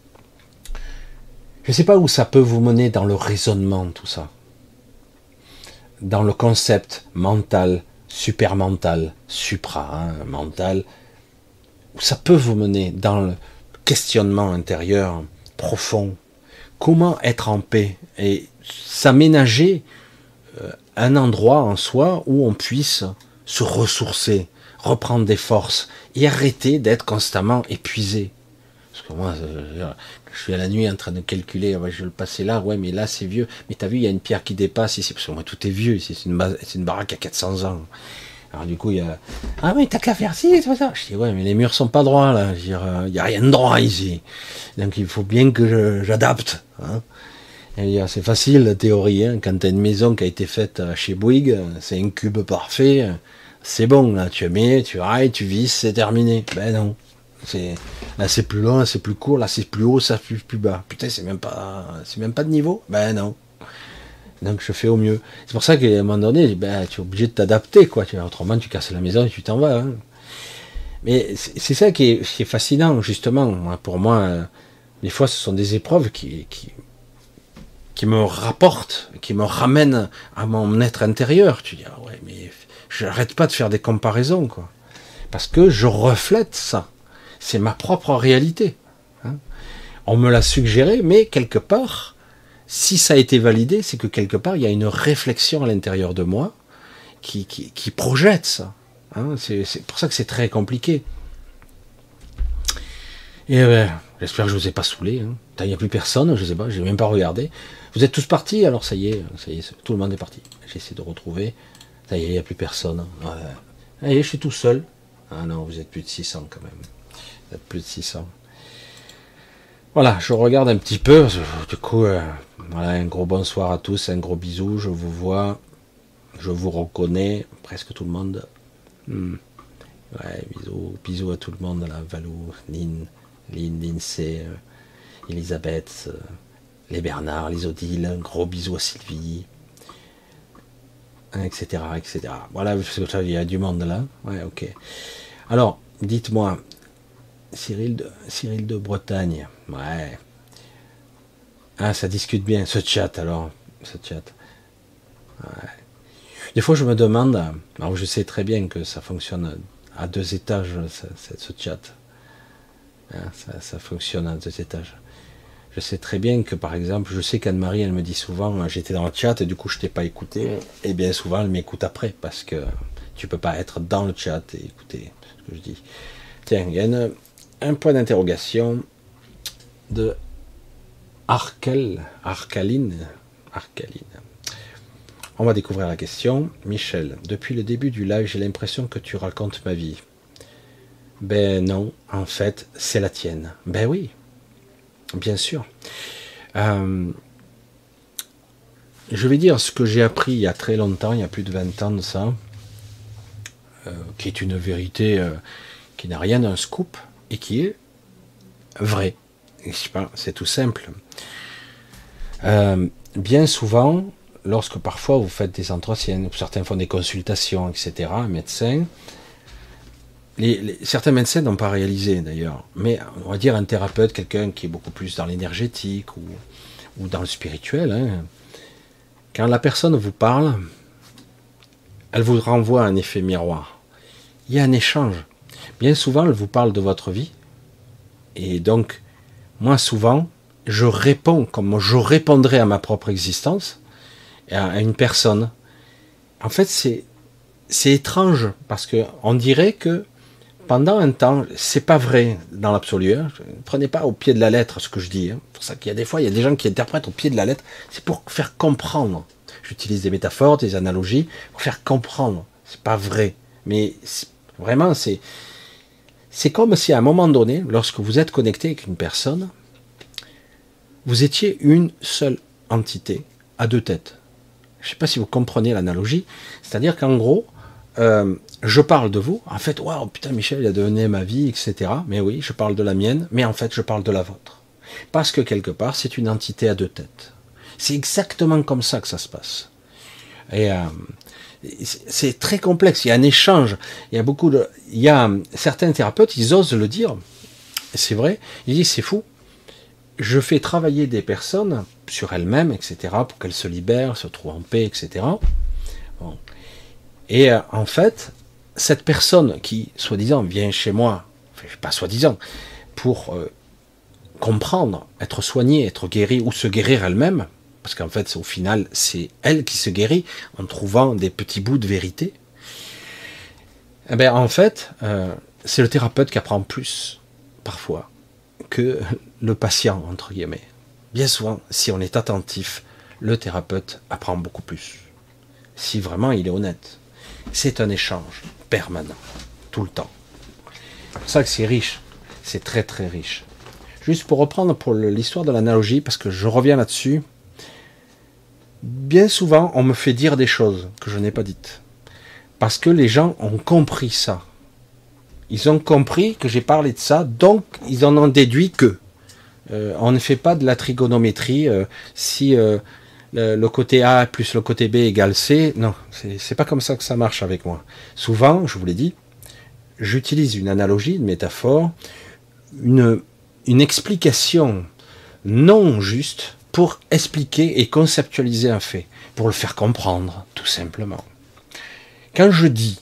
Je sais pas où ça peut vous mener dans le raisonnement, tout ça. Dans le concept mental, supermental, supra, hein, mental, où ça peut vous mener dans le questionnement intérieur profond. Comment être en paix et s'aménager euh, un endroit en soi où on puisse se ressourcer, reprendre des forces et arrêter d'être constamment épuisé. Parce que moi, je, je suis à la nuit en train de calculer, ouais, je vais le passer là, ouais, mais là c'est vieux. Mais t'as vu, il y a une pierre qui dépasse ici, parce que moi tout est vieux ici, c'est une, c'est une baraque à quatre cents ans. Alors du coup, il y a... Ah mais t'as qu'à faire ci, c'est pas ça. Je dis, ouais, mais les murs sont pas droits, là. Je veux dire, il n'y a rien de droit ici. Donc il faut bien que je, j'adapte. Hein. Et c'est facile, la théorie. Hein. Quand t'as une maison qui a été faite chez Bouygues, c'est un cube parfait. C'est bon, là. Tu mets, tu railles, tu visses, c'est terminé. Ben non. C'est... Là, c'est plus long, c'est plus court. Là, c'est plus haut, ça plus, plus bas. Putain, c'est même pas, c'est même pas de niveau. Ben non. Donc je fais au mieux. C'est pour ça qu'à un moment donné, ben, tu es obligé de t'adapter, quoi. Autrement, tu casses la maison et tu t'en vas. Hein. Mais c'est ça qui est, qui est fascinant, justement. Pour moi, des fois, ce sont des épreuves qui, qui, qui me rapportent, qui me ramènent à mon être intérieur. Tu dis, ah ouais, mais j'arrête pas de faire des comparaisons, quoi. Parce que je reflète ça. C'est ma propre réalité. Hein. On me l'a suggéré, mais quelque part, si ça a été validé, c'est que quelque part, il y a une réflexion à l'intérieur de moi qui, qui, qui projette ça. Hein, c'est, c'est pour ça que c'est très compliqué. Et ben, j'espère que je vous ai pas saoulé. Hein. Il n'y a plus personne, je sais pas, j'ai même pas regardé. Vous êtes tous partis, alors ça y est, ça y est, tout le monde est parti. J'essaie de retrouver. Ça y est, il n'y a plus personne. Ouais. Ça y est, je suis tout seul. Ah non, vous êtes plus de six cents quand même. Vous êtes plus de six cents. Voilà, je regarde un petit peu. Du coup, euh, voilà, un gros bonsoir à tous, un gros bisou. Je vous vois, je vous reconnais, presque tout le monde. Hmm. Ouais, bisous, bisous à tout le monde, là, Valou, Lynn, Lynn, Lindsay, euh, Elisabeth, euh, les Bernard, les Odile, un gros bisou à Sylvie, et cetera, et cetera. Voilà, il y a du monde là. Ouais, ok. Alors, dites-moi, Cyril de, Cyril de Bretagne. Ouais. Ah, ça discute bien, ce chat alors. Ce chat. Ouais. Des fois, je me demande, alors je sais très bien que ça fonctionne à deux étages, ce, ce chat. Hein, ça, ça fonctionne à deux étages. Je sais très bien que, par exemple, je sais qu'Anne-Marie, elle me dit souvent, j'étais dans le chat et du coup, je t'ai pas écouté. Et bien souvent, elle m'écoute après parce que tu peux pas être dans le chat et écouter ce que je dis. Tiens, il y a une, un point d'interrogation de Arkel, Arcaline, Arcaline. On va découvrir la question. Michel, depuis le début du live, j'ai l'impression que tu racontes ma vie. Ben non, en fait, c'est la tienne. Ben oui, bien sûr. Euh, je vais dire ce que j'ai appris il y a très longtemps, il y a plus de vingt ans de ça, euh, qui est une vérité euh, qui n'a rien d'un scoop et qui est vrai. Je sais pas, c'est tout simple. Euh, bien souvent, lorsque parfois vous faites des entretiens, certains font des consultations, et cetera, un médecin, les, les, certains médecins n'ont pas réalisé d'ailleurs, mais on va dire un thérapeute, quelqu'un qui est beaucoup plus dans l'énergétique ou, ou dans le spirituel, hein, quand la personne vous parle, elle vous renvoie un effet miroir. Il y a un échange. Bien souvent, elle vous parle de votre vie, et donc, moi souvent, je réponds comme je répondrais à ma propre existence, à une personne. En fait, c'est c'est étrange parce que on dirait que pendant un temps, c'est pas vrai dans l'absolu. Hein. Ne prenez pas au pied de la lettre ce que je dis. Hein. C'est pour ça qu'il y a des fois, il y a des gens qui interprètent au pied de la lettre. C'est pour faire comprendre. J'utilise des métaphores, des analogies pour faire comprendre. C'est pas vrai, mais c'est, vraiment, c'est c'est comme si à un moment donné, lorsque vous êtes connecté avec une personne, vous étiez une seule entité à deux têtes. Je ne sais pas si vous comprenez l'analogie. C'est-à-dire qu'en gros, euh, je parle de vous. En fait, waouh, putain, Michel, il a donné ma vie, et cetera. Mais oui, je parle de la mienne. Mais en fait, je parle de la vôtre. Parce que quelque part, c'est une entité à deux têtes. C'est exactement comme ça que ça se passe. Et euh, c'est très complexe. Il y a un échange. Il y a beaucoup de, il y a certains thérapeutes, ils osent le dire. C'est vrai. Ils disent, c'est fou. Je fais travailler des personnes sur elles-mêmes, et cetera, pour qu'elles se libèrent, se trouvent en paix, et cetera. Bon. Et euh, en fait, cette personne qui, soi-disant, vient chez moi, enfin, pas soi-disant, pour euh, comprendre, être soignée, être guérie, ou se guérir elle-même, parce qu'en fait, au final, c'est elle qui se guérit en trouvant des petits bouts de vérité, eh bien, en fait, euh, c'est le thérapeute qui apprend plus, parfois, que le patient, entre guillemets. Bien souvent, si on est attentif, le thérapeute apprend beaucoup plus. Si vraiment il est honnête. C'est un échange permanent, tout le temps. C'est pour ça que c'est riche. C'est très très riche. Juste pour reprendre pour l'histoire de l'analogie, parce que je reviens là-dessus, bien souvent on me fait dire des choses que je n'ai pas dites. Parce que les gens ont compris ça. Ils ont compris que j'ai parlé de ça, donc ils en ont déduit que euh, on ne fait pas de la trigonométrie euh, si euh, le, le côté A plus le côté B égale C. Non, c'est, c'est pas comme ça que ça marche avec moi. Souvent, je vous l'ai dit, j'utilise une analogie, une métaphore, une, une explication non juste pour expliquer et conceptualiser un fait, pour le faire comprendre, tout simplement. Quand je dis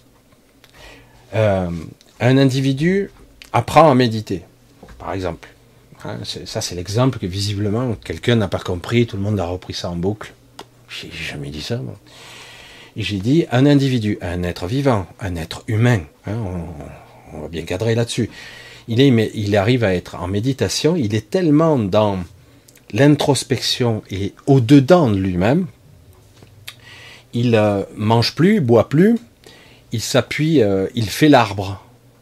euh, un individu apprend à méditer, par exemple. Hein, c'est, ça, c'est l'exemple que visiblement quelqu'un n'a pas compris, tout le monde a repris ça en boucle. J'ai jamais dit ça. Moi. Et j'ai dit un individu, un être vivant, un être humain. Hein, on, on va bien cadrer là-dessus. Il, est, il arrive à être en méditation, il est tellement dans l'introspection et au-dedans de lui-même, il euh, mange plus, boit plus, il s'appuie, euh, il fait l'arbre.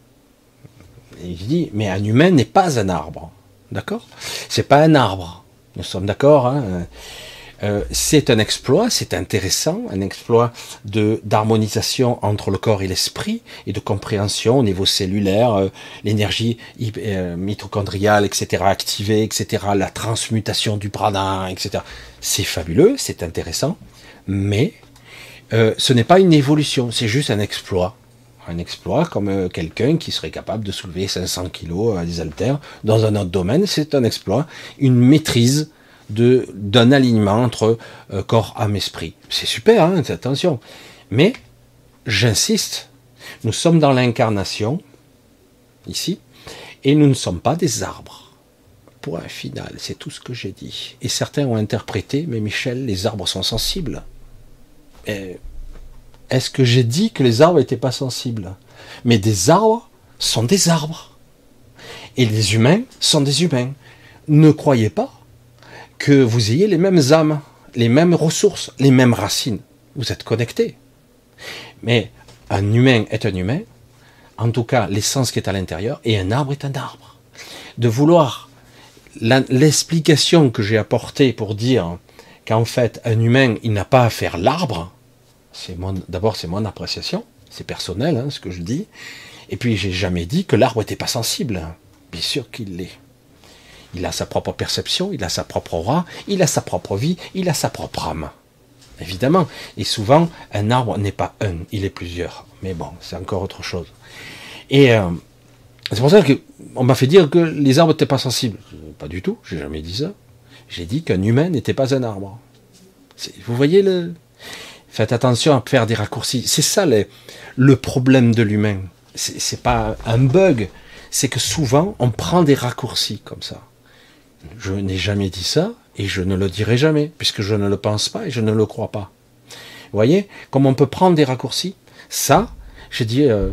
Et je dis, mais un humain n'est pas un arbre, d'accord? C'est pas un arbre, nous sommes d'accord, hein? euh, c'est un exploit, c'est intéressant, un exploit de d'harmonisation entre le corps et l'esprit, et de compréhension au niveau cellulaire, euh, l'énergie euh, mitochondriale, et cetera, activée, et cetera, la transmutation du prana, et cetera. C'est fabuleux, c'est intéressant, mais euh, ce n'est pas une évolution, c'est juste un exploit. Un exploit comme euh, quelqu'un qui serait capable de soulever cinq cents kilos à des haltères dans un autre domaine, c'est un exploit, une maîtrise de, d'un alignement entre euh, corps, âme, esprit. C'est super, hein, attention. Mais, j'insiste, nous sommes dans l'incarnation, ici, et nous ne sommes pas des arbres. Point final, c'est tout ce que j'ai dit. Et certains ont interprété, mais Michel, les arbres sont sensibles. Et est-ce que j'ai dit que les arbres n'étaient pas sensibles? Mais des arbres sont des arbres. Et les humains sont des humains. Ne croyez pas que vous ayez les mêmes âmes, les mêmes ressources, les mêmes racines. Vous êtes connectés. Mais un humain est un humain, en tout cas l'essence qui est à l'intérieur, et un arbre est un arbre. De vouloir la, l'explication que j'ai apportée pour dire qu'en fait, un humain, il n'a pas à faire l'arbre. C'est mon, d'abord, c'est mon appréciation, c'est personnel, hein, ce que je dis. Et puis, j'ai jamais dit que l'arbre n'était pas sensible. Bien sûr qu'il l'est. Il a sa propre perception, il a sa propre aura, il a sa propre vie, il a sa propre âme. Évidemment. Et souvent, un arbre n'est pas un, il est plusieurs. Mais bon, c'est encore autre chose. Et euh, c'est pour ça qu'on m'a fait dire que les arbres n'étaient pas sensibles. Pas du tout, j'ai jamais dit ça. J'ai dit qu'un humain n'était pas un arbre. C'est, vous voyez le... Faites attention à faire des raccourcis. C'est ça le, le problème de l'humain. C'est, c'est pas un bug, c'est que souvent on prend des raccourcis comme ça. Je n'ai jamais dit ça et je ne le dirai jamais, puisque je ne le pense pas et je ne le crois pas. Vous voyez, comme on peut prendre des raccourcis. Ça, j'ai dit, euh,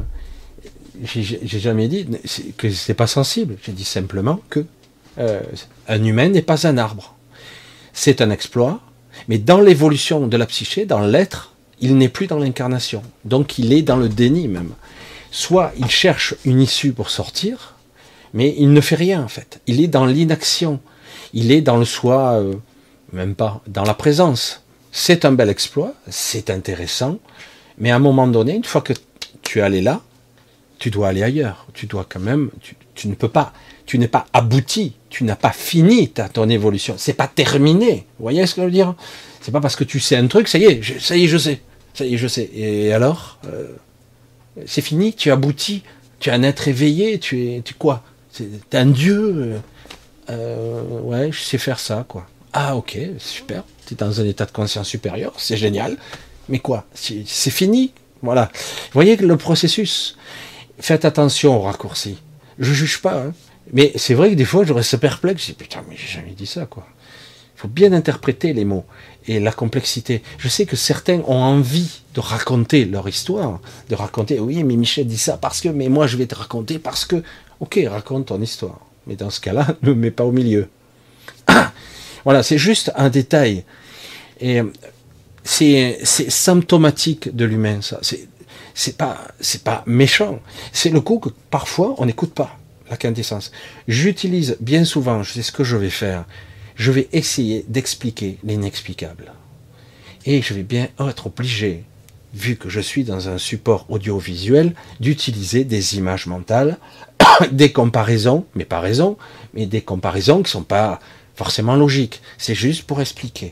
j'ai, j'ai jamais dit que c'est pas sensible. J'ai dit simplement que euh, un humain n'est pas un arbre. C'est un exploit, mais dans l'évolution de la psyché, dans l'être, il n'est plus dans l'incarnation. Donc il est dans le déni même. Soit il cherche une issue pour sortir, mais il ne fait rien en fait. Il est dans l'inaction. Il est dans le soi, euh, même pas, dans la présence. C'est un bel exploit, c'est intéressant, mais à un moment donné, une fois que tu es allé là, tu dois aller ailleurs. Tu dois quand même, tu, tu ne peux pas, tu n'es pas abouti, tu n'as pas fini ta, ton évolution. C'est pas terminé. Vous voyez ce que je veux dire? C'est pas parce que tu sais un truc, ça y est, je, ça y est, je sais, ça y est, je sais. Et alors, euh, c'est fini, tu aboutis, tu es un être éveillé, tu es, tu quoi? T'es un dieu. Euh, ouais, je sais faire ça, quoi. Ah, ok, super. Tu es dans un état de conscience supérieur, c'est génial. Mais quoi? C'est, c'est fini. Voilà. Vous voyez le processus. Faites attention aux raccourcis. Je juge pas, hein. Mais c'est vrai que des fois, je reste perplexe. Je dis, putain, mais j'ai jamais dit ça, quoi. Il faut bien interpréter les mots et la complexité. Je sais que certains ont envie de raconter leur histoire, de raconter, oui, mais Michel dit ça parce que, mais moi, je vais te raconter parce que, ok, raconte ton histoire. Mais dans ce cas-là, ne me mets pas au milieu. Ah, voilà, c'est juste un détail. Et c'est, c'est symptomatique de l'humain, ça. C'est, c'est pas, c'est pas méchant. C'est le coup que parfois on n'écoute pas la quintessence. J'utilise bien souvent, je sais ce que je vais faire. Je vais essayer d'expliquer l'inexplicable. Et je vais bien être obligé, vu que je suis dans un support audiovisuel, d'utiliser des images mentales, des comparaisons, mais pas raison, mais des comparaisons qui ne sont pas forcément logiques. C'est juste pour expliquer.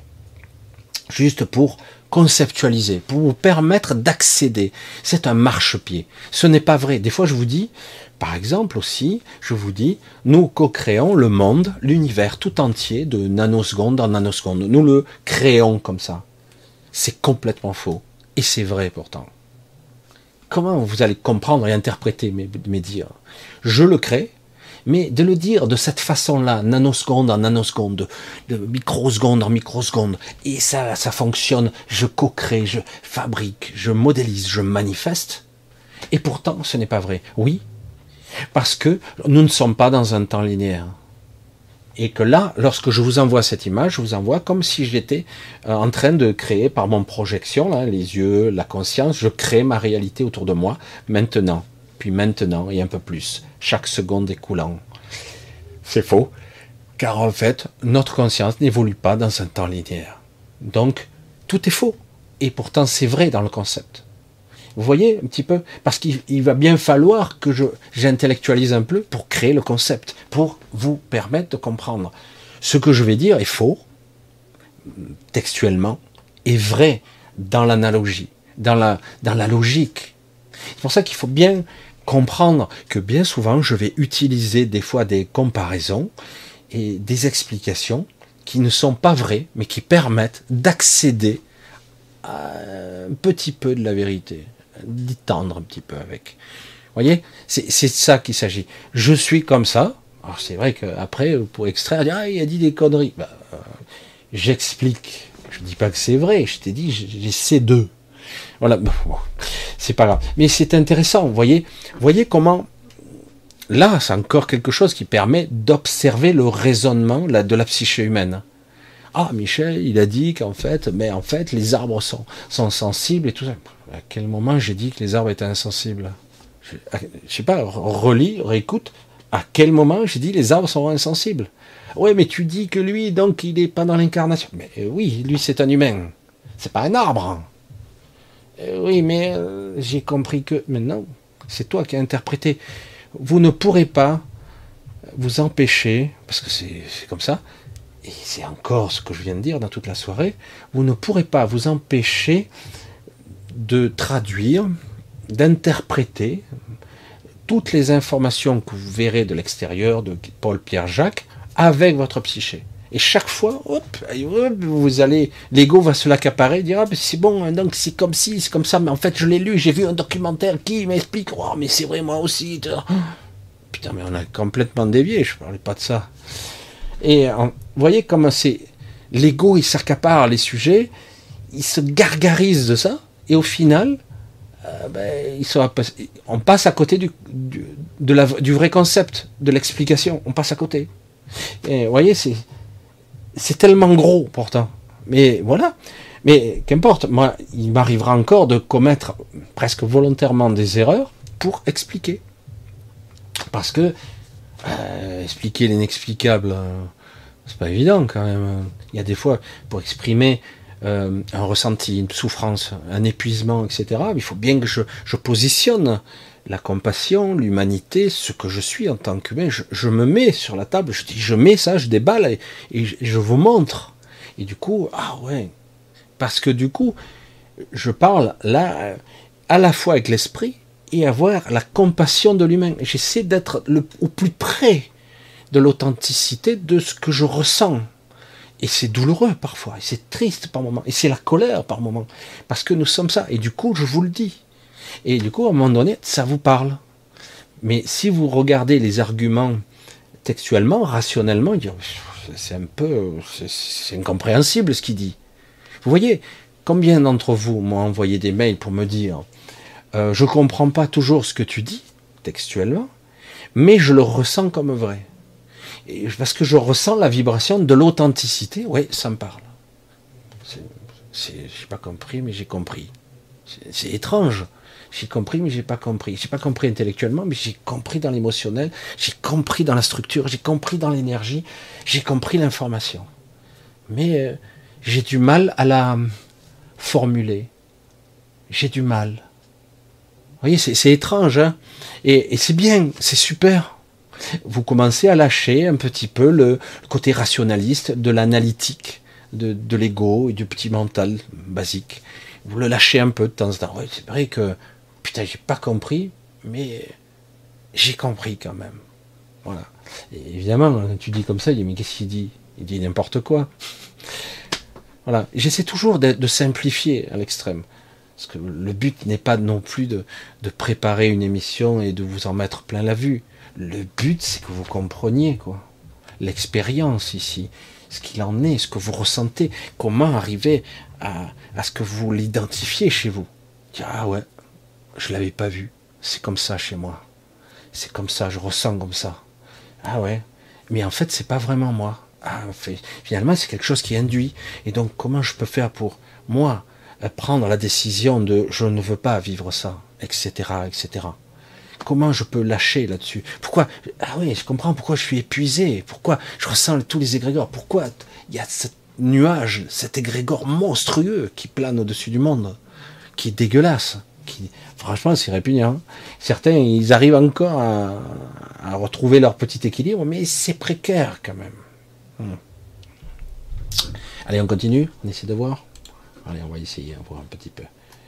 Juste pour conceptualiser, pour vous permettre d'accéder. C'est un marchepied. Ce n'est pas vrai. Des fois, je vous dis, par exemple aussi, je vous dis, nous co-créons le monde, l'univers tout entier de nanoseconde en nanoseconde. Nous le créons comme ça. C'est complètement faux. Et c'est vrai pourtant. Comment vous allez comprendre et interpréter mes, mes dires? Je le crée, mais de le dire de cette façon-là, nanoseconde en nanoseconde, de, de microseconde en microseconde, et ça, ça fonctionne, je co-crée, je fabrique, je modélise, je manifeste, et pourtant ce n'est pas vrai. Oui, parce que nous ne sommes pas dans un temps linéaire. Et que là, lorsque je vous envoie cette image, je vous envoie comme si j'étais en train de créer par mon projection, là, les yeux, la conscience, je crée ma réalité autour de moi, maintenant, puis maintenant, et un peu plus, chaque seconde écoulant. C'est faux, car en fait, notre conscience n'évolue pas dans un temps linéaire. Donc, tout est faux. Et pourtant, c'est vrai dans le concept. Vous voyez un petit peu? Parce qu'il il va bien falloir que je, j'intellectualise un peu pour créer le concept, pour vous permettre de comprendre. Ce que je vais dire est faux, textuellement, est vrai dans l'analogie, dans la, dans la logique. C'est pour ça qu'il faut bien comprendre que bien souvent, je vais utiliser des fois des comparaisons et des explications qui ne sont pas vraies, mais qui permettent d'accéder à un petit peu de la vérité. D'y tendre un petit peu avec. Vous voyez, c'est, c'est de ça qu'il s'agit. Je suis comme ça. Alors c'est vrai qu'après, pour extraire, dire, ah, il a dit des conneries. Ben, euh, j'explique. Je ne dis pas que c'est vrai. Je t'ai dit, j'essaie de. Voilà. Bon, c'est pas grave. Mais c'est intéressant. Vous voyez, vous voyez comment. Là, c'est encore quelque chose qui permet d'observer le raisonnement de la psyché humaine. Ah, Michel, il a dit qu'en fait, mais en fait, les arbres sont, sont sensibles et tout ça. À quel moment j'ai dit que les arbres étaient insensibles? Je, je sais pas, relis, réécoute, À quel moment j'ai dit les arbres sont insensibles? Ouais, mais tu dis que lui, donc, il n'est pas dans l'incarnation. Mais euh, oui, lui, c'est un humain. C'est pas un arbre. Euh, oui, mais euh, j'ai compris que... Mais non, c'est toi qui as interprété. Vous ne pourrez pas vous empêcher, parce que c'est comme ça, et c'est encore ce que je viens de dire dans toute la soirée, vous ne pourrez pas vous empêcher de traduire, d'interpréter toutes les informations que vous verrez de l'extérieur, de Paul, Pierre, Jacques, avec votre psyché. Et chaque fois, hop, hop vous allez, l'ego va se l'accaparer, dire ah, c'est bon, donc c'est comme ci, c'est comme ça, mais en fait je l'ai lu, j'ai vu un documentaire qui m'explique, oh mais c'est vrai moi aussi. Putain, mais on a complètement dévié, je parlais pas de ça. Et vous voyez comment c'est, l'ego il s'accapare les sujets, il se gargarise de ça, et au final, euh, ben, il sera, on passe à côté du, du, de la, du vrai concept, de l'explication, on passe à côté. Et vous voyez, c'est, c'est tellement gros pourtant. Mais voilà. Mais qu'importe, moi, il m'arrivera encore de commettre presque volontairement des erreurs pour expliquer. Parce que euh, expliquer l'inexplicable, euh, c'est pas évident quand même. Il y a des fois, pour exprimer euh, un ressenti, une souffrance, un épuisement, et cetera, il faut bien que je, je positionne la compassion, l'humanité, ce que je suis en tant qu'humain. Je, je me mets sur la table, je dis, je mets ça, je déballe et, et je, je vous montre. Et du coup, ah ouais, parce que du coup, je parle là à la fois avec l'esprit et avoir la compassion de l'humain. J'essaie d'être le, au plus près de l'authenticité de ce que je ressens. Et c'est douloureux parfois, et c'est triste par moments, et c'est la colère par moments, parce que nous sommes ça. Et du coup, je vous le dis. Et du coup, à un moment donné, ça vous parle. Mais si vous regardez les arguments textuellement, rationnellement, c'est un peu, c'est incompréhensible ce qu'il dit. Vous voyez, combien d'entre vous m'ont envoyé des mails pour me dire euh, je comprends pas toujours ce que tu dis textuellement, mais je le ressens comme vrai. Et parce que je ressens la vibration de l'authenticité, oui, ça me parle. Je n'ai pas compris, mais j'ai compris. C'est étrange. J'ai compris, mais j'ai pas compris. J'ai pas compris intellectuellement, mais j'ai compris dans l'émotionnel, j'ai compris dans la structure, j'ai compris dans l'énergie, j'ai compris l'information. Mais euh, j'ai du mal à la formuler. J'ai du mal. Vous voyez, c'est étrange, hein, et, et c'est bien, c'est super. Vous commencez à lâcher un petit peu le, le côté rationaliste de l'analytique, de, de l'ego et du petit mental basique. Vous le lâchez un peu de temps en temps. Ouais, c'est vrai que, putain, j'ai pas compris, mais j'ai compris quand même. Voilà. Et évidemment, quand tu dis comme ça, il dit, mais qu'est-ce qu'il dit? Il dit n'importe quoi. Voilà. J'essaie toujours de, de simplifier à l'extrême. Parce que le but n'est pas non plus de, de préparer une émission et de vous en mettre plein la vue. Le but, c'est que vous compreniez, quoi. L'expérience ici, ce qu'il en est, ce que vous ressentez, comment arriver à, à ce que vous l'identifiez chez vous. Ah ouais, je l'avais pas vu. C'est comme ça chez moi. C'est comme ça, je ressens comme ça. Ah ouais, mais en fait, c'est pas vraiment moi. Ah, fait, finalement, c'est quelque chose qui induit. Et donc, comment je peux faire pour moi prendre la décision de je ne veux pas vivre ça, et cetera, et cetera. Comment je peux lâcher là-dessus? Pourquoi? Ah oui, je comprends pourquoi je suis épuisé. Pourquoi je ressens tous les égrégores? Pourquoi il y a ce nuage, cet égrégore monstrueux qui plane au-dessus du monde, qui est dégueulasse. Qui, franchement, c'est répugnant. Certains, ils arrivent encore à, à retrouver leur petit équilibre, mais c'est précaire quand même. Hum. Allez, on continue. On essaie de voir. Allez, on va essayer, on va voir un petit peu.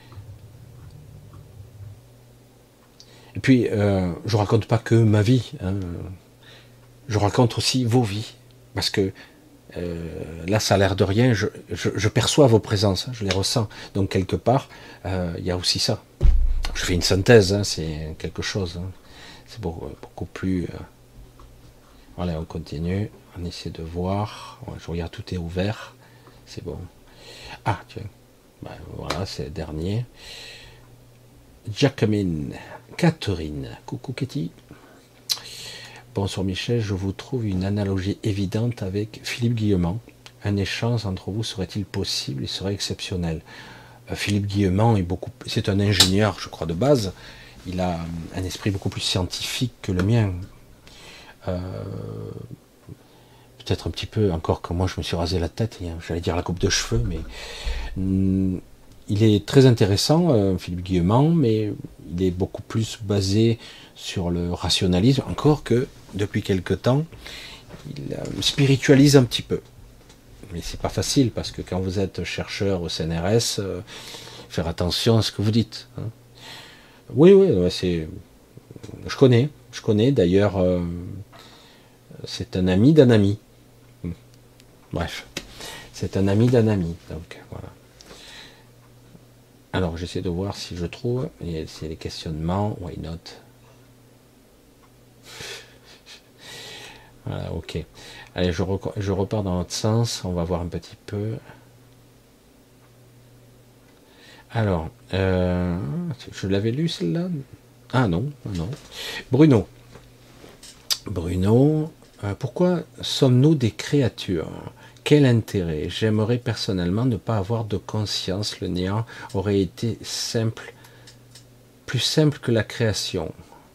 Et puis, euh, je raconte pas que ma vie, hein. Je raconte aussi vos vies, parce que euh, là, ça a l'air de rien, je, je, je perçois vos présences, hein, je les ressens. Donc, quelque part, euh, il y a aussi ça. Je fais une synthèse, hein, c'est quelque chose. Hein. C'est beaucoup, beaucoup plus... Euh... Voilà, on continue, on essaie de voir. Ouais, je regarde, tout est ouvert, c'est bon. Ah, tiens, ben, voilà, c'est le dernier. Jacqueline, Catherine, coucou Katie. Bonsoir Michel, je vous trouve une analogie évidente avec Philippe Guillemont. Un échange entre vous serait-il possible? Il serait exceptionnel. Euh, Philippe Guillemont est beaucoup, c'est un ingénieur, je crois, de base. Il a un esprit beaucoup plus scientifique que le mien. Euh, peut-être un petit peu, encore que moi je me suis rasé la tête, j'allais dire la coupe de cheveux, mais hum, il est très intéressant, euh, Philippe Guillemant, mais il est beaucoup plus basé sur le rationalisme, encore que depuis quelque temps, il euh, spiritualise un petit peu. Mais c'est pas facile, parce que quand vous êtes chercheur au C N R S, euh, faire attention à ce que vous dites. Hein. Oui, oui, ouais, c'est... Je connais, je connais, d'ailleurs, euh, c'est un ami d'un ami. Bref, c'est un ami d'un ami, donc voilà. Alors, j'essaie de voir si je trouve, c'est les questionnements, why not? Voilà, ok. Allez, je, je repars dans l'autre sens, on va voir un petit peu. Alors, euh, je l'avais lu celle-là? Ah non, non. Bruno. Bruno, euh, pourquoi sommes-nous des créatures? Quel intérêt? J'aimerais personnellement ne pas avoir de conscience. Le néant aurait été simple, plus simple que la création.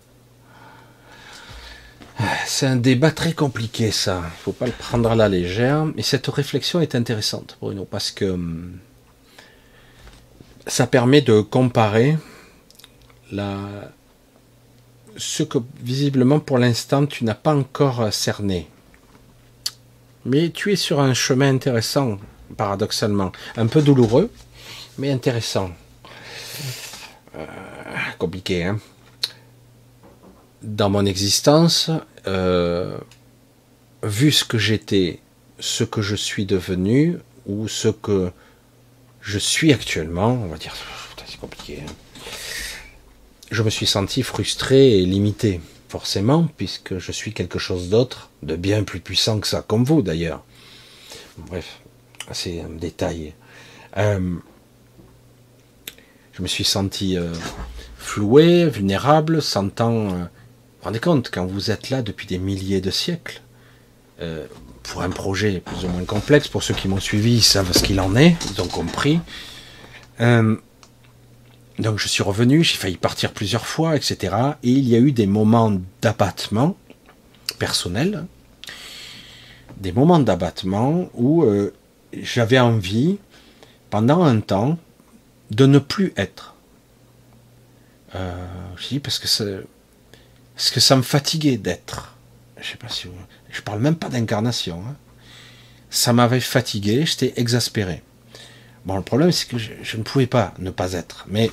C'est un débat très compliqué, ça. Il ne faut pas le prendre à la légère. Mais cette réflexion est intéressante, Bruno, parce que ça permet de comparer la... ce que visiblement pour l'instant tu n'as pas encore cerné. Mais tu es sur un chemin intéressant, paradoxalement. Un peu douloureux, mais intéressant. Euh, compliqué, hein. Dans mon existence, euh, vu ce que j'étais, ce que je suis devenu, ou ce que je suis actuellement, on va dire, c'est compliqué, hein. Je me suis senti frustré et limité, forcément, puisque je suis quelque chose d'autre, de bien plus puissant que ça, comme vous d'ailleurs. Bref, c'est un détail. Euh, je me suis senti euh, floué, vulnérable, sentant... Euh, vous vous rendez compte, quand vous êtes là depuis des milliers de siècles, euh, pour un projet plus ou moins complexe, pour ceux qui m'ont suivi, ils savent ce qu'il en est, ils ont compris. Euh, donc je suis revenu, j'ai failli partir plusieurs fois, et cetera. Et il y a eu des moments d'abattement personnel, des moments d'abattement où euh, j'avais envie, pendant un temps, de ne plus être. Euh, je dis parce que ça, parce que ça me fatiguait d'être. Je sais pas si vous, je parle même pas d'incarnation. Hein. Ça m'avait fatigué, j'étais exaspéré. Bon, le problème c'est que je, je ne pouvais pas ne pas être. Mais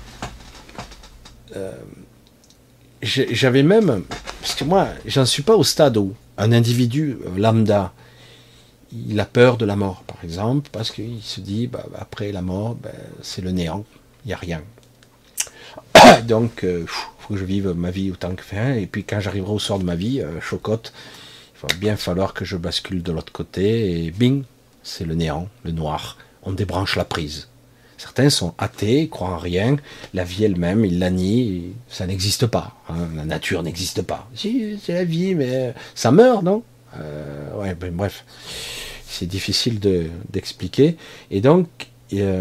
euh, j'avais même, parce que moi, j'en suis pas au stade où un individu lambda, il a peur de la mort, par exemple, parce qu'il se dit, bah, après la mort, ben, c'est le néant, il n'y a rien. Donc, il euh, faut que je vive ma vie autant que faire, et puis quand j'arriverai au sort de ma vie, euh, chocotte, il va bien falloir que je bascule de l'autre côté, et bing, c'est le néant, le noir, on débranche la prise. Certains sont athées, croient en rien, la vie elle-même, ils la nient, ça n'existe pas, hein, la nature n'existe pas. Si, c'est la vie, mais ça meurt, non euh, ouais, ben, bref, c'est difficile de, d'expliquer. Et donc, euh,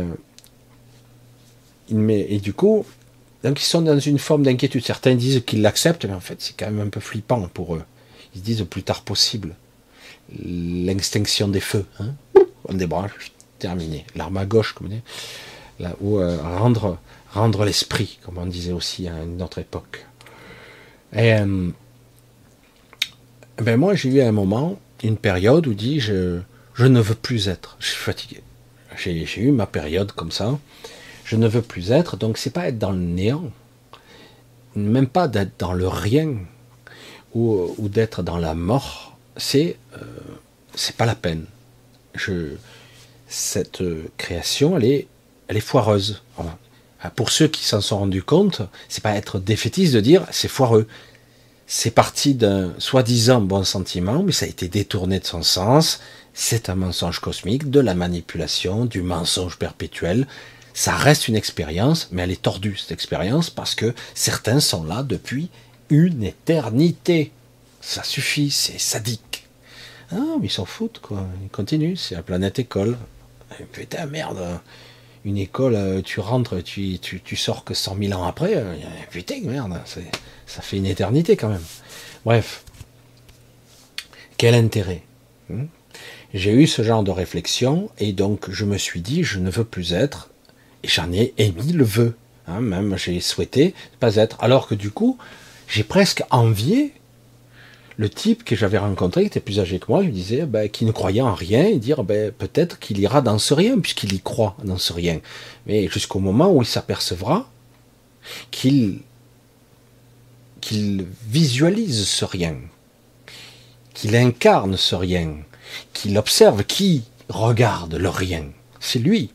il met, et du coup, donc ils sont dans une forme d'inquiétude. Certains disent qu'ils l'acceptent, mais en fait, c'est quand même un peu flippant pour eux. Ils se disent le plus tard possible. L'extinction des feux, hein, on débranche, terminé. L'arme à gauche, comme on dit. Là où euh, rendre, rendre l'esprit, comme on disait aussi à une autre époque. Et euh, ben moi, j'ai eu un moment, une période où dit je, je ne veux plus être. Je suis fatigué. J'ai, j'ai eu ma période comme ça. Je ne veux plus être. Donc, c'est pas être dans le néant, même pas d'être dans le rien ou, ou d'être dans la mort. C'est, euh, c'est pas la peine. Je, cette création, elle est elle est foireuse. Voilà. Pour ceux qui s'en sont rendus compte, c'est pas être défaitiste de dire c'est foireux. C'est parti d'un soi-disant bon sentiment, mais ça a été détourné de son sens. C'est un mensonge cosmique, de la manipulation, du mensonge perpétuel. Ça reste une expérience, mais elle est tordue, cette expérience, parce que certains sont là depuis une éternité. Ça suffit, c'est sadique. Ah, mais ils s'en foutent, quoi. Ils continuent, c'est la planète école. Putain, merde. Une école, tu rentres, tu, tu, tu sors que cent mille ans après, putain, merde, c'est, ça fait une éternité quand même. Bref. Quel intérêt? J'ai eu ce genre de réflexion, et donc je me suis dit, je ne veux plus être, et j'en ai émis le vœu. Hein, même j'ai souhaité ne pas être. Alors que du coup, j'ai presque envié le type que j'avais rencontré, qui était plus âgé que moi, je lui disais, ben, qui ne croyait en rien, et dire, ben, peut-être qu'il ira dans ce rien, puisqu'il y croit dans ce rien. Mais jusqu'au moment où il s'apercevra qu'il qu'il visualise ce rien, qu'il incarne ce rien, qu'il observe, qui regarde le rien. C'est lui.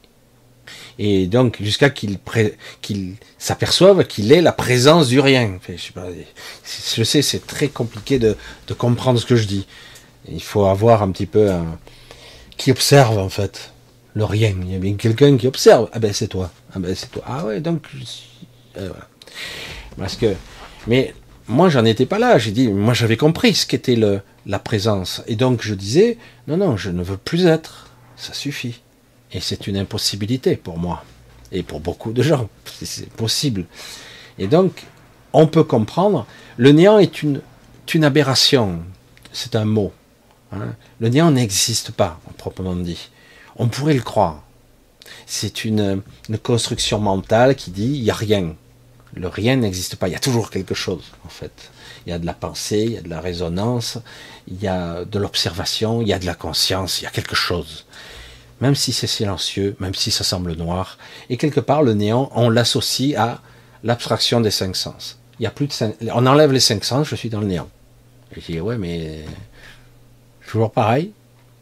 Et donc, jusqu'à qu'il pré... qu'il s'aperçoive qu'il est la présence du rien. Enfin, je sais pas, je sais, c'est très compliqué de, de comprendre ce que je dis. Il faut avoir un petit peu un... qui observe, en fait, le rien. Il y a bien quelqu'un qui observe. Ah ben, c'est toi. Ah ben, c'est toi. Ah ouais, donc, je suis... euh, voilà. Parce que... Mais moi, j'en étais pas là. J'ai dit, moi, j'avais compris ce qu'était le... la présence. Et donc, je disais, non, non, je ne veux plus être. Ça suffit. Et c'est une impossibilité pour moi, et pour beaucoup de gens, c'est possible. Et donc, on peut comprendre, le néant est une, une aberration, c'est un mot. Hein. Le néant n'existe pas, proprement dit. On pourrait le croire. C'est une, une construction mentale qui dit, il n'y a rien. Le rien n'existe pas, il y a toujours quelque chose, en fait. Il y a de la pensée, il y a de la résonance, il y a de l'observation, il y a de la conscience, il y a quelque chose. Même si c'est silencieux, même si ça semble noir. Et quelque part, le néant, on l'associe à l'abstraction des cinq sens. Il y a plus de cinq... On enlève les cinq sens, je suis dans le néant. Et je dis, ouais, mais toujours pareil.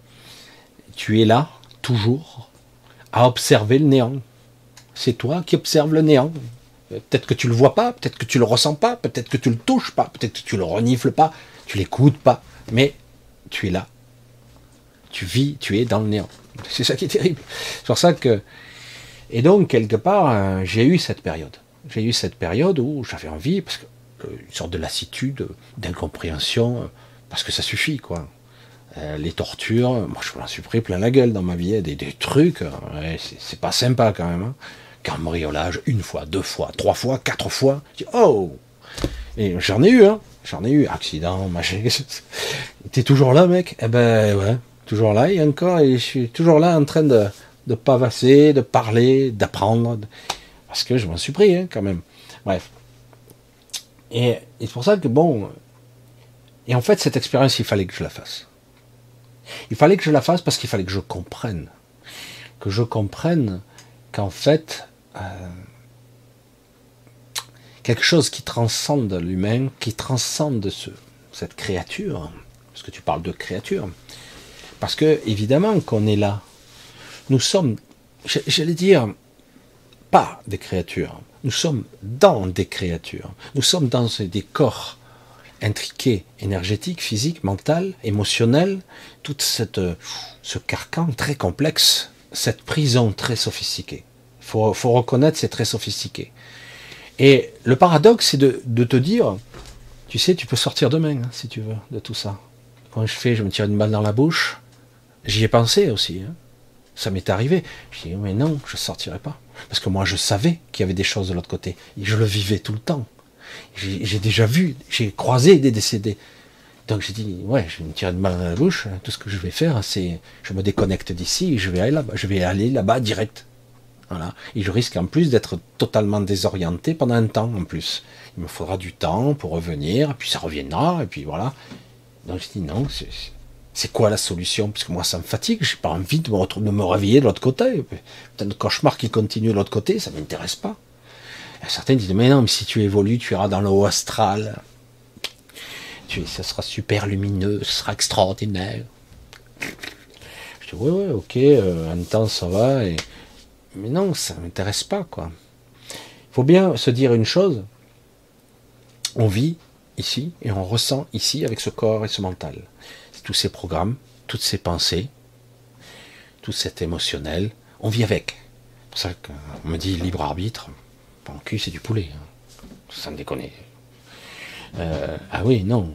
Tu es là, toujours, à observer le néant. C'est toi qui observes le néant. Peut-être que tu le vois pas, peut-être que tu le ressens pas, peut-être que tu le touches pas, peut-être que tu le renifles pas, tu l'écoutes pas, mais tu es là. Tu vis, tu es dans le néant. C'est ça qui est terrible. C'est pour ça que... Et donc, quelque part, euh, j'ai eu cette période. J'ai eu cette période où j'avais envie, parce que euh, une sorte de lassitude, d'incompréhension, euh, parce que ça suffit, quoi. Euh, les tortures, moi je m'en suis pris plein la gueule dans ma vie, des, des trucs, euh, ouais, c'est pas sympa quand même. Hein. Cambriolage, une fois, deux fois, trois fois, quatre fois. Je dis, oh! Et j'en ai eu, hein. J'en ai eu, accident, machin. T'es toujours là, mec? Eh ben, ouais. Toujours là, et encore, et je suis toujours là en train de, de pavasser, de parler, d'apprendre, de... parce que je m'en suis pris, hein, quand même. Bref. Et, et c'est pour ça que, bon, et en fait, cette expérience, il fallait que je la fasse. Il fallait que je la fasse parce qu'il fallait que je comprenne. Que je comprenne qu'en fait, euh, quelque chose qui transcende l'humain, qui transcende ce, cette créature, parce que tu parles de créature, parce que, évidemment, qu'on est là. Nous sommes, j'allais dire, pas des créatures. Nous sommes dans des créatures. Nous sommes dans des corps intriqués, énergétiques, physiques, mentaux, émotionnels. Tout cette, ce carcan très complexe, cette prison très sophistiquée. Il faut, faut reconnaître, c'est très sophistiqué. Et le paradoxe, c'est de, de te dire, tu sais, tu peux sortir demain, hein, si tu veux, de tout ça. Quand je fais, je me tire une balle dans la bouche. J'y ai pensé aussi. Hein. Ça m'est arrivé. Je dis, mais non, je ne sortirai pas. Parce que moi, je savais qu'il y avait des choses de l'autre côté. Et je le vivais tout le temps. J'ai, j'ai déjà vu, j'ai croisé des décédés. Donc j'ai dit, ouais, je vais me tirer une balle dans la bouche. Tout ce que je vais faire, c'est, je me déconnecte d'ici et je vais aller là-bas. Je vais aller là-bas direct. Voilà. Et je risque en plus d'être totalement désorienté pendant un temps en plus. Il me faudra du temps pour revenir, et puis ça reviendra, et puis voilà. Donc je dis, non, c'est... C'est quoi la solution? Parce que moi, ça me fatigue. J'ai pas envie de me, retrouver, de me réveiller de l'autre côté. Peut-être le cauchemar qui continue de l'autre côté, ça m'intéresse pas. Et certains disent, mais non, mais si tu évolues, tu iras dans le haut astral. Tu, ça sera super lumineux, ce sera extraordinaire. Je dis, ouais, ouais, ok, euh, un temps, ça va. Et... Mais non, ça m'intéresse pas, quoi. Il faut bien se dire une chose. On vit ici et on ressent ici avec ce corps et ce mental. Tous ces programmes, toutes ces pensées, tout cet émotionnel, on vit avec. C'est pour ça qu'on me dit libre arbitre, mon cul c'est du poulet, hein. Ça me déconne. Euh, ah oui, non.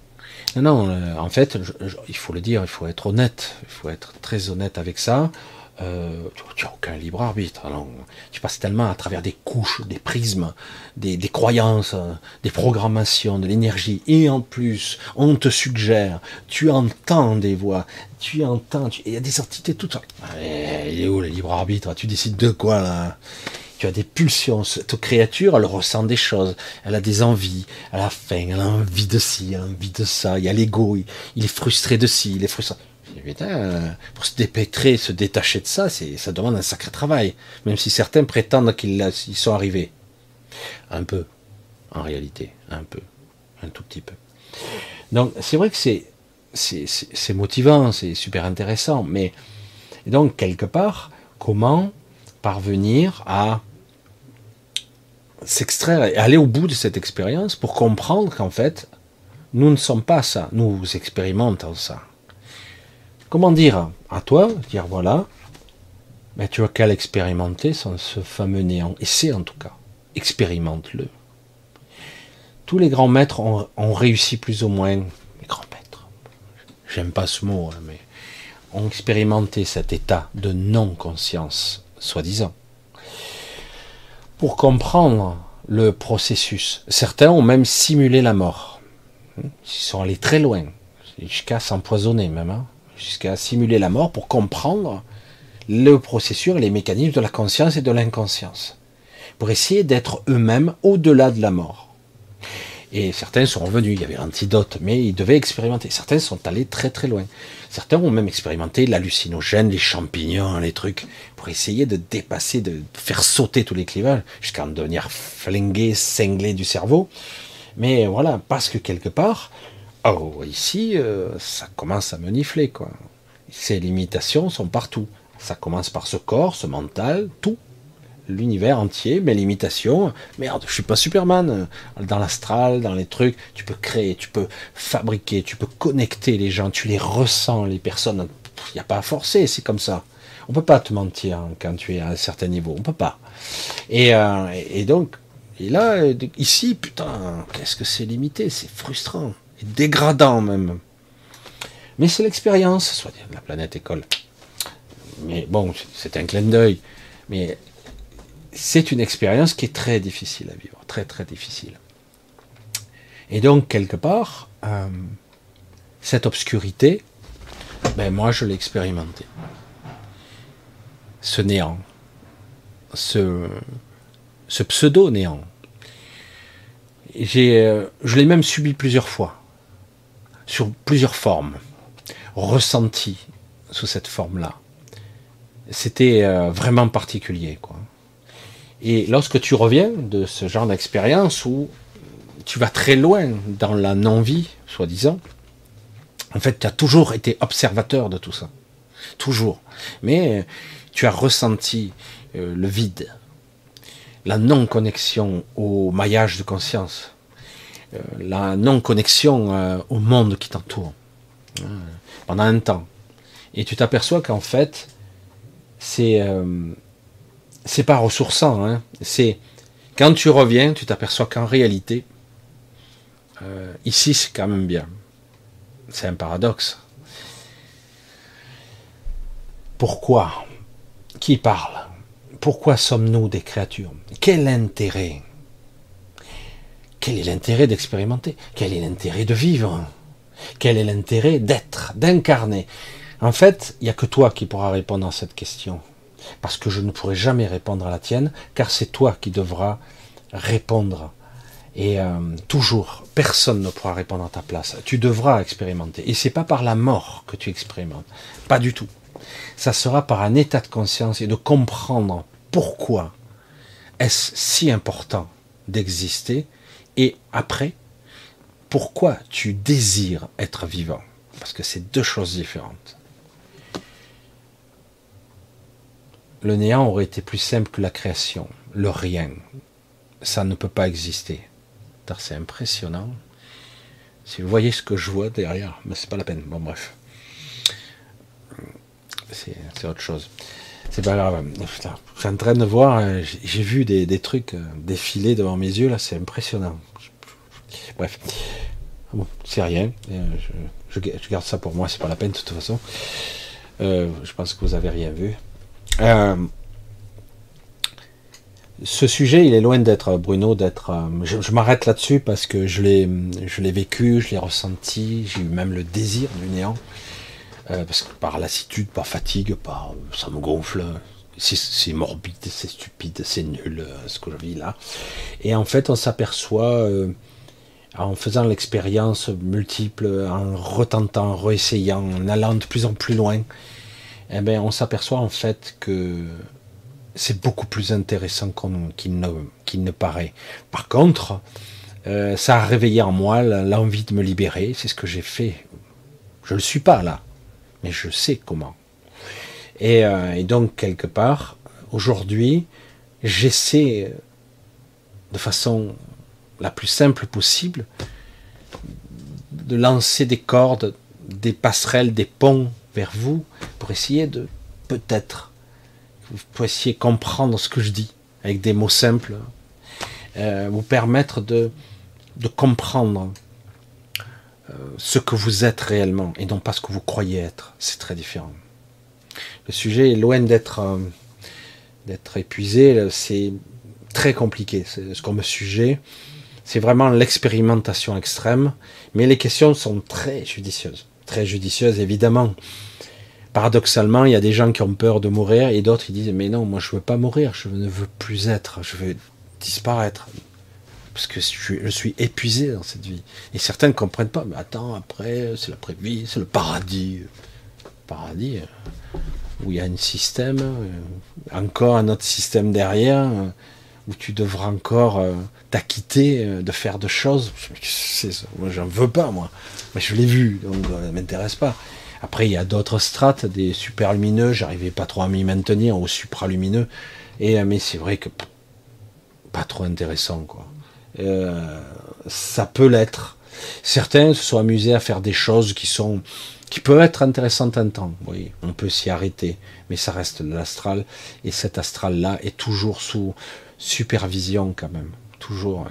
Non, non, euh, en fait, je, je, il faut le dire, il faut être honnête, il faut être très honnête avec ça. euh, tu n'as aucun libre arbitre. Alors, tu passes tellement à travers des couches, des prismes, des, des croyances, des programmations, de l'énergie, et en plus, on te suggère, tu entends des voix, tu entends, tu, il y a des entités toutes. Eh, il est où le libre arbitre? Tu décides de quoi là? Tu as des pulsions. Cette créature, elle ressent des choses. Elle a des envies. Elle a faim. Elle a envie de ci, elle a envie de ça. Il y a l'ego. Il, il est frustré de ci, il est frustré. Putain, pour se dépêtrer, se détacher de ça, c'est, ça demande un sacré travail. Même si certains prétendent qu'ils y sont arrivés. Un peu. En réalité. Un peu. Un tout petit peu. Donc, c'est vrai que c'est, c'est, c'est, c'est motivant. C'est super intéressant. Mais, et donc, quelque part, comment parvenir à s'extraire et aller au bout de cette expérience pour comprendre qu'en fait, nous ne sommes pas ça, nous expérimentons ça. Comment dire à toi, dire voilà, ben tu as qu'à l'expérimenter sans ce fameux néant. Essaie en tout cas, expérimente-le. Tous les grands maîtres ont, ont réussi plus ou moins, les grands maîtres, j'aime pas ce mot, hein, mais ont expérimenté cet état de non-conscience, soi-disant, pour comprendre le processus. Certains ont même simulé la mort. Ils sont allés très loin, jusqu'à s'empoisonner même, hein, jusqu'à simuler la mort pour comprendre le processus et les mécanismes de la conscience et de l'inconscience, pour essayer d'être eux-mêmes au-delà de la mort. Et certains sont revenus, il y avait l'antidote, mais ils devaient expérimenter. Certains sont allés très très loin. Certains ont même expérimenté l'hallucinogène, les champignons, les trucs, pour essayer de dépasser, de faire sauter tous les clivages, jusqu'à en devenir flingué, cinglé du cerveau. Mais voilà, parce que quelque part, oh, ici, euh, ça commence à me nifler, quoi. Ces limitations sont partout. Ça commence par ce corps, ce mental, tout. L'univers entier, mes limitations. Merde, je suis pas Superman. Dans l'astral, dans les trucs, tu peux créer, tu peux fabriquer, tu peux connecter les gens, tu les ressens, les personnes. Il n'y a pas à forcer, c'est comme ça. On peut pas te mentir quand tu es à un certain niveau, on peut pas. Et, euh, et donc, et là, ici, putain, qu'est-ce que c'est limité, c'est frustrant, et dégradant même. Mais c'est l'expérience, soit la planète école. Mais bon, c'est un clin d'œil. Mais c'est une expérience qui est très difficile à vivre, très très difficile. Et donc, quelque part, euh, cette obscurité, ben moi je l'ai expérimenté. Ce néant, ce, ce pseudo-néant. J'ai, euh, je l'ai même subi plusieurs fois, sur plusieurs formes, ressenti sous cette forme-là. C'était euh, vraiment particulier, quoi. Et lorsque tu reviens de ce genre d'expérience où tu vas très loin dans la non-vie, soi-disant, en fait, tu as toujours été observateur de tout ça. Toujours. Mais tu as ressenti euh, le vide, la non-connexion au maillage de conscience, euh, la non-connexion euh, au monde qui t'entoure, euh, pendant un temps. Et tu t'aperçois qu'en fait, c'est... Euh, c'est pas ressourçant, hein. C'est quand tu reviens, tu t'aperçois qu'en réalité, euh, ici c'est quand même bien. C'est un paradoxe. Pourquoi? Qui parle? Pourquoi sommes-nous des créatures? Quel intérêt? Quel est l'intérêt d'expérimenter? Quel est l'intérêt de vivre? Quel est l'intérêt d'être, d'incarner? En fait, il n'y a que toi qui pourras répondre à cette question. Parce que je ne pourrai jamais répondre à la tienne, car c'est toi qui devras répondre. Et euh, toujours, personne ne pourra répondre à ta place. Tu devras expérimenter. Et c'est pas par la mort que tu expérimentes. Pas du tout. Ça sera par un état de conscience et de comprendre pourquoi est-ce si important d'exister. Et après, pourquoi tu désires être vivant. Parce que c'est deux choses différentes. Le néant aurait été plus simple que la création. Le rien. Ça ne peut pas exister. C'est impressionnant. Si vous voyez ce que je vois derrière, mais c'est pas la peine. Bon, bref. C'est, c'est autre chose. C'est pas grave. Putain, je suis en train de voir, j'ai vu des, des trucs défiler devant mes yeux, là, c'est impressionnant. Bref. Bon, c'est rien. Je, je, je garde ça pour moi, c'est pas la peine de toute façon. Euh, je pense que vous avez rien vu. Euh, ce sujet, il est loin d'être, Bruno, d'être... Euh, je, je m'arrête là-dessus parce que je l'ai, je l'ai vécu, je l'ai ressenti, j'ai eu même le désir du néant. Euh, parce que par lassitude, par fatigue, par... ça me gonfle. C'est, c'est morbide, c'est stupide, c'est nul euh, ce que je vis là. Et en fait, on s'aperçoit, euh, en faisant l'expérience multiple, en retentant, en réessayant, en allant de plus en plus loin, eh ben, on s'aperçoit en fait que c'est beaucoup plus intéressant qu'on, qu'il, ne, qu'il ne paraît. Par contre, euh, ça a réveillé en moi l'envie de me libérer. C'est ce que j'ai fait. Je ne le suis pas là, mais je sais comment. Et, euh, et donc, quelque part, aujourd'hui, j'essaie de façon la plus simple possible de lancer des cordes, des passerelles, des ponts vers vous pour essayer de, peut-être, pour essayer de comprendre ce que je dis avec des mots simples, euh, vous permettre de, de comprendre euh, ce que vous êtes réellement et non pas ce que vous croyez être. C'est très différent. Le sujet est loin d'être euh, d'être épuisé, c'est très compliqué. C'est, ce comme sujet, c'est vraiment l'expérimentation extrême, mais les questions sont très judicieuses. Très judicieuses, évidemment. Paradoxalement, il y a des gens qui ont peur de mourir et d'autres qui disent mais non, moi je veux pas mourir, je ne veux plus être, je veux disparaître. Parce que je suis, je suis épuisé dans cette vie. Et certains ne comprennent pas, mais attends, après, c'est l'après-vie, c'est le paradis. Le paradis, où il y a un système, encore un autre système derrière, où tu devras encore t'acquitter de faire de choses. C'est ça. Moi, j'en veux pas, moi. Mais je l'ai vu, donc ça ne m'intéresse pas. Après, il y a d'autres strates, des super lumineux, j'arrivais pas trop à m'y maintenir, aux supralumineux. Et, mais c'est vrai que pas trop intéressant, quoi. Euh, ça peut l'être. Certains se sont amusés à faire des choses qui sont qui peuvent être intéressantes un temps. Oui, on peut s'y arrêter, mais ça reste de l'astral, et cet astral-là est toujours sous supervision quand même. Toujours.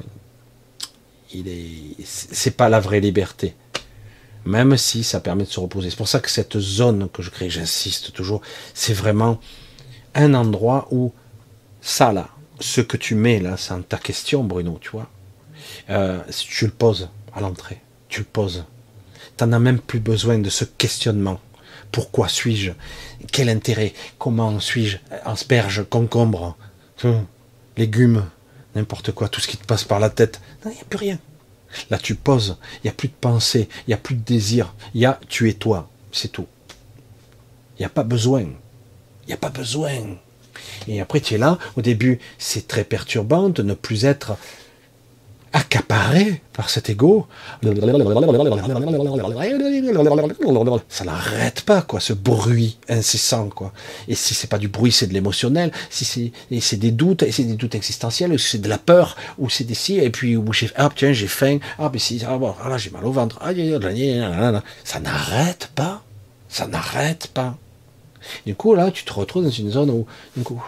Il est, c'est pas la vraie liberté. Même si ça permet de se reposer. C'est pour ça que cette zone que je crée, j'insiste toujours, c'est vraiment un endroit où ça là, ce que tu mets là, c'est ta question, Bruno, tu vois. Euh, si tu le poses à l'entrée, tu le poses. Tu n'en as même plus besoin de ce questionnement. Pourquoi suis-je? Quel intérêt? Comment suis-je? Asperge, concombre, hum, légumes, n'importe quoi, tout ce qui te passe par la tête. Non, il n'y a plus rien. Là, tu poses, il n'y a plus de pensée, il n'y a plus de désir. Il y a tu es toi, c'est tout. Il n'y a pas besoin. Il n'y a pas besoin. Et après, tu es là. Au début, c'est très perturbant de ne plus être accaparé par cet ego. Ça n'arrête pas, quoi, ce bruit incessant, quoi. Et si c'est pas du bruit, c'est de l'émotionnel. Si c'est, et c'est des doutes, et c'est des doutes existentiels, ou c'est de la peur, ou c'est des si, et puis où j'ai, ah tiens, j'ai faim, ah mais si, ah bon, ah là j'ai mal au ventre, ah, ça n'arrête pas, ça n'arrête pas. Du coup là, tu te retrouves dans une zone où, du coup,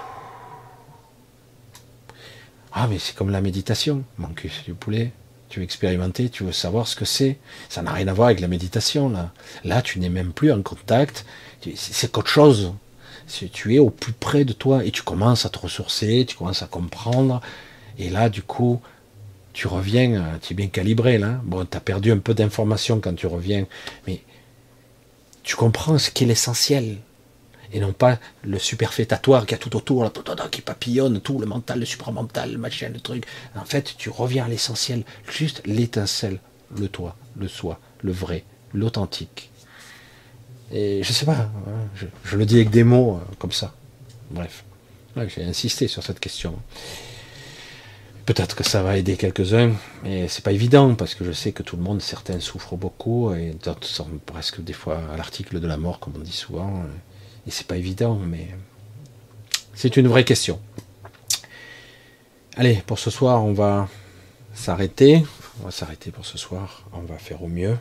ah, mais c'est comme la méditation. Mon cul, c'est du poulet. Tu veux expérimenter, tu veux savoir ce que c'est. Ça n'a rien à voir avec la méditation, là. Là, tu n'es même plus en contact. C'est qu'autre chose. Tu es au plus près de toi et tu commences à te ressourcer, tu commences à comprendre. Et là, du coup, tu reviens, tu es bien calibré, là. Bon, tu as perdu un peu d'informations quand tu reviens, mais tu comprends ce qui est l'essentiel. Et non pas le superfétatoire qui a tout autour, là, qui papillonne, tout, le mental, le supramental, le machin, le truc. En fait, tu reviens à l'essentiel, juste l'étincelle, le toi, le soi, le vrai, l'authentique. Et je sais pas, je, je le dis avec des mots euh, comme ça. Bref, ouais, j'ai insisté sur cette question. Peut-être que ça va aider quelques-uns, mais c'est pas évident, parce que je sais que tout le monde, certains souffrent beaucoup, et d'autres sont presque des fois à l'article de la mort, comme on dit souvent. Et c'est pas évident, mais c'est une vraie question. Allez, pour ce soir, on va s'arrêter. On va s'arrêter pour ce soir. On va faire au mieux.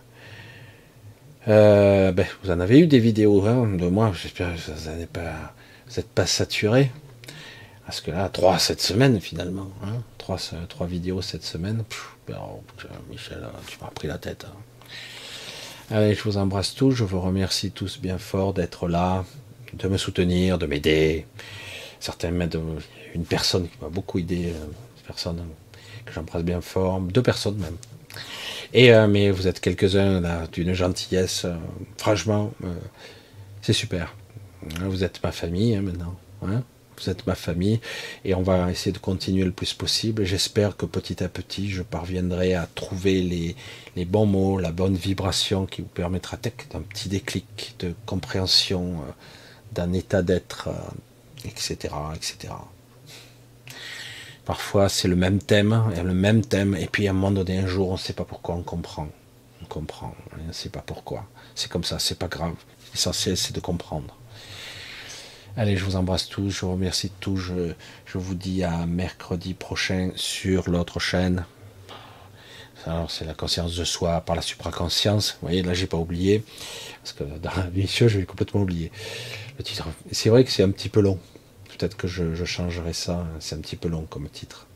Euh, ben, vous en avez eu des vidéos hein, de moi. J'espère que vous n'êtes pas, vous n'êtes pas saturés. Parce que là, trois cette semaine finalement. Hein, trois, trois vidéos cette semaine. Pff, ben, oh, Michel, tu m'as pris la tête. Hein. Allez, je vous embrasse tous. Je vous remercie tous bien fort d'être là, de me soutenir, de m'aider. Certains m'aident. Une personne qui m'a beaucoup aidé, une personne que j'embrasse bien fort, deux personnes même. Et euh, mais vous êtes quelques-uns là d'une gentillesse, euh, franchement, euh, c'est super. Vous êtes ma famille hein, maintenant. Hein, vous êtes ma famille et on va essayer de continuer le plus possible. J'espère que petit à petit, je parviendrai à trouver les, les bons mots, la bonne vibration qui vous permettra d'un petit déclic de compréhension, euh, d'un état d'être, euh, et cetera, et cetera. Parfois, c'est le même thème, le même thème, et puis à un moment donné, un jour, on ne sait pas pourquoi, on comprend. On comprend, on ne sait pas pourquoi. C'est comme ça, c'est pas grave. L'essentiel, c'est de comprendre. Allez, je vous embrasse tous, je vous remercie de tout. Je, je vous dis à mercredi prochain sur l'autre chaîne. Alors, c'est la conscience de soi par la supraconscience. Vous voyez, là, j'ai pas oublié. Parce que dans la mission, je vais complètement oublier le titre. C'est vrai que c'est un petit peu long. Peut-être que je, je changerai ça. C'est un petit peu long comme titre.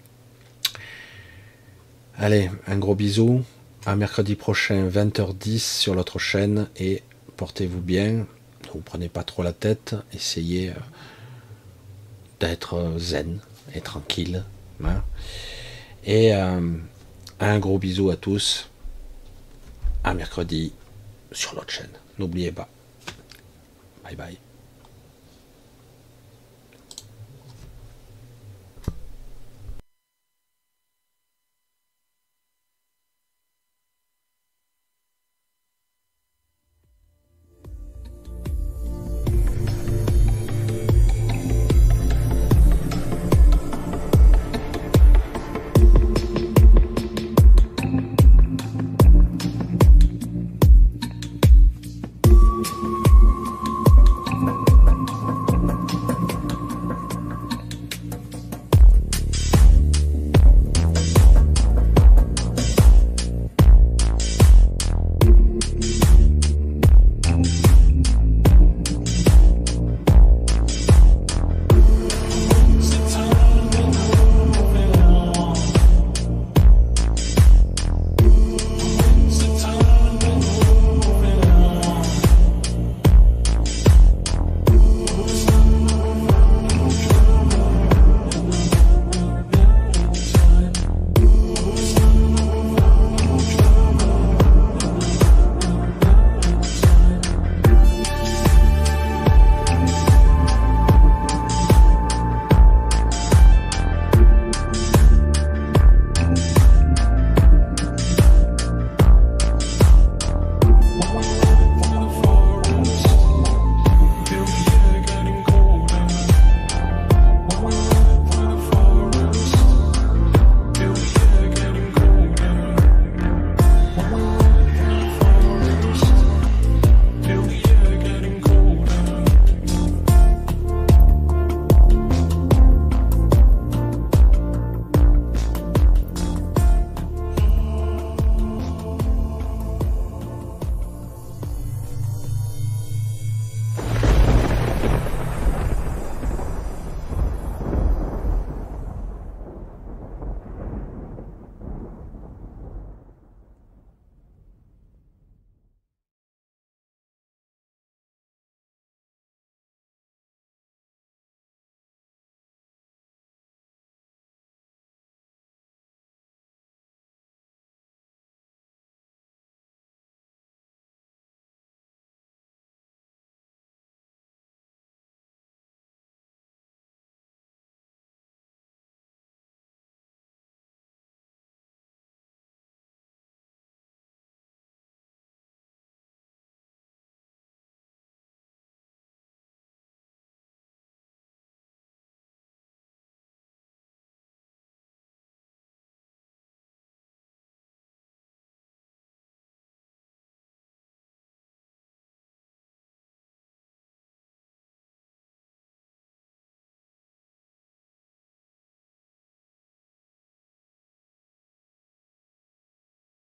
Allez, un gros bisou. À mercredi prochain, vingt heures dix sur l'autre chaîne. Et portez-vous bien. Ne vous prenez pas trop la tête. Essayez d'être zen et tranquille. Hein. Et euh, un gros bisou à tous. À mercredi sur l'autre chaîne. N'oubliez pas. Bye bye.